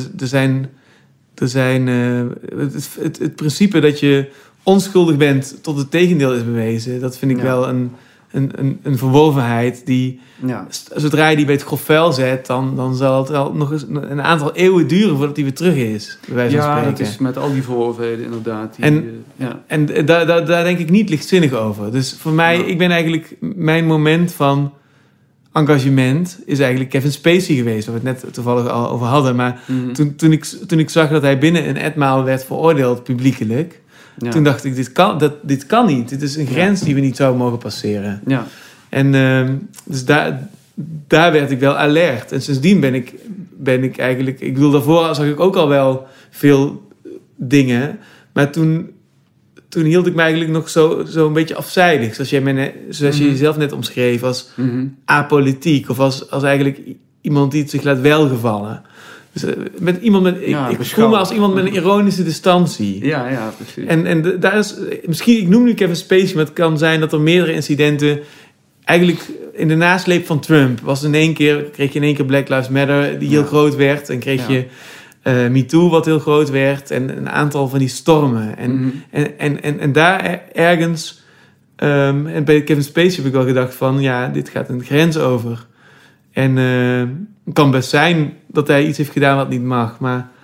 Het principe dat je onschuldig bent tot het tegendeel is bewezen, dat vind ik wel een verwovenheid die, zodra je die bij het grof vuil zet, dan zal het wel nog eens een aantal eeuwen duren voordat die weer terug is, bij wijze van spreken. Ja, dat is met al die verwovenheden inderdaad. En daar denk ik niet lichtzinnig over. Dus voor mij, ik ben eigenlijk, mijn moment van engagement is eigenlijk Kevin Spacey geweest, waar we het net toevallig al over hadden. Maar toen ik zag dat hij binnen een etmaal werd veroordeeld publiekelijk, toen dacht ik, dit kan niet. Dit is een grens die we niet zouden mogen passeren. Ja. En dus daar werd ik wel alert. En sindsdien ben ik eigenlijk... Ik bedoel, daarvoor zag ik ook al wel veel dingen. Maar toen hield ik me eigenlijk nog zo een beetje afzijdig. Zoals je jezelf net omschreef, als apolitiek. Of als eigenlijk iemand die het zich laat welgevallen. Dus ik voel me als iemand met een ironische distantie. Ja, precies. En daar is... Misschien, ik noem nu Kevin Spacey, maar het kan zijn dat er meerdere incidenten... Eigenlijk in de nasleep van Trump kreeg je in één keer Black Lives Matter, die heel groot werd. En kreeg je MeToo, wat heel groot werd. En een aantal van die stormen. En daar ergens... en bij Kevin Spacey heb ik wel gedacht van... Ja, dit gaat een grens over. En het kan best zijn dat hij iets heeft gedaan wat niet mag. Maar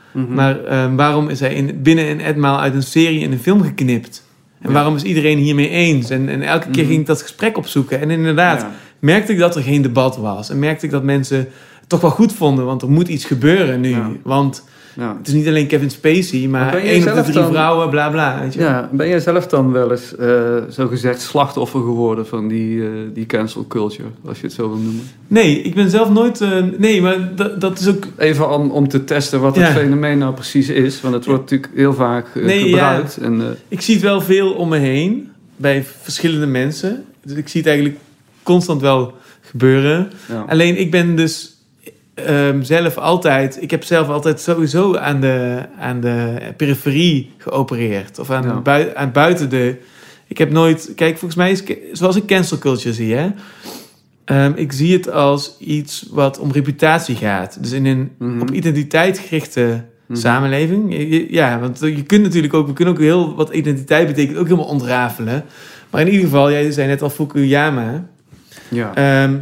Maar waarom is hij binnen een etmaal uit een serie in een film geknipt? En waarom is iedereen hiermee eens? En elke keer ging ik dat gesprek opzoeken. En inderdaad, merkte ik dat er geen debat was. En merkte ik dat mensen het toch wel goed vonden. Want er moet iets gebeuren nu. Ja. Want het is niet alleen Kevin Spacey, maar 1 op de 3 vrouwen, bla bla. Weet je? Ja, ben jij zelf dan wel eens, zogezegd, slachtoffer geworden van die cancel culture, als je het zo wil noemen? Nee, ik ben zelf nooit... nee, maar dat is ook... Even om te testen wat het fenomeen nou precies is. Want het wordt natuurlijk heel vaak gebruikt. Ja. En, ik zie het wel veel om me heen, bij verschillende mensen. Dus ik zie het eigenlijk constant wel gebeuren. Ja. Alleen ik ben dus... zelf altijd... Ik heb zelf altijd sowieso aan de periferie geopereerd. Of aan buiten de... Ik heb nooit... Kijk, volgens mij is... Zoals ik cancel culture zie, hè. Ik zie het als iets wat om reputatie gaat. Dus in een op identiteit gerichte samenleving. Ja, want je kunt natuurlijk ook... We kunnen ook heel... Wat identiteit betekent ook helemaal ontrafelen. Maar in ieder geval, jij zei net al Fukuyama. Ja.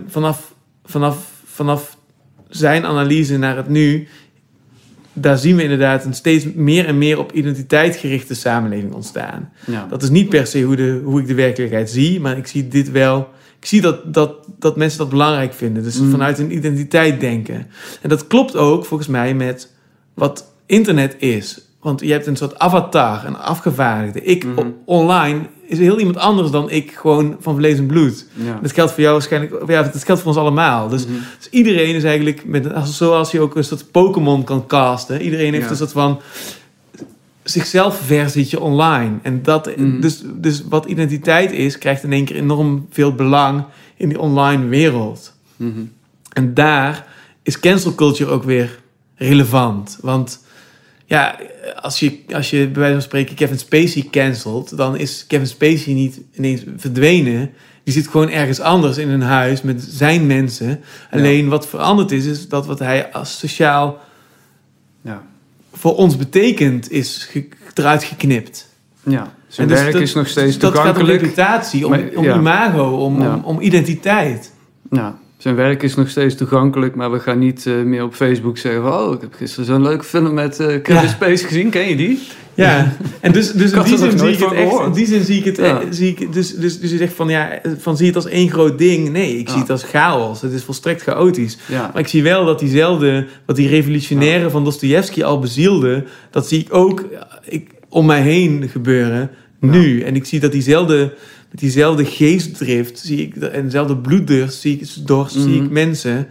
Vanaf zijn analyse naar het nu, daar zien we inderdaad een steeds meer en meer op identiteit gerichte samenleving ontstaan. Ja. Dat is niet per se hoe ik de werkelijkheid zie, maar ik zie dit wel. Ik zie dat mensen dat belangrijk vinden. Dus vanuit een identiteit denken. En dat klopt ook volgens mij met wat internet is. Want je hebt een soort avatar, een afgevaardigde. Ik online is heel iemand anders dan ik gewoon van vlees en bloed. Ja. Dat geldt voor jou waarschijnlijk... Ja, dat geldt voor ons allemaal. Dus iedereen is eigenlijk... Zoals je ook een soort Pokémon kan casten. Iedereen heeft een soort van zichzelf versietje online. En dat, dus wat identiteit is, krijgt in één keer enorm veel belang in die online wereld. En daar is cancel culture ook weer relevant. Want ja, als je bij wijze van spreken Kevin Spacey cancelt, dan is Kevin Spacey niet ineens verdwenen. Die zit gewoon ergens anders in een huis met zijn mensen. Alleen wat veranderd is dat wat hij als sociaal voor ons betekent, is eruit geknipt. Ja, zijn werk is nog steeds toegankelijk. Dat gaat om reputatie, om imago, om identiteit. Ja. Zijn werk is nog steeds toegankelijk, maar we gaan niet meer op Facebook zeggen van, oh, ik heb gisteren zo'n leuke film met Kevin Spacey gezien. Ken je die? Ja, en dus in die zin zie ik het echt. In die zin zie ik het. Dus je zegt van zie je het als één groot ding. Nee, ik zie het als chaos. Het is volstrekt chaotisch. Ja. Maar ik zie wel dat wat die revolutionaire van Dostojevski al bezielde, dat zie ik ook om mij heen gebeuren nu. En ik zie dat diezelfde geestdrift zie ik, en dezelfde bloeddorst zie ik mensen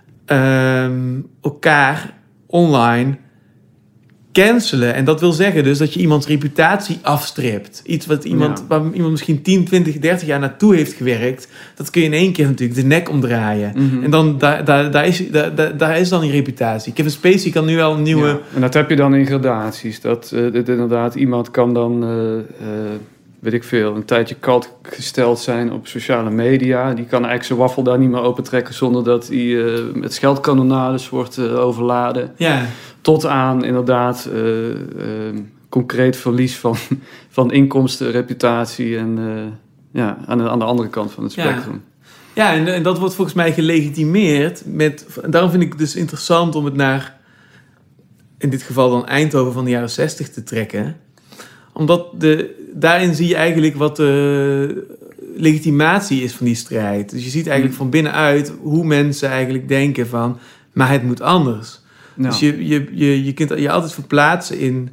elkaar online cancelen. En dat wil zeggen dus dat je iemands reputatie afstrept. Iets waar iemand misschien 10, 20, 30 jaar naartoe heeft gewerkt, dat kun je in één keer natuurlijk de nek omdraaien. En dan daar is dan die reputatie. Kevin Spacey kan nu wel een nieuwe... Ja. En dat heb je dan in gradaties. Dat inderdaad iemand kan dan... weet ik veel, een tijdje kalt gesteld zijn op sociale media. Die kan eigenlijk zijn waffel daar niet meer opentrekken zonder dat hij met scheldkanonades wordt overladen. Ja. Tot aan inderdaad concreet verlies van inkomsten, reputatie en aan de andere kant van het spectrum. Ja, en dat wordt volgens mij gelegitimeerd daarom vind ik het dus interessant om het naar, in dit geval dan Eindhoven van de jaren 60 te trekken. Omdat daarin zie je eigenlijk wat de legitimatie is van die strijd. Dus je ziet eigenlijk van binnenuit hoe mensen eigenlijk denken van, maar het moet anders. Nou. Dus je kunt je altijd verplaatsen in...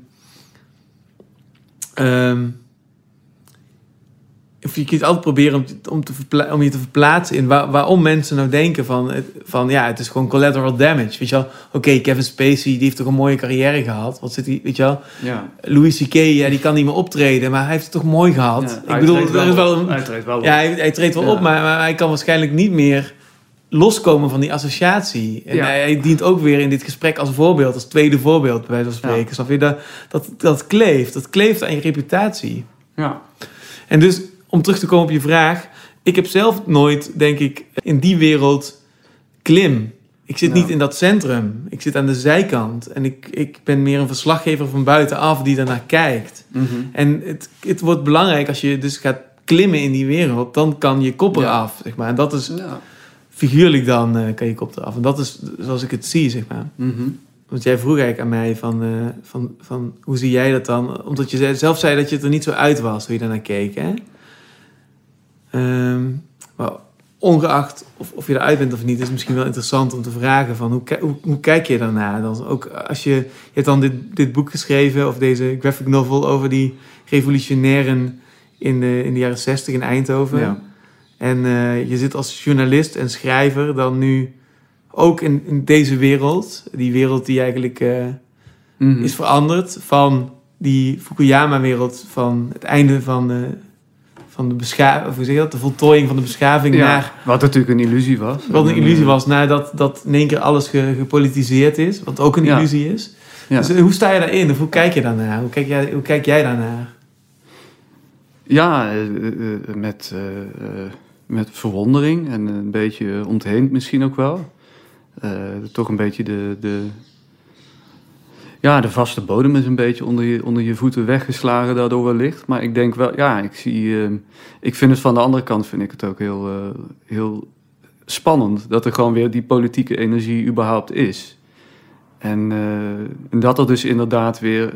of je kunt altijd proberen om je te verplaatsen in waarom mensen nou denken van het is gewoon collateral damage. Weet je wel? Oké, Kevin Spacey, die heeft toch een mooie carrière gehad. Wat zit hij, weet je wel? Ja. Louis C.K., die kan niet meer optreden, maar hij heeft het toch mooi gehad. Ja, hij treedt wel op. Ja, hij treedt wel op, maar hij kan waarschijnlijk niet meer loskomen van die associatie. En hij dient ook weer in dit gesprek als voorbeeld, als tweede voorbeeld, bij wijze van spreken. Snap je? Dat kleeft aan je reputatie. Ja. En dus, om terug te komen op je vraag, ik heb zelf nooit, denk ik, in die wereld klim. Ik zit niet in dat centrum. Ik zit aan de zijkant. En ik ben meer een verslaggever van buitenaf die daarnaar kijkt. Mm-hmm. En het wordt belangrijk als je dus gaat klimmen in die wereld, dan kan je kop eraf, zeg maar. En dat is figuurlijk dan kan je kop eraf. En dat is zoals ik het zie, zeg maar. Mm-hmm. Want jij vroeg eigenlijk aan mij van hoe zie jij dat dan? Omdat je zelf zei dat je het er niet zo uit was, hoe je daarnaar keek, hè? Maar ongeacht of je eruit bent of niet, is het misschien wel interessant om te vragen van hoe kijk je daarnaar? Dan ook als je hebt dan dit boek geschreven of deze graphic novel over die revolutionairen in de jaren 60 in Eindhoven. Ja. En je zit als journalist en schrijver dan nu ook in deze wereld. Die wereld die eigenlijk is veranderd van die Fukuyama-wereld, van het einde van de beschaving, of hoe zeg je dat? De voltooiing van de beschaving naar... Wat natuurlijk een illusie was. Wat een illusie was, nadat in één keer alles gepolitiseerd is. Wat ook een illusie is. Ja. Dus hoe sta je daarin? Of hoe kijk je daarnaar? Hoe kijk jij daarnaar? Ja, met verwondering en een beetje ontheemd misschien ook wel. Toch een beetje de vaste bodem is een beetje onder je voeten weggeslagen daardoor wellicht. Maar ik denk wel, ik vind het van de andere kant vind ik het ook heel spannend dat er gewoon weer die politieke energie überhaupt is. En dat er dus inderdaad weer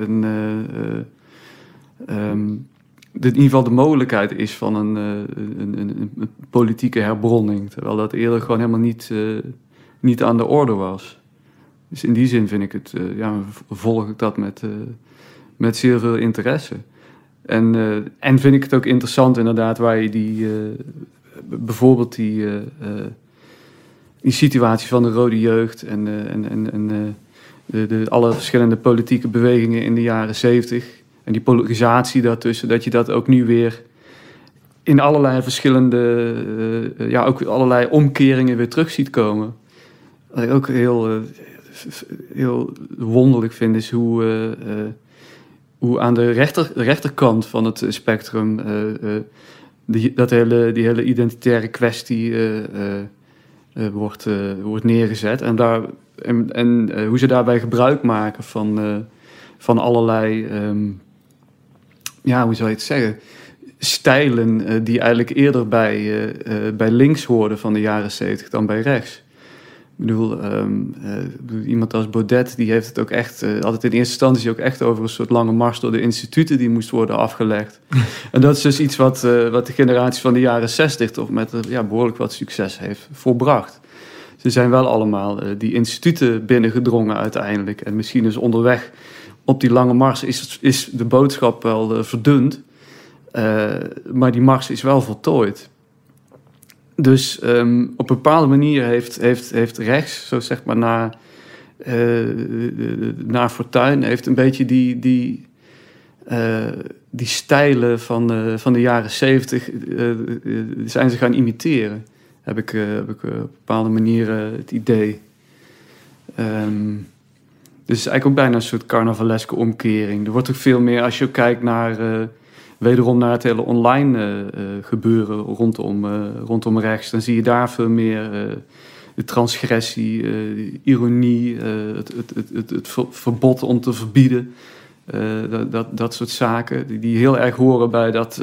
in ieder geval de mogelijkheid is van een politieke herbronning. Terwijl dat eerder gewoon helemaal niet aan de orde was. Dus in die zin vind ik het, volg ik dat met zeer veel interesse. En vind ik het ook interessant inderdaad waar je bijvoorbeeld die situatie van de rode jeugd en alle verschillende politieke bewegingen in de jaren 70 en die polarisatie daartussen, dat je dat ook nu weer in allerlei verschillende, ook allerlei omkeringen weer terug ziet komen. Wat ik ook heel wonderlijk vind is hoe aan de rechterkant van het spectrum die hele identitaire kwestie wordt neergezet. En hoe ze daarbij gebruik maken van allerlei, hoe zou je het zeggen, stijlen die eigenlijk eerder bij links hoorden van de jaren 70 dan bij rechts. Ik bedoel, iemand als Baudet, die heeft het ook echt, altijd in eerste instantie ook echt over een soort lange mars door de instituten die moest worden afgelegd. En dat is dus iets wat de generatie van de jaren 60 toch met behoorlijk wat succes heeft volbracht. Ze zijn wel allemaal die instituten binnengedrongen uiteindelijk. En misschien is onderweg op die lange mars is de boodschap wel verdund. Maar die mars is wel voltooid. Dus op een bepaalde manier heeft rechts, zo zeg maar naar Fortuyn, heeft een beetje die stijlen van de jaren 70 zijn ze gaan imiteren. Heb ik op een bepaalde manier het idee. Dus het is eigenlijk ook bijna een soort carnavaleske omkering. Er wordt ook veel meer, als je ook kijkt naar wederom naar het hele online gebeuren rondom rechts, dan zie je daar veel meer de transgressie, de ironie, het verbod om te verbieden. Dat soort zaken die heel erg horen bij dat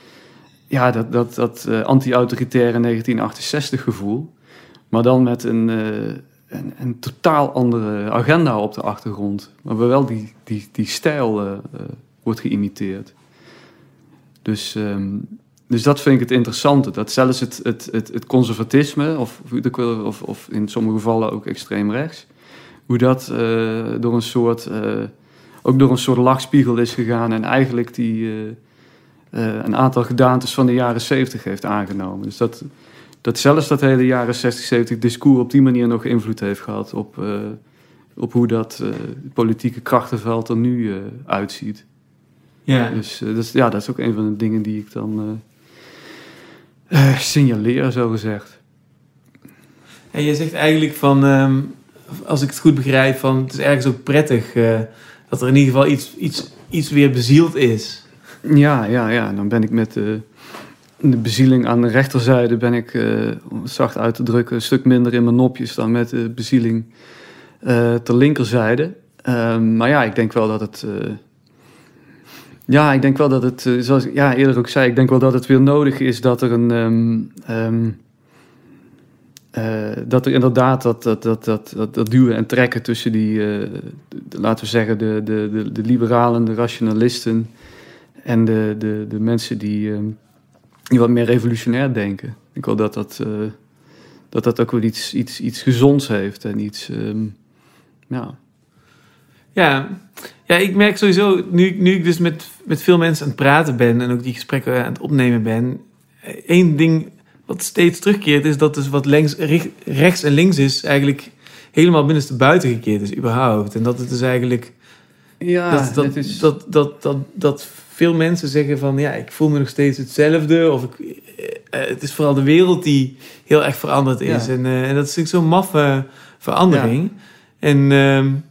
anti-autoritaire 1968 gevoel. Maar dan met een totaal andere agenda op de achtergrond. Maar wel die stijl wordt geïmiteerd. Dus dat vind ik het interessante. Dat zelfs het conservatisme, of in sommige gevallen ook extreem rechts, hoe dat door een soort lachspiegel is gegaan en eigenlijk een aantal gedaantes van de jaren 70 heeft aangenomen. Dus dat zelfs dat hele jaren 60, 70 discours op die manier nog invloed heeft gehad op hoe dat politieke krachtenveld er nu uitziet. Ja. Dus dat is ook een van de dingen die ik dan signaleer, zo gezegd. En je zegt eigenlijk van, als ik het goed begrijp, van het is ergens ook prettig dat er in ieder geval iets weer bezield is. Ja. Dan ben ik met de bezieling aan de rechterzijde ben ik, om het zacht uit te drukken, een stuk minder in mijn nopjes dan met de bezieling ter linkerzijde. Maar ik denk wel dat het... zoals ik eerder ook zei, ik denk wel dat het weer nodig is dat er dat er inderdaad dat duwen en trekken tussen die, laten we zeggen, de liberalen, de rationalisten en de mensen die wat meer revolutionair denken. Ik wil dat ook wel iets gezonds heeft en iets, ja. Ja, ik merk sowieso, nu ik dus met veel mensen aan het praten ben en ook die gesprekken aan het opnemen ben, één ding wat steeds terugkeert is dat dus wat rechts en links is eigenlijk helemaal binnenstebuiten gekeerd is überhaupt. En dat het dus eigenlijk dat veel mensen zeggen van ja, ik voel me nog steeds hetzelfde of het is vooral de wereld die heel erg veranderd is. Ja. En dat is natuurlijk zo'n maffe verandering. Ja. En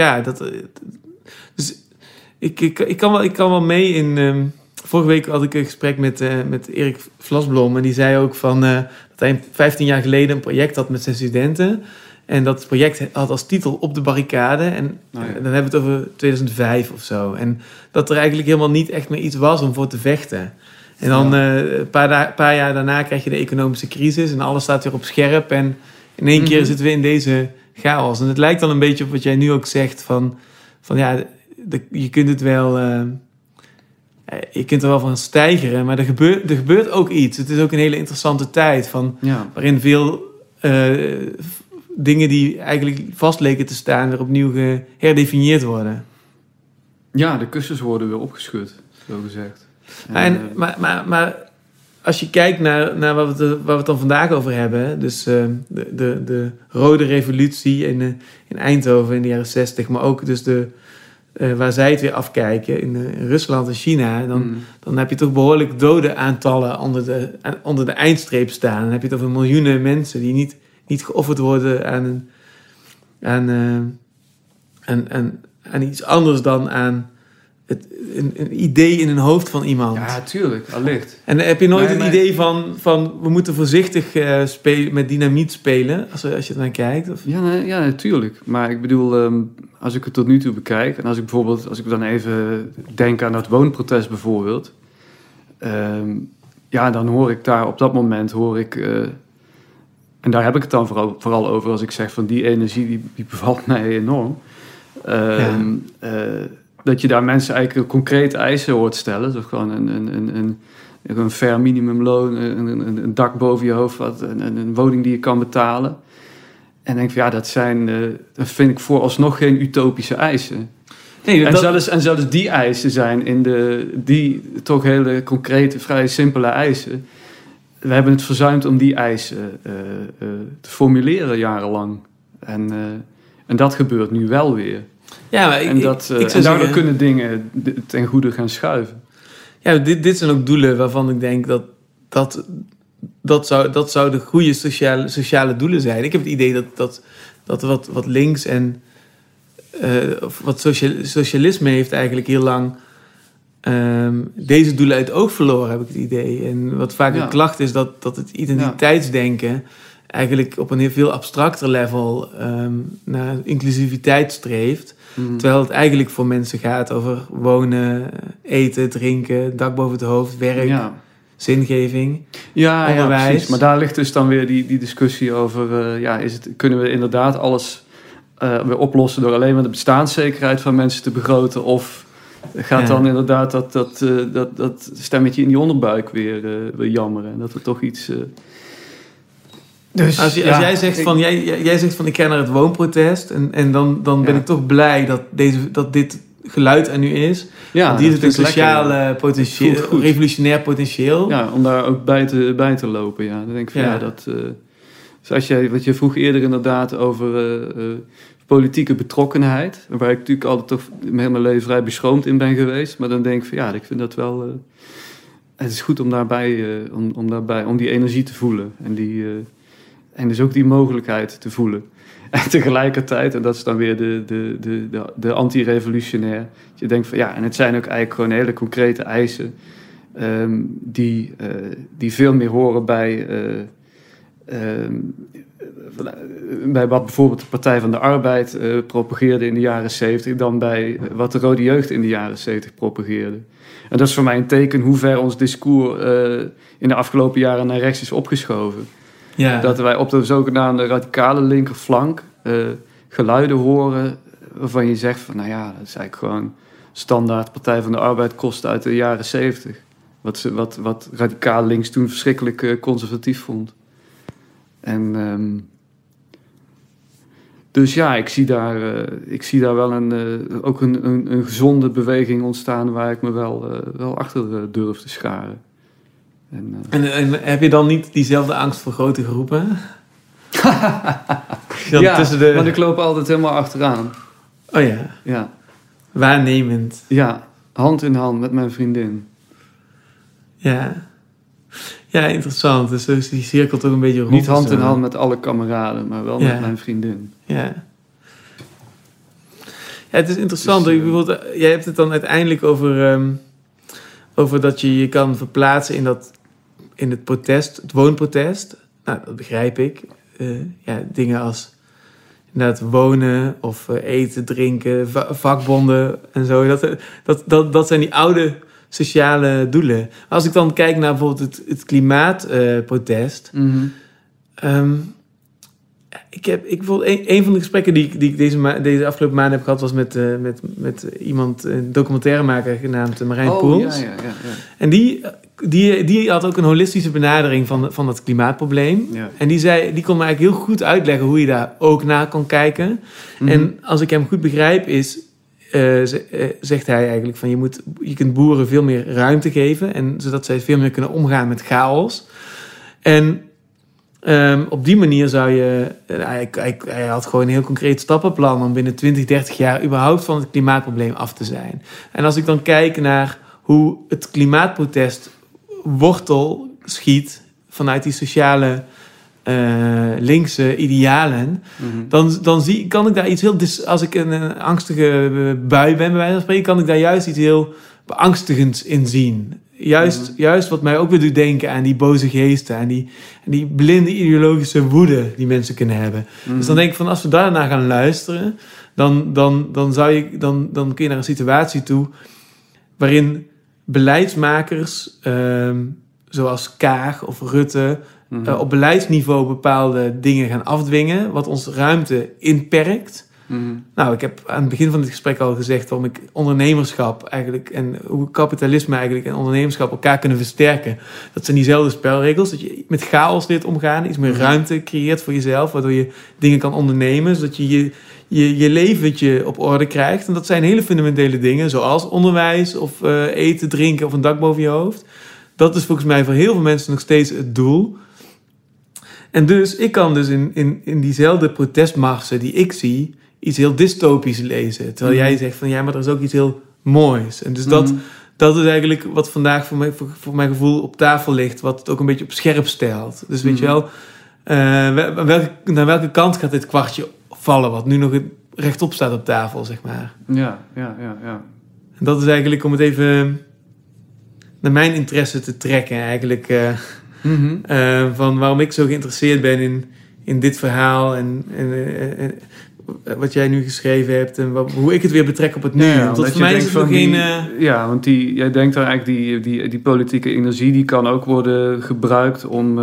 dus ik kan wel mee in. Vorige week had ik een gesprek met Erik Vlasblom. En die zei ook dat hij 15 jaar geleden een project had met zijn studenten. En dat project had als titel Op de Barricade. En dan hebben we het over 2005 of zo. En dat er eigenlijk helemaal niet echt meer iets was om voor te vechten. En dan een paar jaar daarna krijg je de economische crisis. En alles staat weer op scherp. En in één keer zitten we in deze chaos. En het lijkt dan een beetje op wat jij nu ook zegt. Van je kunt het wel. Je kunt er wel van stijgeren. Maar er gebeurt ook iets. Het is ook een hele interessante tijd. Waarin veel dingen die eigenlijk vast leken te staan weer opnieuw geherdefinieerd worden. Ja, de kussens worden weer opgeschud, zo gezegd. Maar als je kijkt naar waar we het dan vandaag over hebben, dus de Rode Revolutie in Eindhoven in de jaren 60, maar ook dus waar zij het weer afkijken in Rusland en China, dan heb je toch behoorlijk dodenaantallen onder de eindstreep staan. Dan heb je het over miljoenen mensen die niet geofferd worden aan iets anders dan aan een idee in een hoofd van iemand. Ja, tuurlijk, allicht. En heb je nooit het idee van we moeten voorzichtig met dynamiet spelen, als je er naar kijkt? Of? Ja, natuurlijk. Maar ik bedoel, als ik het tot nu toe bekijk, en als ik dan even denk aan dat woonprotest bijvoorbeeld, dan hoor ik daar op dat moment, en daar heb ik het dan vooral over als ik zeg van die energie, die bevalt mij enorm. Dat je daar mensen eigenlijk concrete eisen hoort stellen. Dus gewoon een fair minimumloon, een dak boven je hoofd, een woning die je kan betalen. En denk van dat vind ik vooralsnog geen utopische eisen. Nee, en zelfs die eisen zijn die toch hele concrete, vrij simpele eisen. We hebben het verzuimd om die eisen te formuleren jarenlang. En dat gebeurt nu wel weer. Ja, maar en daardoor kunnen dingen ten goede gaan schuiven. Ja, dit zijn ook doelen waarvan ik denk dat zou de goede sociale doelen zijn. Ik heb het idee dat wat links en wat socialisme heeft eigenlijk heel lang deze doelen uit het oog verloren, heb ik het idee. En wat vaak een klacht is dat het identiteitsdenken eigenlijk op een heel veel abstracter level naar inclusiviteit streeft. Terwijl het eigenlijk voor mensen gaat over wonen, eten, drinken, dak boven het hoofd, werk, zingeving, onderwijs. Ja, precies. Maar daar ligt dus dan weer die discussie over, kunnen we inderdaad alles weer oplossen door alleen maar de bestaanszekerheid van mensen te begroten, of gaat dan inderdaad dat stemmetje in die onderbuik weer jammeren en dat er toch iets... Dus, als jij zegt jij zegt van ik ga naar het woonprotest en dan ben ik toch blij dat dit geluid er nu is. Ja, want die heeft een sociale potentieel, revolutionair potentieel. Ja, om daar ook bij te lopen. Ja. Dan denk ik van dus wat je vroeg eerder inderdaad over politieke betrokkenheid, waar ik natuurlijk altijd toch heel mijn leven vrij beschroomd in ben geweest, maar dan denk ik van ik vind dat wel het is goed om die energie te voelen en dus ook die mogelijkheid te voelen. En tegelijkertijd, en dat is dan weer de anti-revolutionair, je denkt van en het zijn ook eigenlijk gewoon hele concrete eisen die veel meer horen bij wat bijvoorbeeld de Partij van de Arbeid propageerde in de jaren 70 dan bij wat de Rode Jeugd in de jaren 70 propageerde. En dat is voor mij een teken hoe ver ons discours in de afgelopen jaren naar rechts is opgeschoven. Ja. Dat wij op de zogenaamde radicale linkerflank geluiden horen waarvan je zegt van, nou ja, dat is eigenlijk gewoon standaard Partij van de Arbeid kosten uit de jaren 70. Wat radicaal links toen verschrikkelijk conservatief vond. En dus ja, ik zie daar wel ook een gezonde beweging ontstaan waar ik me wel achter durf te scharen. En heb je dan niet diezelfde angst voor grote groepen? Ja, want ik loop altijd helemaal achteraan. Oh ja. Ja. Waarnemend. Ja, hand in hand met mijn vriendin. Ja. Ja, interessant. Dus die cirkel toch een beetje rond. Niet hand in hand met alle kameraden, maar wel met mijn vriendin. Ja. Ja, het is interessant. Dus, jij hebt het dan uiteindelijk over dat je je kan verplaatsen in het protest, het woonprotest. Nou, dat begrijp ik. Dingen als inderdaad wonen of eten, drinken, vakbonden en zo. Dat zijn die oude sociale doelen. Als ik dan kijk naar bijvoorbeeld het klimaatprotest. Bijvoorbeeld een van de gesprekken die ik deze afgelopen maanden heb gehad was met iemand, een documentairemaker genaamd Marijn Poels. Ja. En die had ook een holistische benadering van dat klimaatprobleem. Ja. En die kon me eigenlijk heel goed uitleggen hoe je daar ook naar kan kijken. Mm-hmm. En als ik hem goed begrijp zegt hij eigenlijk van je kunt boeren veel meer ruimte geven en zodat zij veel meer kunnen omgaan met chaos. En op die manier zou je... Hij had gewoon een heel concreet stappenplan om binnen 20, 30 jaar überhaupt van het klimaatprobleem af te zijn. En als ik dan kijk naar hoe het klimaatprotest wortel schiet vanuit die sociale linkse idealen, dan kan ik daar iets heel... Als ik een angstige bui ben, bij wijze van spreken, kan ik daar juist iets heel beangstigends in zien. Juist wat mij ook weer doet denken aan die boze geesten, aan die blinde ideologische woede die mensen kunnen hebben. Dus dan denk ik van, als we daarnaar gaan luisteren, dan kun je naar een situatie toe waarin beleidsmakers, zoals Kaag of Rutte, op beleidsniveau bepaalde dingen gaan afdwingen, wat ons ruimte inperkt. Nou, ik heb aan het begin van dit gesprek al gezegd waarom ik ondernemerschap eigenlijk en hoe kapitalisme eigenlijk en ondernemerschap elkaar kunnen versterken. Dat zijn diezelfde spelregels, dat je met chaos leert omgaan, iets meer ruimte creëert voor jezelf, waardoor je dingen kan ondernemen, zodat je je leventje op orde krijgt. En dat zijn hele fundamentele dingen, zoals onderwijs of eten, drinken of een dak boven je hoofd. Dat is volgens mij voor heel veel mensen nog steeds het doel. En dus, ik kan dus in diezelfde protestmarsen die ik zie, iets heel dystopisch lezen. Terwijl jij zegt van, ja, maar er is ook iets heel moois. En dus dat is eigenlijk wat vandaag voor mijn gevoel op tafel ligt, wat het ook een beetje op scherp stelt. Dus weet je wel, naar welke kant gaat dit kwartje vallen, wat nu nog rechtop staat op tafel, zeg maar. Ja. En dat is eigenlijk om het even naar mijn interesse te trekken, eigenlijk. Van waarom ik zo geïnteresseerd ben in dit verhaal en wat jij nu geschreven hebt en hoe ik het weer betrek op het nu. Ja, want voor mij is het nog geen... Ja, want jij denkt dan eigenlijk die politieke energie die kan ook worden gebruikt om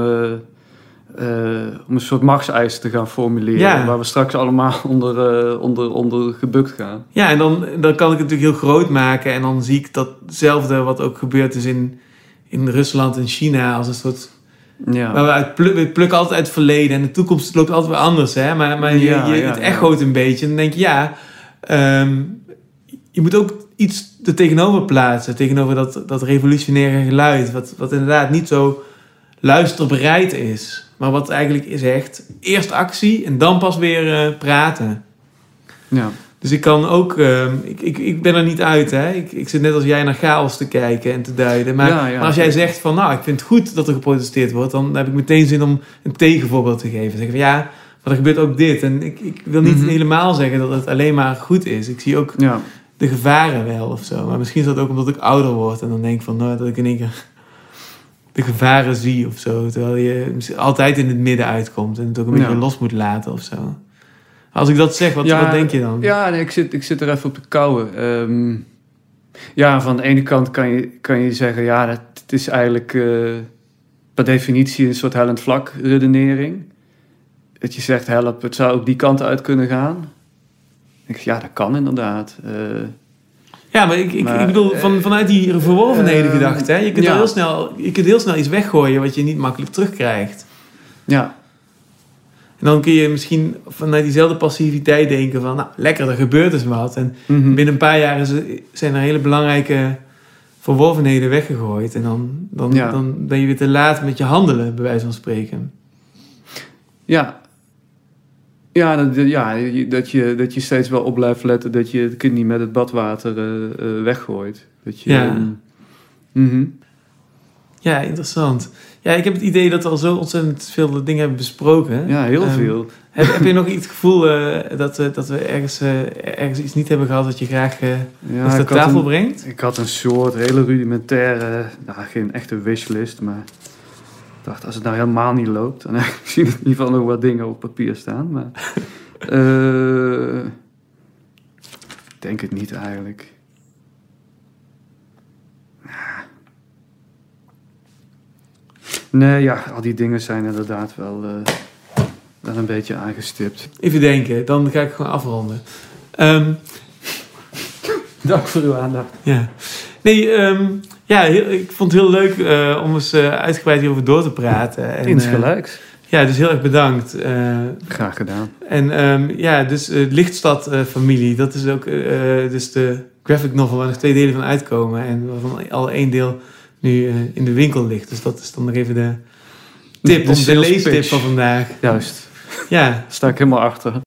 een soort machtseis te gaan formuleren, waar we straks allemaal onder gebukt gaan. Ja, en dan kan ik het natuurlijk heel groot maken en dan zie ik datzelfde wat ook gebeurd is in Rusland en China als een soort... Ja. Maar we plukken altijd uit het verleden en de toekomst loopt altijd weer anders. Hè? Maar het echoot een beetje. En dan denk je, je moet ook iets er tegenover plaatsen. Tegenover dat revolutionaire geluid. Wat inderdaad niet zo luisterbereid is. Maar wat eigenlijk is echt eerst actie en dan pas weer praten. Ja. Dus ik kan ook... Ik ben er niet uit, hè. Ik zit net als jij naar chaos te kijken en te duiden. Maar als jij zegt van... Nou, ik vind het goed dat er geprotesteerd wordt... dan heb ik meteen zin om een tegenvoorbeeld te geven. Zeggen van ja, maar er gebeurt ook dit. En ik wil niet helemaal zeggen dat het alleen maar goed is. Ik zie ook de gevaren wel of zo. Maar misschien is dat ook omdat ik ouder word. En dan denk ik van... Nou, dat ik in één keer de gevaren zie of zo. Terwijl je altijd in het midden uitkomt. En het ook een beetje los moet laten of zo. Als ik dat zeg, wat denk je dan? Ja, nee, ik zit er even op te kauwen. Van de ene kant kan je zeggen... Ja, het is eigenlijk... per definitie een soort hellend vlak redenering. Dat je zegt, help, het zou ook die kant uit kunnen gaan. Dan denk ik, ja, dat kan inderdaad. Ja, maar ik bedoel, vanuit die verworvenheden gedachte, hè? Je kunt heel snel iets weggooien wat je niet makkelijk terugkrijgt. Ja. En dan kun je misschien vanuit diezelfde passiviteit denken van, nou, lekker, er gebeurt dus wat. En binnen een paar jaar zijn er hele belangrijke verworvenheden weggegooid. En dan ben je weer te laat met je handelen, bij wijze van spreken. Ja. Ja, dat je steeds wel op blijft letten dat je het kind niet met het badwater weggooit. Dat je, Ja, interessant. Ja, ik heb het idee dat we al zo ontzettend veel dingen hebben besproken. Ja, heel veel. Heb je nog iets het gevoel dat we ergens iets niet hebben gehad dat je graag op de tafel brengt? Ik had een soort hele rudimentaire, geen echte wishlist, maar ik dacht, als het nou helemaal niet loopt, dan heb ik misschien in ieder geval nog wat dingen op papier staan. Maar ik denk het niet eigenlijk. Nee, ja, al die dingen zijn inderdaad wel een beetje aangestipt. Even denken, dan ga ik gewoon afronden. Dank voor uw aandacht. Ja. Nee, ik vond het heel leuk om eens uitgebreid hierover door te praten. En, Insgelijks. Ja, dus heel erg bedankt. Graag gedaan. En dus Lichtstad-familie, dat is ook dus de graphic novel waar nog 2 delen van uitkomen. En waarvan al 1 deel nu in de winkel ligt. Dus dat is dan nog even de leestip van vandaag. Juist. Ja. Sta ik helemaal achter.